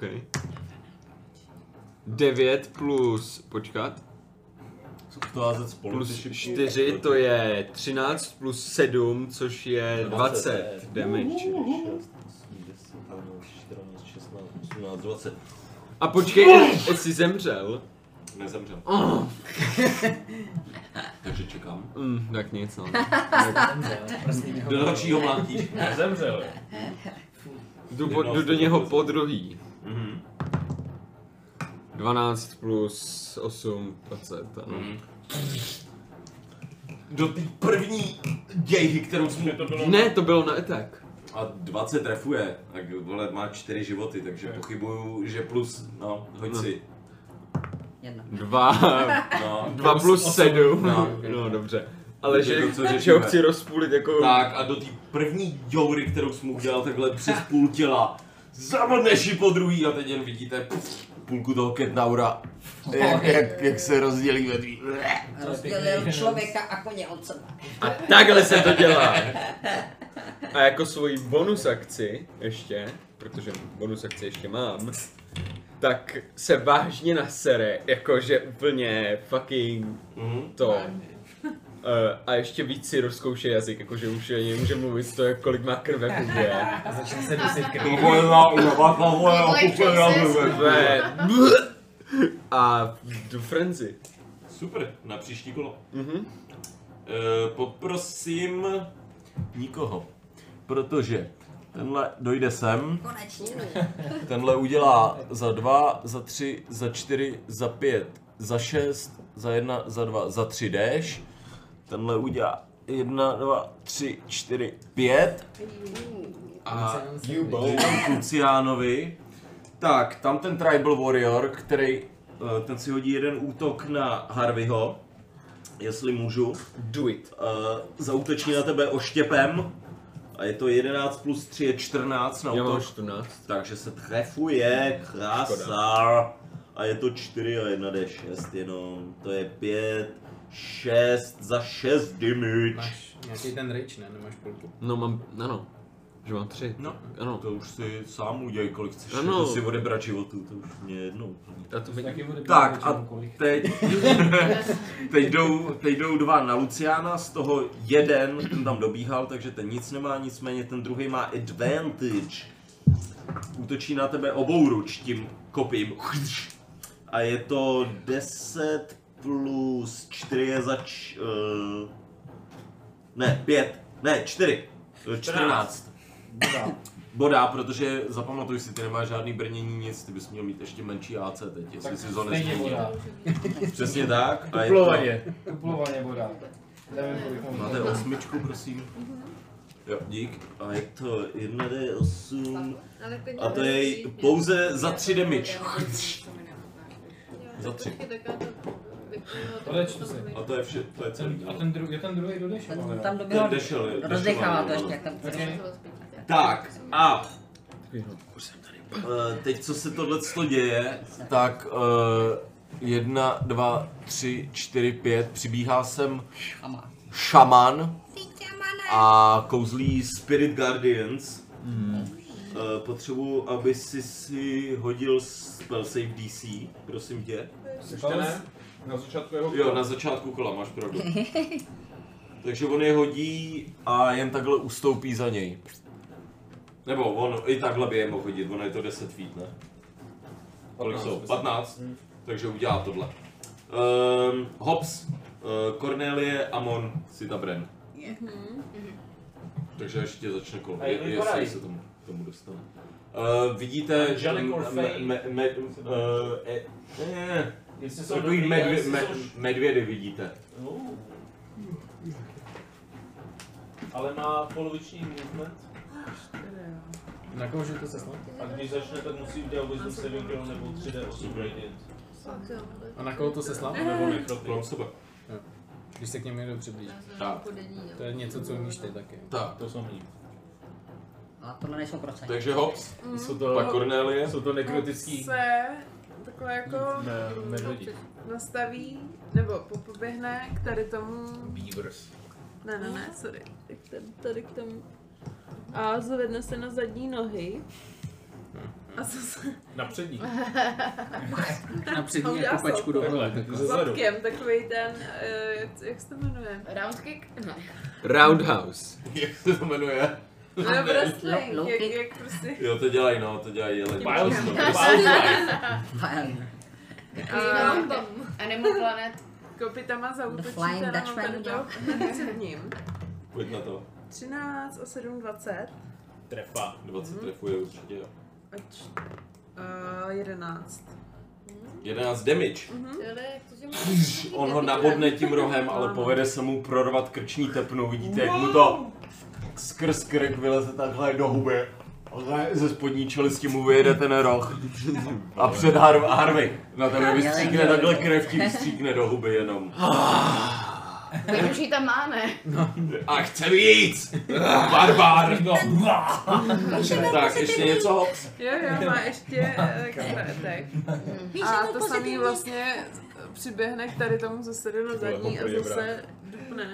9 plus, počkat, To házet spolu. plus 4 to je 13 plus 7, což je 20 damage. 6, 8, 10, 12, 14, 16, 18, 20. A počkej, jsi zemřel. Nezemřel. Oh. Takže čekám. Tak nic, no. Do dalšího mlátíš. Nezemřel. Jdu do něho po druhý. Mhm. 12 plus 8, 20, ano. Do té první dějhy, kterou jsme to bylo. Ne, to bylo na attack. A 20 trefuje, tak vole má 4 životy, takže pochybuju, že plus, no, hoď si. 2 No, 2 plus 7, No. no dobře. Ale Takže to, co že ho řešíme. chci rozpůlit jako... Tak a do té první joury, kterou jsem udělal takhle přes půl těla, zavodneš ji po druhý a teď jen vidíte půlku toho Ketnaura, jak se rozdělí ve dví. Rozdělil člověka a koně od sebe. A takhle se to dělá. A jako svoji bonus akci ještě, protože bonus akci ještě mám, tak se vážně nasere, jakože úplně fucking to. A ještě víc si rozkouše jazyk, jakože už nemůže mluvit z toho, kolik má krve v hubě. A začne se dusit krví. A jdu frenzy. Super, na příští kolo. Poprosím nikoho, protože tenhle dojde sem, Konečně. tenhle udělá za 2, za 3, za 4, za 5, za 6, za 1, za 2, za 3 dash. Tenhle udělá 1, 2, 3, 4, 5. A Luciánovi. Tak, tam ten Tribal Warrior, který ten si hodí jeden útok na Harveyho, jestli můžu. Do it. Zaútočí na tebe oštěpem a je to 11 plus 3 je 14 na Já mám útok. 14. Takže se trefuje, krása. A je to 4 a 1 D6 jenom, to je 5, 6 za 6 damage. Máš nějaký ten rage, ne? Nemáš půlku. No mám, ano. Že mám 3. No, ano. To už si sám udělej, kolik chceš, Ano. to si odebrat životu, to už mě jednou. A to Tak a teď jdou dva na Luciána, z toho jeden, ten tam dobíhal, takže ten nic nemá, nicméně ten druhý má advantage. Útočí na tebe obouruč tím kopím. A je to 10 plus 4 je za ne, 5, ne, 4. 14. Bodá, protože zapamatuj si, ty nemáš žádný brnění, nic, ty bys měl mít ještě menší AC teď, jestli si to nezměnil. Přesně tak. A Kuplovaně bodá. Nevím, kolik mám. Máte 8, prosím. Jo, dík. A je to 1D8. A to je pouze za 3 damage. Za 3. A to je vše, to je celý. A ten druhý dodešel. Tam doběhl, Dešel, rozdechává to ještě, jak tam tak a teď co se tohleto děje, tak 1, 2, 3, 4, 5 přibíhá sem šaman a kouzlí Spirit Guardians. Potřebuji, aby si hodil spell save DC, prosím tě. Ještě ne? Na začátku jeho Jo, na začátku kola, máš pravdu. Takže on je hodí a jen takhle ustoupí za něj. Nebo on i takhle by je mohl hodit, ono je to 10 feet, ne? Kolik jsou? 15? Takže udělá tohle. Hobbs, Cornelie, Amon, Citabren. Takže ještě začne kolo, jestli se tomu dostane. Vidíte, že takový medvědy vidíte. Ale má poloviční movement. Na koho to se snad? A když začne, tak musí udělat wisdom saving throw nebo 3D8 radiant. A na koho to se slám? Nebo nekropy. Kolem sebe. Když se k němu někdo přiblíží. Tak. To je něco, co umíš ty taky. Tak. To jsou mý. A tohle nejsou procent. Takže Hobbs, pak Cornelie. Jsou to nekrotický. Se takhle jako Medvědí. nastaví, nebo poběhne k tady tomu... Beavers. Ne, sorry. Tady k tomu. A zvedne se na zadní nohy. A zase... Na přední. Na přední jako pačku dohle. Zadkem, takový ten, jak se to jmenuje? Round kick? Ne. Roundhouse. Jak se to jmenuje? No, wrestling, Low kick. jak prostě... Jo, to dělají, no, to dělají jele. Animal Planet. Kopitama zautočí Flying teda Dutchman tady to udělal. hned před ním. Pojď na to. 13 a 7, 20. Trefa. 20 trefuje určitě, jo. 11. 11 damage. Tyhle, jak to si můžeš... On ho nabodne tím rohem, ale povede se mu prorvat krční tepnu. Vidíte, jak mu to skrz krk vyleze takhle do huby. Ale ze spodní čelisti mu vyjede ten roh. A před Harvey na tebe vystříkne takhle krev, ti vystříkne do huby jenom. Tak už jí tam má, ne? A chce víc! Barbar! Tak, ještě něco hops. Jo, má ještě extra attack. A to samý vlastně přiběhne k tady tomu zase na zadní a zase dupne.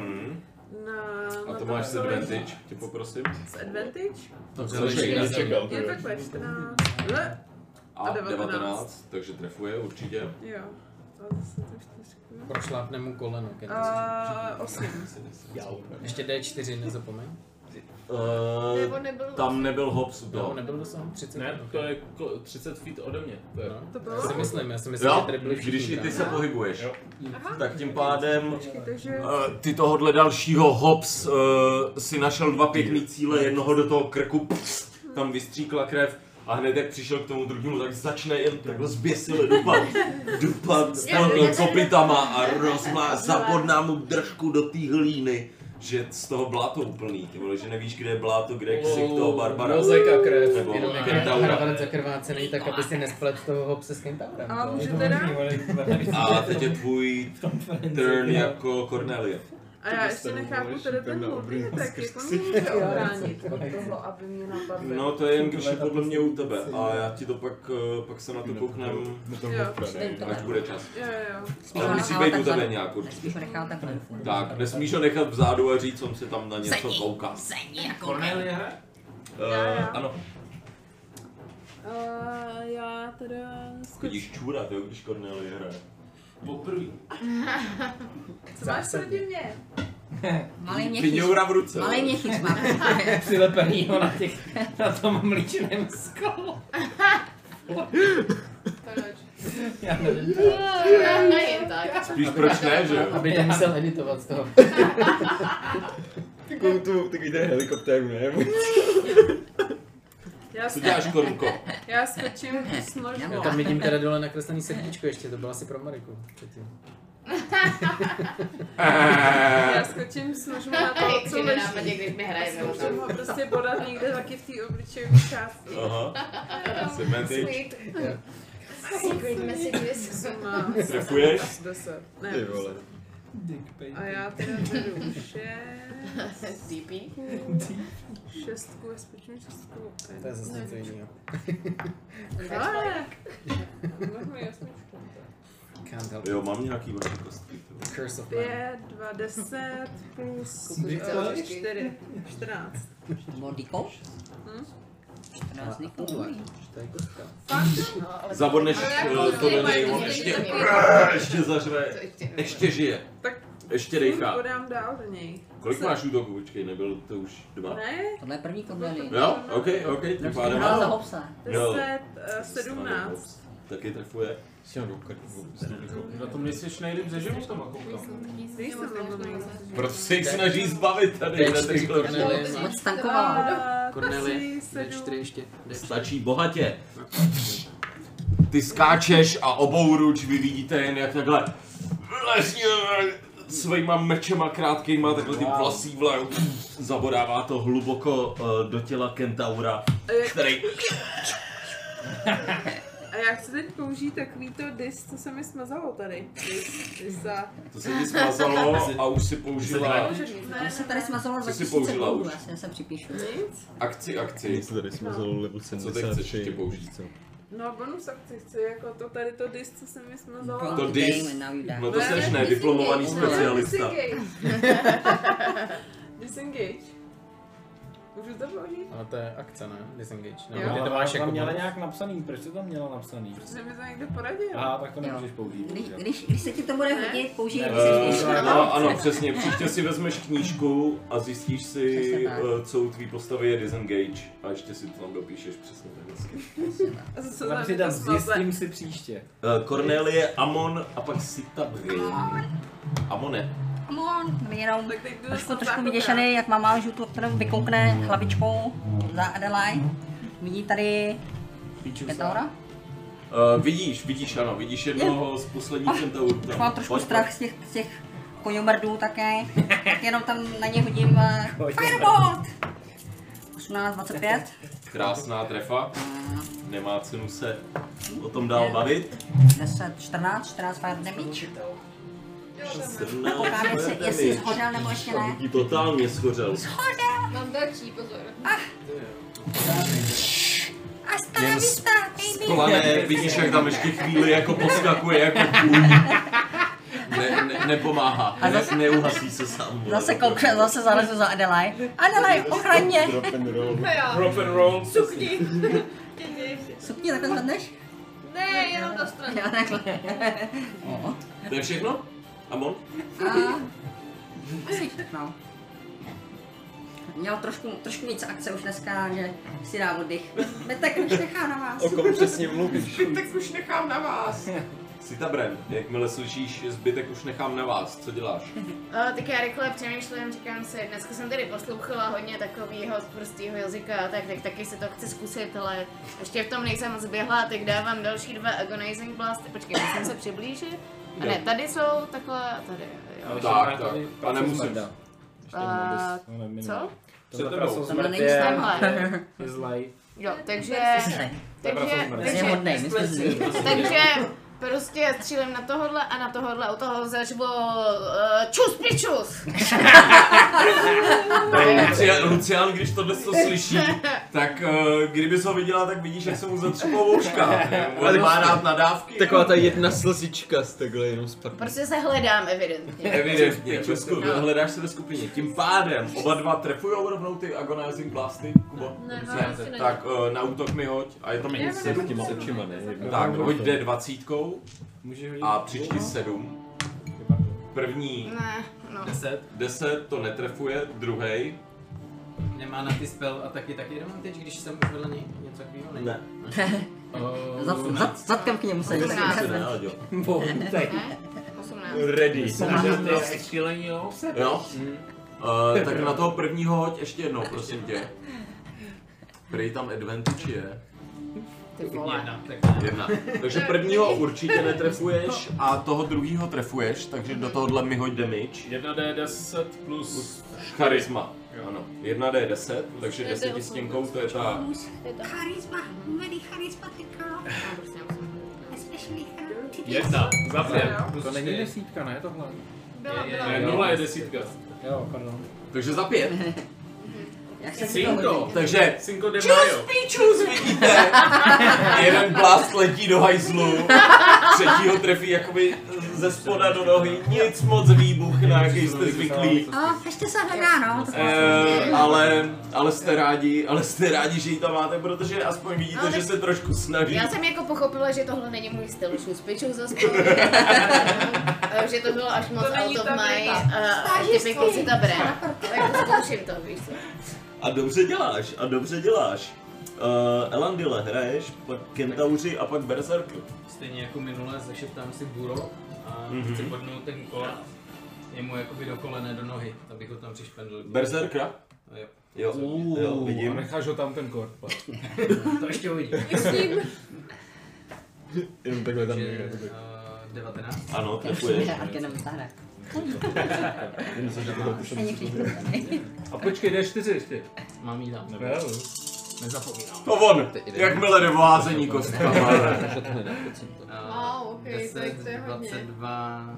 A to máš s advantage, tě poprosím. S advantage? To nečekal. Je takhle 14. A 19, takže trefuje určitě. Jo. A zase to 4. Prošlápne mu koleno. 8. Ještě D4, nezapomeň. Tam nebyl hops. No, nebyl dosah 30. Ne, to je 30 feet ode mě. To je. To bylo? Já si myslím, že tady byli všichni. Když i ty se pohybuješ, tak tím pádem takže... ty tohohle dalšího hops si našel 2 pěkný cíle, jednoho do toho krku, tam vystříkla krev. A hned jak přišel k tomu druhému, tak začne jen takhle zběsile dupat kopytama a zapodná mu držku do té hlíny, že z toho bláto úplný, ty vole, že nevíš, kde je bláto, kde je ksik toho Barbara. Mozek a krev, nebo jenom jak je Harvard zakrvácený, tak aby si nesplet toho hopse s Kentaurem. A může teda? A teď je tvůj turn jako Cornelia. A já ještě nechápu teda ten multi attack, jak on může obránit od toho, aby mě napadl. No to je jen když je podle mě u tebe a já ti to pak se na to kouknem, až bude čas. Ale musí být u tebe nějak určitě. Tak, nesmíš ho nechat vzadu a říct, on se tam na něco kouká. Cornelie hraje? Ano. Já teda... Chodíš čůrat, jo, když Cornelie hraje. Poprvý. Co máš proti mě? Malý Piňoura v ruce. Malý měchyř mám. Přilepenýho na tom mlíčeném skolu. Já nevím. Jen tak. Spíš proč ne, že jo? Aby nemusel editovat z toho. Takový ten helikoptéru, ne? Co děláš, Korunko? Já skočím s nožkou. Já tam vidím teda dole nakreslený srdíčko ještě, to bylo asi pro Mariku. Já skočím s nožkou na to, co leží. Když mi hraje, zkouším ho prostě bodat někde taky v té obličejové části. Aha. Semantic. Secret messages. Trefuješ? 10. Ne, 10. A já teda vedu 6. DP. 6, spíčím 6. To je zase něco jiného. Ale. Jo, mám nějaký vaše kostky. Curse of Man. 5, 2, 10 plus 4. 14. Modiko? 14 nikdo. To je kostka. Zabodneš to do něj, on ještě zařve, ještě žije. Ještě dejchá. Podám dál do něj. Kolik máš útoků? Počkej, nebyl to už 2? Ne? Tohle je první Cornelie. Jo, ok, tím pádem. Za hopsa. 10, 17. Taky trefuje. Na tom nejsi nejlíp ze životama, koukám. Proto se jich snaží zbavit tady. Moc tankovala. Cornelie, D4 ještě. Stačí bohatě. Ty skáčeš a obou ruč vy vidíte jen jak takhle svýma mečema krátkýma, takhle ty vlasí vlajou. Zabodává to hluboko do těla Kentaura, který... A já chci teď použít takový to dis, co se mi smazalo tady. Disa. To se ti smazalo a už si použila... To se tady smazalo Co 2000 si použila korun, už? já se připíšu. Akci. Se tady smazalo level 76. Co teď chceš ještě použít? No bonus akci chci, jako to tady to dis, co jsem mi smazala. To dis? No to seš ne, diplomovaný specialista. Disengage. Můžu to použít? Ale to je akce, ne? Disengage. Jo. Nebo ty to máš jako měla bonus? nějak napsaný, proč jsi to měla napsaný? Protože mi to někdo poradil. Aha, tak to nemůžeš použít. Když se ti to bude hodit, použij Ano, přesně. Příště si vezmeš knížku a zjistíš si, co u tvý postavy je disengage. A ještě si to tam dopíšeš přesně tak hezky. Napřed tam zjistím si příště. Cornelie, Amon a pak Sitabri. Amone. Jenom trošku vyděšený, jak máma žutu, kterou vykoukne hlavičkou za Adelaide. Vidí tady Kentaura? Vidíš, ano, vidíš jednoho z posledních Kentaurů. Mám trošku strach z těch koňomrdů také, tak jenom tam na ně hodím Firebolt! 18, 25. Krásná trefa. Nemá cenu se o tom dál bavit. 10, 14 fire damage. 17 Koukám, jestli shořel nebo ještě ne. Totálně schořel. Mám další, pozor. Hasta la vista, baby! Kolane, vidíš, jak tam ještě chvíli jako poskakuje jako kůň. Nepomáhá, neuhasí se sám. Zase zalezu za Adelaide. Adelaide, ochraň mě! Drop and roll. Sukni. Sukni, takhle zvedneš? Ne, jenom do strany. Jo, takhle. To je všechno? Amon? Asi všechno. Měl trošku víc akce už dneska, že si dá oddych. Tak už nechám na vás. O kom přesně mluvíš? Tak už nechám na vás. Sitabren, jakmile slyšíš zbytek už nechám na vás, co děláš? Tak já rychle přemýšlím, říkám si, dneska jsem tady poslouchala hodně takového prostého jazyka, tak taky si to chci zkusit, ale ještě v tom nejsem moc běhla, tak dávám další 2 agonizing blasty, počkej, musím se přiblížit. A ne, tady jsou takhle, tady, jo. Tak, a nemusím. Co? Před tebou jsou Tohle není smrtě, tenhle. je zlej. Jo, takže prostě střílím na tohodle a na tohodle, u toho zařvu čus pičus. Lucián, když tohle slyší, tak kdybys ho viděla, tak vidíš, jak se mu zatřepou ouška. On má rád nadávky. Taková ta jedna slzička z takhle jenom spadne. Prostě se hledám evidentně. Evidentně, hledáš se ve skupině. Tím pádem oba dva trefujou rovnou ty agonizing blasty, Kubo? Ne, tak na útok mi hoď a je to méně 7. Těma očima, ne? Tak, hoď D20 a přičti 7. První Ne, no. 10. to netrefuje, druhej. Nemá na ty spell a taky advantage, když jsem vedle něj něco takového? Ne. Zadkem k němu se jde. Ne? 18. Ready. Šílení, jo? Jo? Tak na toho prvního hoď ještě jednou, prosím tě. Prej tam advantage je. Ty vole. 1. Takže prvního určitě netrefuješ a toho druhýho trefuješ, takže do tohohle mi hoď damage. 1d10 plus Charisma. Ano, 1d10, takže 10 stěnkou, to je ta... Charisma, very charismatical. Especially her. 1, za 5. To není desítka, ne tohle? Ne, 0 je desítka. Jo, pardon. Takže za 5. Jak se Cinco. Takže Cinco de Mayo. čus, vidíte? Jeden blast letí do hajzlu, třetího trefí jakoby ze spoda do nohy, nic moc výbuch, na jaký jste zvyklí. Ještě se hledá, no. Ale jste rádi, že ji tam máte, protože aspoň vidíte, že se trošku snaží. Já jsem jako pochopila, že tohle není můj styl, šus piču zase. Že to bylo až moc out of my typical Sitabren. Tak zkouším to, víš co. A dobře děláš. Elandile, hraješ, pak Kentauři a pak Berserker. Stejně jako minule zašeptám si Buro a chci podnout ten kor jemu jakoby do kolene, do nohy, abych ho tam přišpendl. Berserkera? Jo, vidím. A necháš ho tam ten kor. To ještě uvidím. Jenom takhle tam někde. 19. Ano, trefuješ. A počkej, D4 ještě. Mám jí tam. Nezapomínám. To on, jakmile jde o házení kostkama. Wow, okej, 10, to je hodně. 22,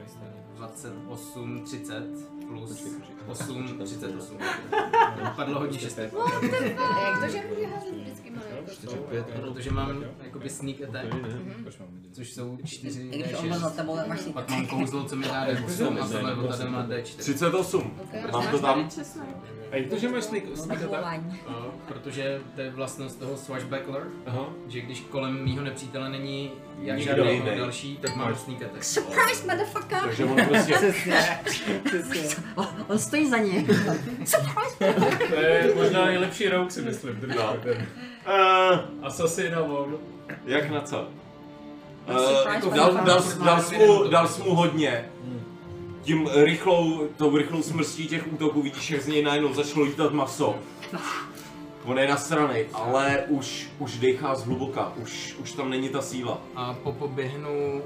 28, 30 plus 8, 38. Padlo hodně šestek. Jak to, že může házet vždycky malý? Protože mám jakoby sneak attack, což jsou 4 I když on byl za tebou, tak máš si... Pak mám kouzlo, co mi dá D8 a tohle tady má D4. 38. Mám to tam. A jak to, že máš sneak attack? Protože to je vlastnost toho swashbuckler, že když kolem mýho nepřítele není jak Nikdo žádný jiný. další, tak mám sneak attack. Surprise, motherfucker! Takže on prostě... On stojí za ním. Surprise! To je možná nejlepší rouk, si myslím. Assassin a on. Jak na co? Surprise, Dal jsi mu hodně. Tím tou rychlou smrstí těch útoků vidíš, jak z něj najednou začalo lítat maso. On je nasranej, ale už dechá zhluboka, už tam není ta síla. A poběhnu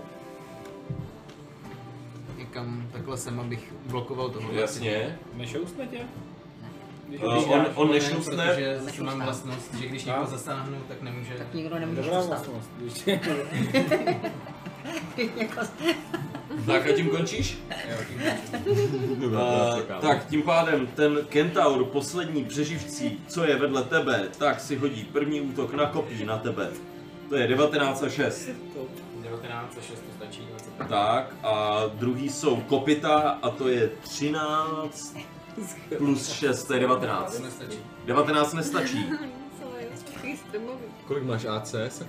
někam takhle sem, abych blokoval toho. Jasně. Nešoustne tě? On nešoustne. Protože mám vlastnost, že když někoho zasáhnu, tak nemůže... Tak nikdo nemůže Dobrá dostat. vlastnost. Tak a tím končíš? Tak tím pádem ten kentaur, poslední přeživcí, co je vedle tebe, tak si hodí první útok na kopí na tebe. To je 19 a 6. 19 a 6 to stačí, 25. Tak a druhý jsou kopita a to je 13 plus 6, to je 19. 19 nestačí. Kolik máš AC? 20.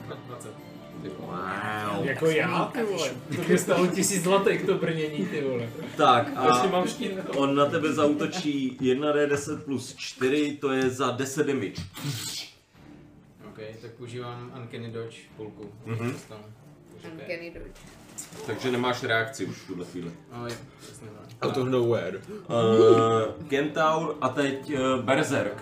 Wow. Jako já, ty vole. To by stalo 1000 zlatých to brnění, ty vole. Tak a mám štít. on na tebe zaútočí 1d10 plus 4, to je za 10 damage. OK, tak používám Uncanny Dodge půlku. Uncanny Dodge. Takže nemáš reakci už v tuhle chvíli. Oh, je, jasně. Out of nowhere. Kentaur a teď Berserk.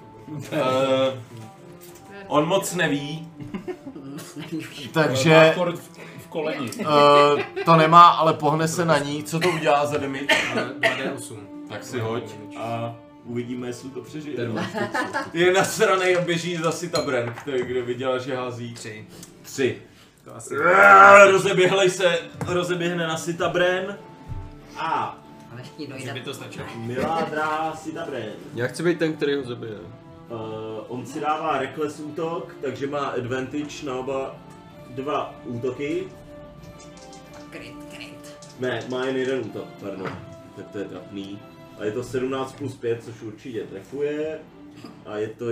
On moc neví, takže v koleni. to nemá, ale pohne se na ní. Co to udělá za damage? 2d8. Tak si hoď a uvidíme, jestli to přežije. Je nasranej a běží za Sitabren, kde viděla, že hází 3. To asi... Rozeběhne na Sitabren a Ale ještě Že by dojde. to stačilo. milá drahá Sitabren. Já chci být ten, který ho zabije. On si dává reckless útok, takže má advantage na oba dva útoky. Kryt. Ne, má jen jeden útok, pardon. Tak to je trapný. A je to 17 plus 5, což určitě trefuje. A je to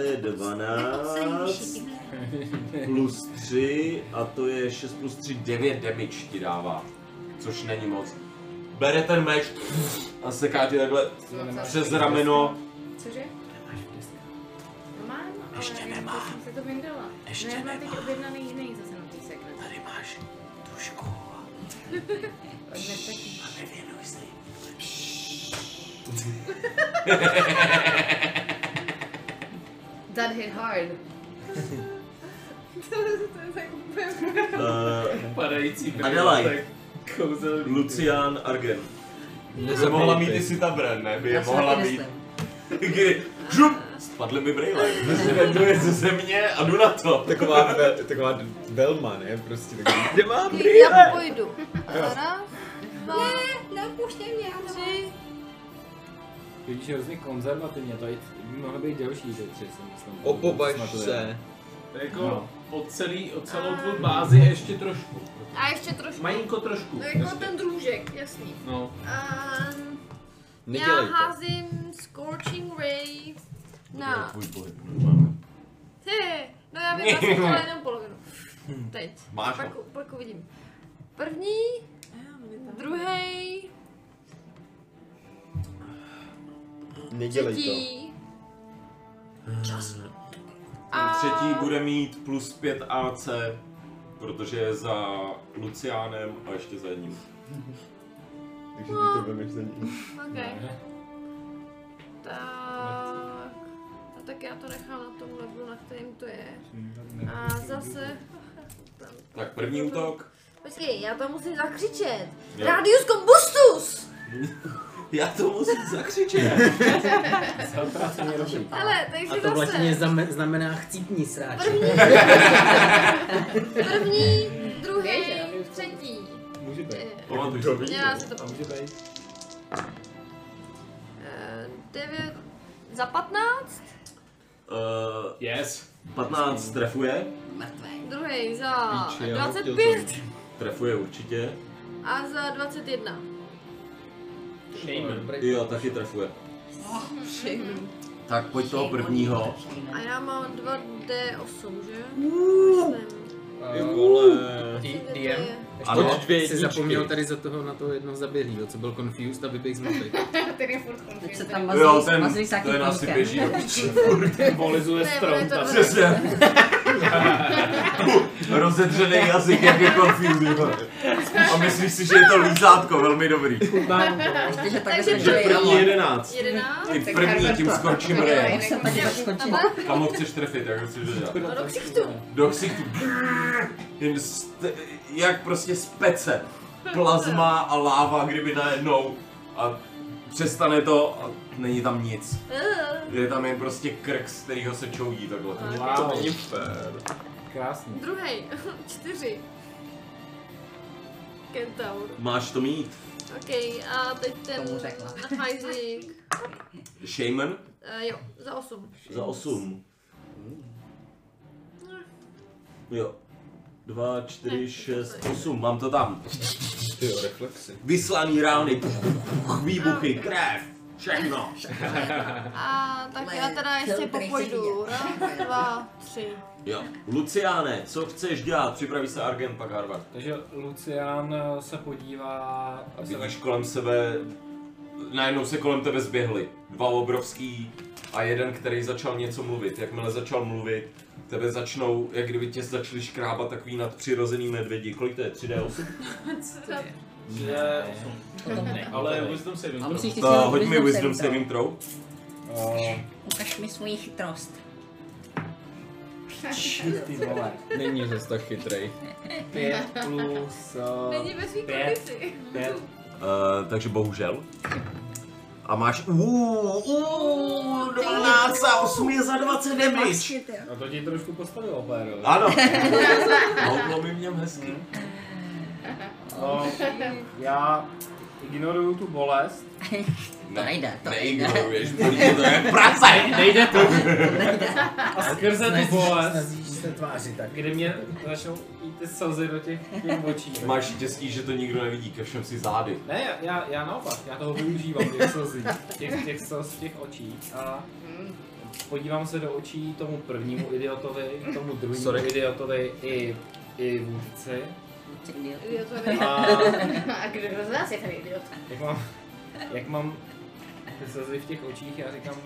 1d12 plus 3 a to je 6 plus 3, 9 damage ti dává. Což není moc. Bere ten meč a seká ti takhle přes rameno. Cože? Mám, ale ještě nemám. Jsem se to vyndala. Ještě nemám teď objednaný jiný zase na tý sekret. Tady máš tušku. A nevěnuj se jí. That hit hard. To je tak úplně... Padající Adelaide, kouzel. Lucian, Argen. By mohla mít i Sitabren, ne? By je mohla mít. Kdy žup, spadly mi brejle. Vyzveduje ze země a jdu na to. Taková Velma, ne? Prostě takový. Kde mám Já brýle? půjdu. Raz, dva, Neopouštěj mě, já nevím. 3. Vidíš, hrozně konzervativně, to by mohlo být delší, ty 3, si myslím. Opobaž se. Jako o celou tvou bázi ještě trošku. A ještě trošku. Malinko trošku. No jako ten drůžek, jasný. No. Já Nedělej to. házím Scorching Ray na... Tvůj pohyb. No já vím, vlastně to jenom polovinu. Teď. Máš ho. Pak uvidím. První, druhý, Nedělej to. třetí. Třetí bude mít plus 5 AC, protože je za Luciánem a ještě za jedním. Takže ty to vemeš za ním. OK. Tak. A tak já to nechám na tom levelu, na kterým to je. A zase... Tak první útok. Počkej, já to musím zakřičet. Jo. Radius Combustus! Já to musím zakřičet. Ale, takže A to v latině zase. znamená chcípní sráč. První, druhý, třetí. Může být. Pamatuj si. Já si to pamatuju. Může být. 9 za 15. Yes. 15 trefuje. Druhý za 25 Trefuje určitě. a za 21. Jo, taky trefuje. Tak pojď toho prvního. A já mám 2D8, že? DM, Ano. jsi zapomněl tady za toho na to jedno zaběhlýho, co byl confused a vyběh z mapy. Ten je furt confused. Teď se tam Jo, mazlí ten asi běží. Volizuje strom. Přesně. Rozedřený jazyk, jak je confused. A myslíš si, že je to lízátko, velmi dobrý. Takže První 11. 11. Ty první tím skorčím rejem. Kam ho chceš trefit, jak ho chceš dodělat? No do ksichtu. Do ksichtu. Jak prostě z pece. Plazma a láva, kdyby najednou. A přestane to a není tam nic. Je tam jen prostě krk, z kterého se čoudí takhle. Wow. To není fér. Krásný. Druhý. 4. Kentaur. Máš to mít. OK, a teď ten hajzlík. Shaman? Jo, za 8. Za 8. Jo. 2, 4, 6, 8, mám to tam. Tyjo, reflexy. Vyslaný rány, výbuchy, krev, všechno. A tak já teda ještě popojdu. 2, 3. Jo. Luciáne, co chceš dělat? Připraví se Argen, pak Harvard. Takže Lucián se podívá... A vidíš kolem sebe, najednou se kolem tebe zběhli. Dva obrovský a jeden, který začal něco mluvit. Jakmile začal mluvit, tebe začnou, jak kdyby tě začali škrábat takový nadpřirozený medvědi. Kolik to je? 3D8? Ale wisdom saving throw. Hoď mi wisdom saving throw. Ukaž mi svoji chytrost. Ty vole. Není zase tak chytrej. 5 plus... Není ve svý kondici. 5. Takže bohužel. A máš 12 a 8 je za 20 damage. No to ti trošku postavilo, Péro. Ano. Houplo mi v něm hezky. No, já ignoruju tu bolest. To nejde, to nejde. Neignoruješ, bolí to jak práce. Nejde to. A skrze tu bolest, Snažíš se tvářit tak. kdy mě začnou jít ty slzy do těch očí. Máš štěstí, že to nikdo nevidí, ke všem si zády. Ne, já naopak, já toho využívám, těch slzí, těch slz v těch očích a podívám se do očí tomu prvnímu idiotovi, tomu druhému idiotovi i vůdci. A kdo z nás je ten idiot? Jak mám ty slzy v těch očích, já říkám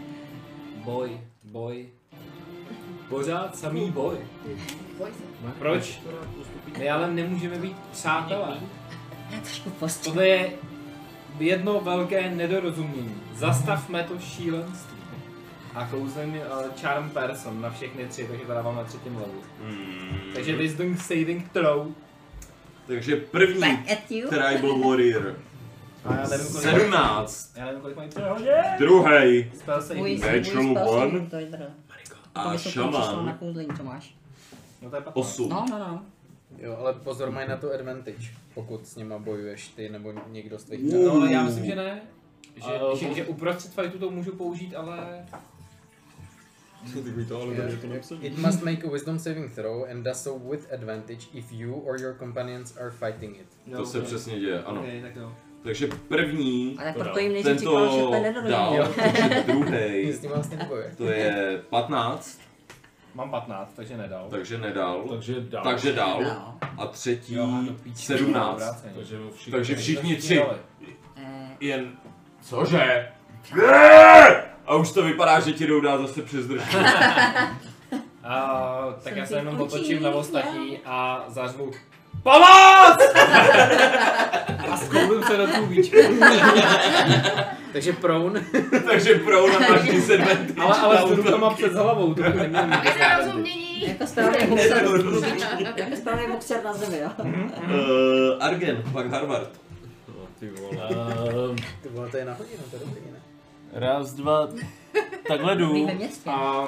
boj. Pořád samý boj. Proč? My ale nemůžeme být přátelé. Tohle je jedno velké nedorozumění. Zastavme to šílenství. A kouzlím Charm Person na všechny 3, takže to dávám na 3. levelu. Takže Wisdom Saving Throw. Takže první Tribal Warrior. A já nevím, kolik 17. Já nevím, kolik mají Druhý. Spell saving. Natural one. A na šaman. kouzlení, co máš. No to je 8. No. Jo, ale pozor, mají na to advantage, pokud s nima bojuješ ty nebo někdo z tvých. No, já myslím, že ne. Že uprostřed fightu to můžu použít, ale... It must make a wisdom saving throw and does so with advantage if you or your companions are fighting it. To se přesně děje, ano. Okay, tak jo. Takže první, A tak proto jim nejdřív říkal, že tento to je nedorozumění. dal, takže druhý, S tím vlastně nebojuje. to je 15, Mám 15, takže nedal. takže nedal, Takže dal. No. a třetí Jo, a do píči, 17. obráceně. Takže všichni 3, Dali. jen, cože? A už to vypadá, že ti jdou dát zase přes držku. Tak já se jenom otočím na ostatní a zařvu POMOC! A skoulím se do tu víčku. Takže prone. Takže pro na máš disadvantage. Ale s rukama před hlavou, to bych neměl mít. Nedorozumění. Jako správný boxer na zemi, jo. Argen, pak Harvard. Ty vole. Ty vole, to je na hodinu, to je dobrý, ne? Raz, dva, takhle jdu Víme městě. a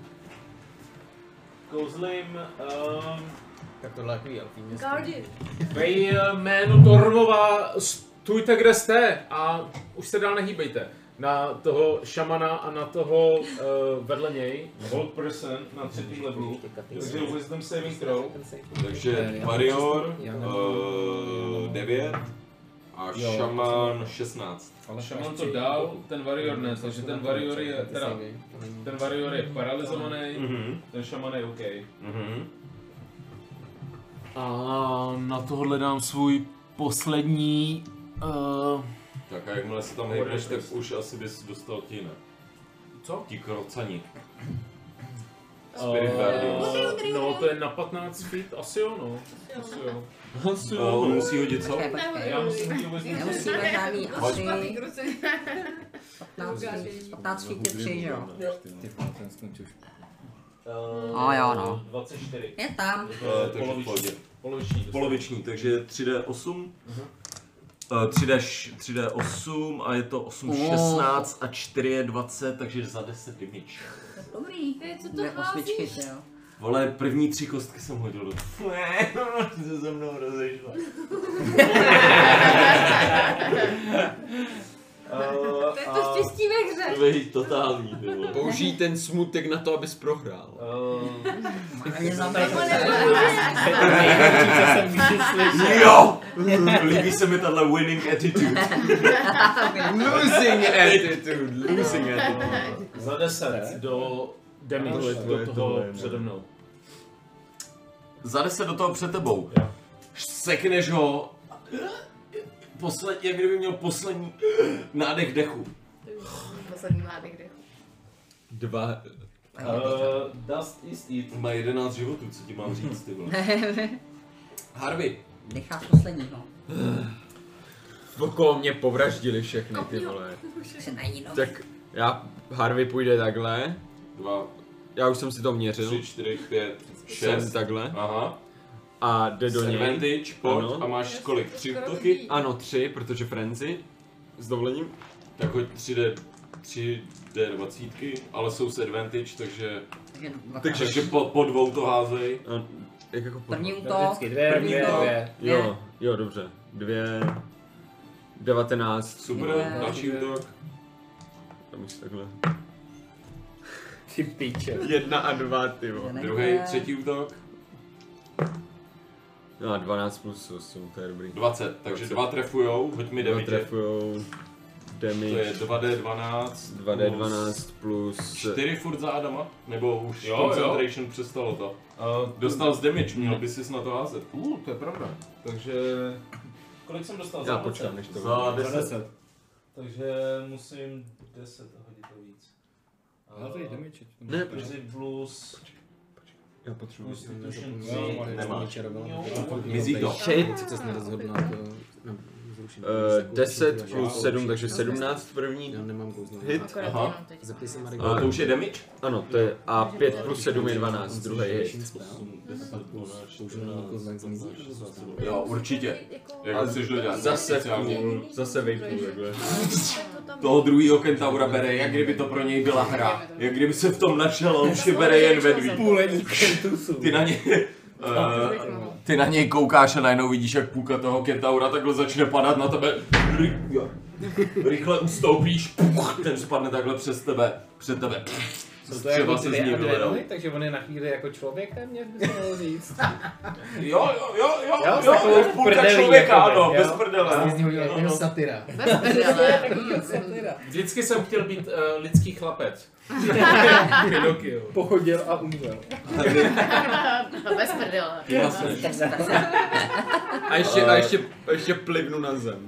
kouzlím Tak tohle je takový elfí město. Guardian. ve jménu Tormova stůjte, kde jste a už se dál nehýbejte. na toho šamana a na toho vedle něj, Old Person na 3. levelu, takže Wisdom Saving Throw. Takže Warrior 9 a šaman 16. Ale šaman to dal, ten Warrior ne, takže ten Warrior je teda, ten Warrior je paralizovaný, ten šaman je OK. A na tohle dám svůj poslední... Tak a jakmile se tam hejbneš, tak už asi bys dostal ti, ne? Co? Ti krocani. Spirit Guardians. No to je na 15 feet, asi jo no. Asi jo. On musí hodit co? Já musím hodit Wisdom. Nemusíme žádný asi... Špatný kruci. 15 feet je 3, jo? Ten skončil. Jo, no. 24. Je tam. Takže v pohodě. Poloviční. Takže 3D8. 3D8 a je to 8, 16 a 4 je 20, takže za 10 damage. Dobrý. Co to Dvě osmičky, házíš? jo. Vole, první 3 kostky jsem hodil do... Se se mnou rozešla. To je to štěstí ve hře. To je totální, ty vole. Použij ten smutek na to, abys prohrál. Mě Jo! Líbí se mi tahle winning attitude. Losing attitude. Za 10 do damage do toho přede mnou. Za 10 do toho před tebou. Sekneš ho. Jak kdyby měl poslední nádech dechu. Poslední nádech dechu. 2. Dust is it. Má 11 životů, co ti mám říct, ty vole. Harvey. Necháš posledního. Okolo mě povraždili všechny ty vole. Se nají, no. Tak Harvey půjde takhle. 2. Já už jsem si to měřil. 3, 4, 5, 6. Jsem takhle. Aha. A jde do něj. Advantage, pojď. A máš kolik? 3 útoky? Ano, 3, protože frenzy. S dovolením. Tak hoď 3D20, ale jsou s advantage, takže po 2 to házej. Jak jako po První útok. Vždycky dvě. Jo, dobře. 2. 19. Super, další útok. Tam už takhle. Ty píče. 1 a 2, ty vole. Druhý, třetí útok. No, 12 plus 8, to je dobrý. 20, takže 2 trefujou, hoď mi 2 damage. trefujou. Damage. To je 2D12. 2D12 plus... 4 furt za Adama? Nebo už concentration přestalo to? Dostal z damage, měl by si na to házet. To je pravda. Takže... Kolik jsem dostal? Já počkám, než to za bude. 10. Takže musím 10 hodit to víc. Házej damage. Ne, protože plus... Já potřebuji. Nemáš. Mizí to. Shit. Co jsi nerozhodl na to? 10 plus 7, takže 17 první. Já nemám kouzlo. Hit. Aha. Zeptej se Marek. To už je damage? Ano, to je. A 5 plus 7 je 12, druhý hit. Jo, určitě. Jak chceš dodělat? Zase vejpůl, takhle. Toho druhýho kentaura bere, jak kdyby to pro něj byla hra. Jak kdyby se v tom našel, on už je bere jen ve dví. Ty na něj koukáš a najednou vidíš, jak půlka toho kentaura takhle začne padat na tebe. Rychle ustoupíš, ten spadne takhle před tebe. Jsou to jako dvě adrenaliny, takže on je na chvíli jako člověk, téměř by se mohlo říct. Jo, půlka člověka, ano, bez prdele. Z něho dělal satyra. Bez prdele. Vždycky jsem chtěl být lidský chlapec. Pinokio. Pochodil a umřel. Bez prdele. A ještě plivnu na zem.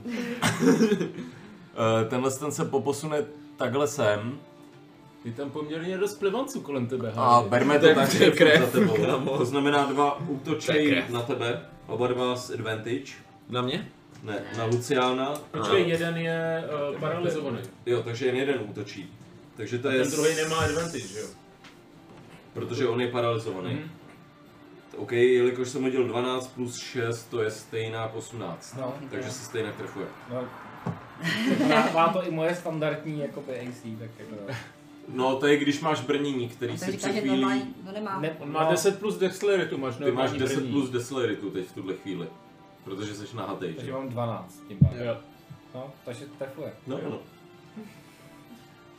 Tenhle ten se poposune takhle sem. Je tam poměrně dost plivanců kolem tebe. A berme to tak, že krev, za tebou. To znamená 2 útočej na tebe, oba dva s advantage. Na mě? Ne, na Luciána. Počkej, jeden je paralizovaný. Jo, takže jen jeden útočí. Takže to je... Ten druhý nemá advantage, jo? Protože on je paralizovaný. OK, jelikož jsem hodil 12 plus 6, to je stejná 18. No, takže se stejně trefuje. No. Má to i moje standardní jakoby AC, tak jako... No to je když máš brnění, který si před chvílí... On má 10 plus dexteritu, máš Ty máš normální 10 brnění. plus dexteritu teď v tuhle chvíli. Protože jsi nahatej, Takže že? mám 12 tím pádem. Jo. No, takže trefuje. No.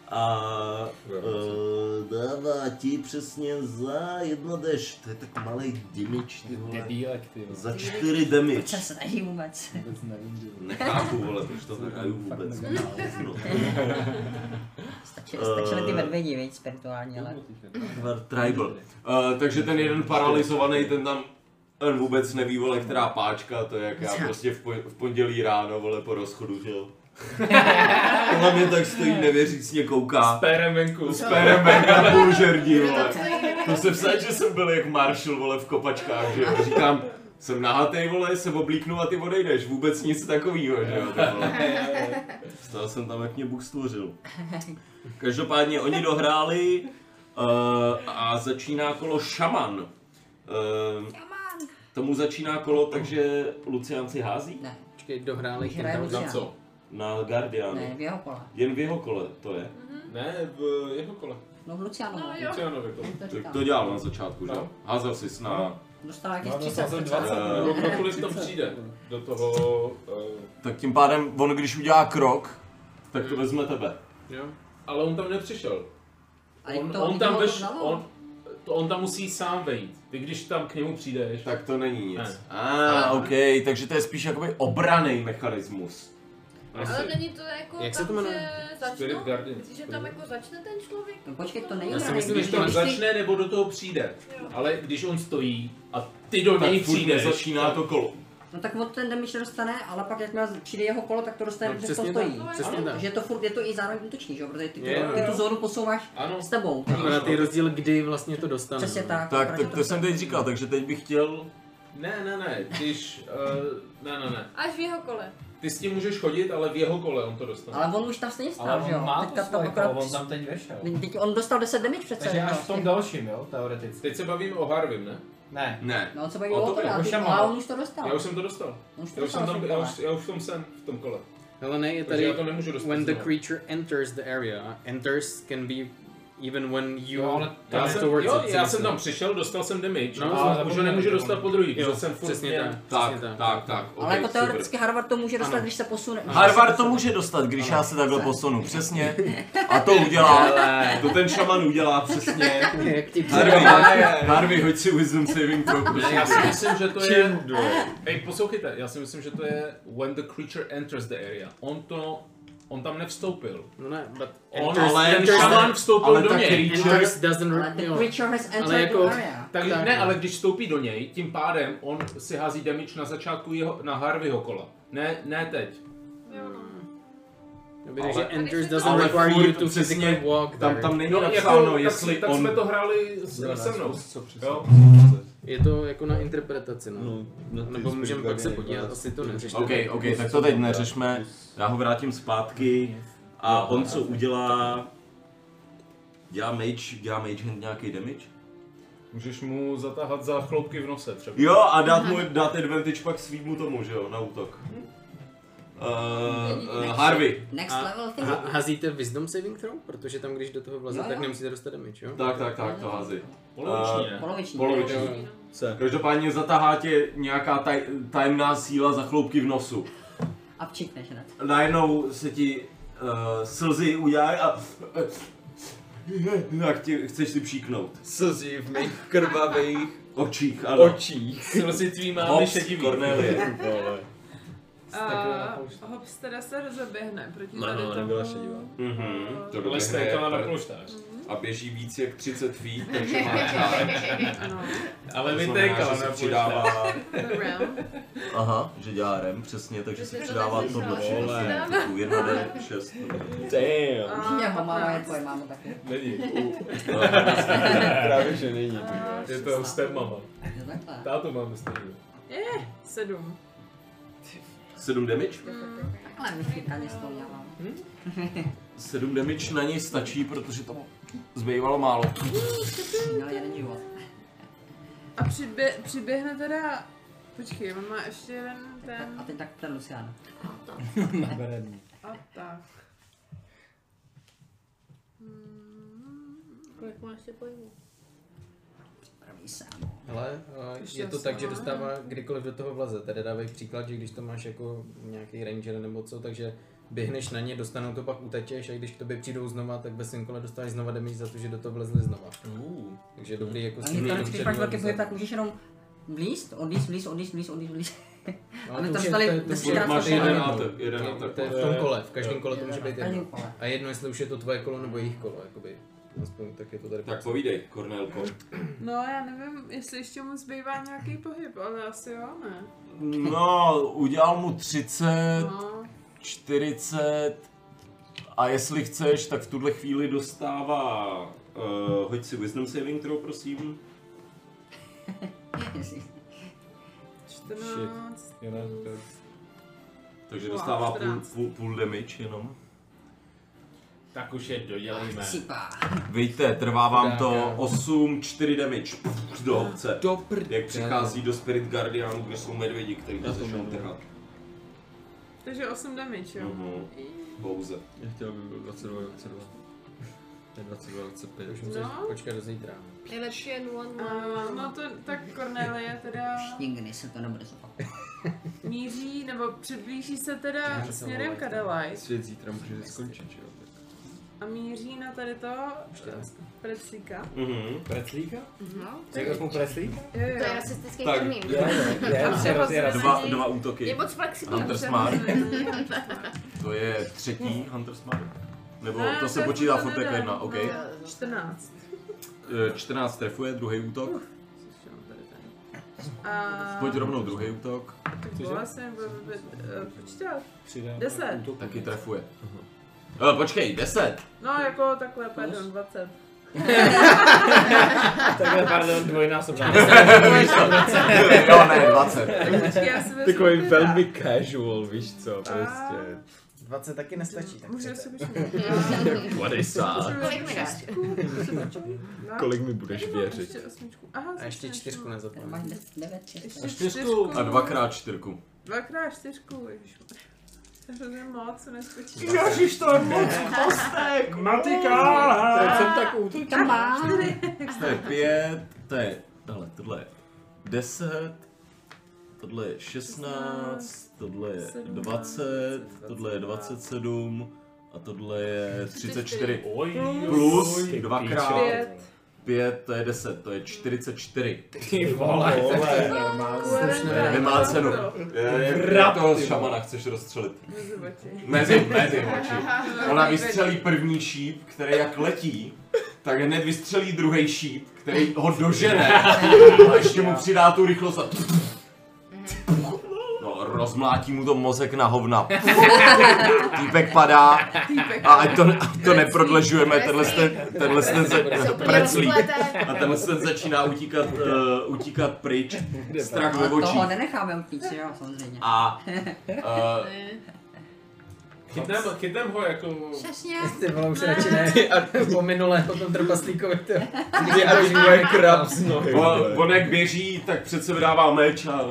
A dává ti přesně za 1d, to je tak malej damage, ty vole. Debílek, ty vole. Za 4 damage. Co se snaží vůbec? Vůbec nevím, že vole. Nechápu, vole, proč to hraju vůbec. No. Stačily ty medvědi, víc spirituální, ale... Tribal. Takže ten jeden paralizovaný, ten vůbec neví, vole, která páčka, to je jak já prostě v pondělí ráno, vole, po rozchodu, že jo. Hlavně tak stojí nevěřícně kouká. S pérem venku. S pérem venku na půl žerdí, vole. To se vsadí, že jsem byl jak Marshall, vole, v kopačkách, že jo. Říkám, jsem nahatej, vole, se oblíknu a ty odejdeš. Vůbec nic takovýho, že jo, ty vole. Stál jsem tam, jak mě Bůh stvořil. Každopádně oni dohráli a začíná kolo šaman. Tomu začíná kolo, takže Lucián si hází? Ne, počkej, dohráli Na co? Na Guardianu. Ne, v jeho kole. Jen v jeho kole, to je? Ne, v jeho kole. No v Lucianovi. Lucianovi kole. Tak to dělal na začátku, že? Házel jsi na... Dostal jakých 30. Kolik to přijde do toho... Tak tím pádem, on když udělá krok, tak to vezme tebe. Jo. Ale on tam nepřišel. On tam musí sám vejít. Ty když tam k němu přijdeš... Tak to není nic. Ne. OK, takže to je spíš jakoby obranný mechanismus. Ale není to jako jak tam, se to jmenuje? že začnou? Spirit Guardian. Myslíš, že tam jako začne ten člověk? No počkej, to není. Já si myslím, Když to začne nebo do toho přijde. Ale když on stojí a ty do něj přijdeš... začíná to kolo. No tak od ten damage dostane, ale pak jakmile přijde jeho kolo, tak to dostane, No, protože to přesně stojí. tak, přesně tak. Takže je to i zároveň útočný, že jo? Protože ty Jo. tu zónu posouváš Ano. s tebou. Akorát ty rozdíl, kdy vlastně to dostane. Přesně tak. Tak, protože to jsem teď říkal, takže teď bych chtěl... Ne, když... Ne. Až v jeho kole. Ty s tím můžeš chodit, ale v jeho kole on to dostane. Ale on už tam stejně stál, Ale že jo? on má Teďka to svoje akorát- kolo, on tam teď vešel. Teď on dostal 10 damage přece. Takže až jo? v tom dalším, jo, teoreticky. Teď se bavíme o Harvim, ne? Ne. Ne. No on se baví O o tobě, to, o a šamanu. on už to dostal. Já už jsem to dostal. On už to Já už jsem dostal tam, v tom já už v tom jsem, v tom kole. Ale ne, je Takže tady, já to nemůžu dostat when the znovu. creature enters the area. Enters can be even when you Jo, ale come towards it. já jsem tam přišel, dostal jsem damage, No, a ale už ho nemůžu dostat po druhý, Jo, protože jsem furt přesně měl. tak. Tak. Ale jako super. teoreticky Harvard to může dostat, Ano. když se posune. Harvard to může dostat, když já se takhle posunu, přesně. A to udělá, to ten šaman udělá přesně. Jak ti Harvey, hoď si wisdom saving throw. Ne, já si myslím, že to je... Hej, poslouchejte, já si myslím, že to je when the creature enters the area. On tam nevstoupil. No ne, but Ten šaman vstoupil do něj. Enters doesn't... Ale the creature has Ale entered jako... the area. Tak ne, ale když vstoupí do něj, tím pádem on si hází damage na začátku na Harveyho kola. Ne teď. Takže enters doesn't ale require furt you to přesně, physically walk there. tam není No, napsáno, jako, jestli tak on... jsme to hráli se mnou. Jo? Je to jako na interpretaci, no. No, Nebo můžeme pak se podívat, asi to neřešíme. OK, tak to teď neřešme. Já ho vrátím zpátky a on co udělá... Dělá mage hand nějaký damage? Můžeš mu zatáhat za chloupky v nose třeba. Jo, a dát advantage pak svýmu tomu, že jo, na útok. Harvey. Next level thing. Hazíte wisdom saving throw? Protože tam, když do toho vleze, Jo, tak jo. nemusíte dostat damage, jo? Tak, to hází. Poloviční, ne? Poloviční. Každopádně zatáhá tě nějaká tajemná síla za chloupky v nosu. A včikneš hned. Najednou se ti slzy udělají a... Jak chceš si příknout. Slzy v mých krvavých Očích, ano. očích. Slzy tvý mámy Hops, šedivý. Cornelie. Hops teda se rozeběhne proti No, tady tomu. nebyla šedivá. To Ale doběhne stékala na jak- polštář. a běží víc jak 30 feet, takže má charge. Ano. Ale To znamená, vytékala že se na přidává... Ram. Aha, že dělá rem, přesně, takže se to přidává tak tohle. slyšela. 1d6. Damn. Jeho máma je tvoje máma taky. Není. Právě, že není. Je to stepmama. Jo, takhle. Tátu máme stejně. 7. 7 damage? Ale myšlíkaně s tou dělám. 7 damage na něj stačí, protože to zbývalo málo. Měl jeden život. A přiběhne teda... Počkej, on má ještě jeden ten... A teď tak ten Lucián. A tak. Kolik máš ještě pojmů? Pravý sám. Ale je to tak, že dostává kdykoliv do toho vleze. Tady dávají příklad, že když to máš jako nějaký ranger nebo co, takže běhneš na ně, dostanou to, pak utečeš a když k tobě přijdou znova, tak ve svém kole dostaneš znova damage za to, že do toho vlezli znova. Takže je dobrý jako si když máš velký pohyb, tak můžeš jenom blízt, odlízt. Ale to dostali máš jeden v tom kole, v každém kole to může být jedno. A jedno, jestli už je to tvoje kolo nebo jejich kolo, jakoby. Aspoň tak je to tady. Tak povídej, Kornélko. No já nevím, jestli ještě mu zbývá nějaký pohyb, ale asi jo, ne? No, udělal mu 30, 40 a jestli chceš, tak v tuhle chvíli dostává, hoď si Wisdom Saving Throw, prosím. 14. Takže dostává půl damage jenom. Tak už je dodělejme. Víte, trvá vám to 8, 4 damage do obce. Jak přichází do Spirit Guardianu, kde jsou medvědi, který to začnou trhat. Takže 8 damage, jo? Pouze. Já chtěl by byl 22. To je 22, 25. Už musíš počkat do zítra. Nejlepší je 0. No to tak Cornelia teda Nikdy se to nebude zopakovat. míří, nebo přiblíží se teda směrem k Adelaide. Svět zítra může skončit, že jo? A míří na tady to preclíka. Preclíka? No. Řekl jsi mu preclíka? To je rasistický termín. Dva útoky. Je moc flexibilní. Hunter Smart. To je třetí Hunter Smart. Nebo to se počítá furt jako jedna, OK. 14. 14 trefuje, druhý útok. Pojď rovnou druhý útok. Tak vlastně počítat. 10. Taky trefuje. Počkej, 10. No jako takhle, pardon, 20. Takhle, pardon, dvojnásobná. Jo, ne, 20. Takový velmi casual, víš co, prostě. 20 taky nestačí. Tak můžu si 50. Kolik mi dáš? Kolik mi budeš věřit? Ještě 8. Aha, a ještě 4 nezapomínej. Máš 9, 6. 4. A 2x4. 2x4, ježišmarja. To je hrozně moc, nespočítám. Ježiš, to je moc kostek! Matika! Teď jsem tak útočil. Tam má. To je 5, tohle je 10, tohle je 16, tohle je 20, tohle je 27 a tohle je 34. Plus 2x5, to je 10, to je 44. Ty vole, Nemá cenu. Toho šamana chceš rozstřelit. Mezi oči. Ona vystřelí první šíp, který jak letí, tak hned vystřelí druhý šíp, který ho dožene a ještě mu přidá tu rychlost a rozmlátí mu to mozek na hovna. Týpek padá a ať to neprodležujeme, tenhle preclík. A tenhle začíná utíkat pryč. Strach ve očích. Toho nenecháme utíct, jo, samozřejmě. A chytnem ho jako... Přesně. Ty vole, už radši ne. A po minulé, po tom trpaslíkovi, ty. Kdy až moje krab z nohy. On jak běží, tak před sebe dává meč a...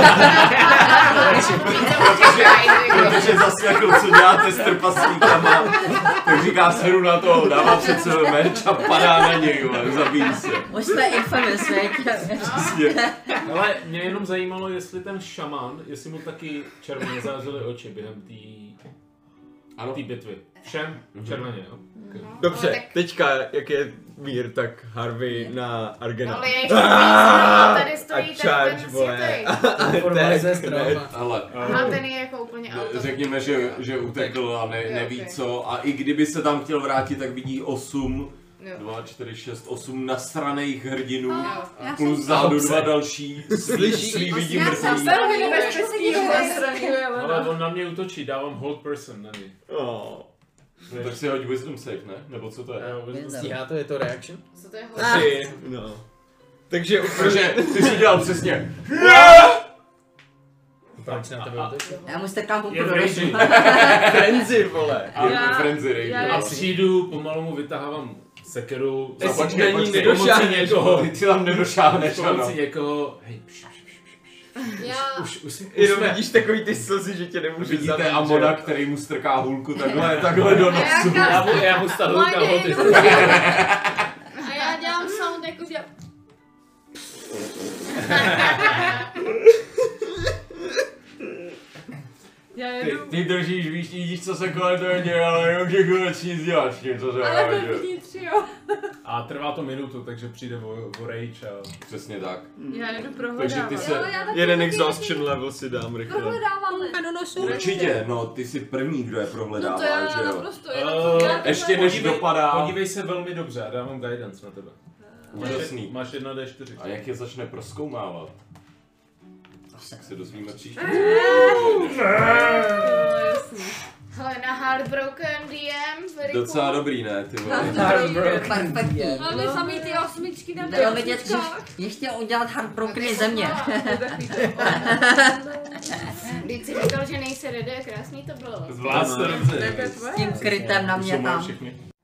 Protože zaslechl, co děláte s trpaslíkama, tak říká seru na to, dává před sebe meč a padá na něj, zabíjí se. Už jsme infamous, veď? Ale mě jenom zajímalo, jestli ten šaman, jestli mu taky červeně zářily oči během té bitvy. Všem červeně, jo? Okay. Dobře, teďka, jak je mír, tak Harvey na Argena. Ale ještě tady stojí ten světej. Ale ten je jako úplně auto. řekněme, že utekl a neví co. A i kdyby se tam chtěl vrátit, tak vidí 8, 2, 4, 6, 8 nasraných hrdinů. Plus zádu 2 další. Svý vidí mrtvý. Ale on na mě útočí, dávám hold person na něj. Tak si hoď wisdom save, ne? Nebo co to je? Stíhá to, je to reaction? Co to je hold? No. Takže ty jsi dělal přesně. Proč na tebe útočil? Já mu strkám hubu Je do v rage. Frenzy, vole. Frenzy rage. A přijdu, pomalu mu vytahávám sekeru. Počkej, ty tam nedošáhneš, pomocí někoho. Hej, Jenom vidíš takový ty slzy, že tě nemůže zabít. Vidíte Amona, který mu strká hůlku takhle do nosu. Já mu stahuju kalhoty. A já dělám sound jako dělám. Já jedu. ty držíš, víš, co se kolem toho děje, ale nemůže vůbec nic dělat s tím, co se Ale děje. vevnitř, jo. A trvá to minutu, takže přijde o rage a... Přesně tak. Já jdu Takže prohledávat. ty se... Jeden exhaustion level si dám rychle. Prohledáváme. Určitě, no ty jsi první, kdo je prohledává, No to já že jo? naprosto, ještě než dopadá... Podívej se velmi dobře, já dávám guidance na tebe. Jasný. Máš 1d4. A jak je začne proskoumávat? Tak se dozvíme příště. Hele, na Heartbroken DM, very Docela cool. dobrý, ne, ty vole? Perfektní. Ale vy samý ty osmičky na Bylo vidět, že ještě udělat Heartbroken země. Když jsi říkal, že nejsi ready, krásný to bylo. Zvlášť to dobře. S tím krytem na mě tam. Všichni.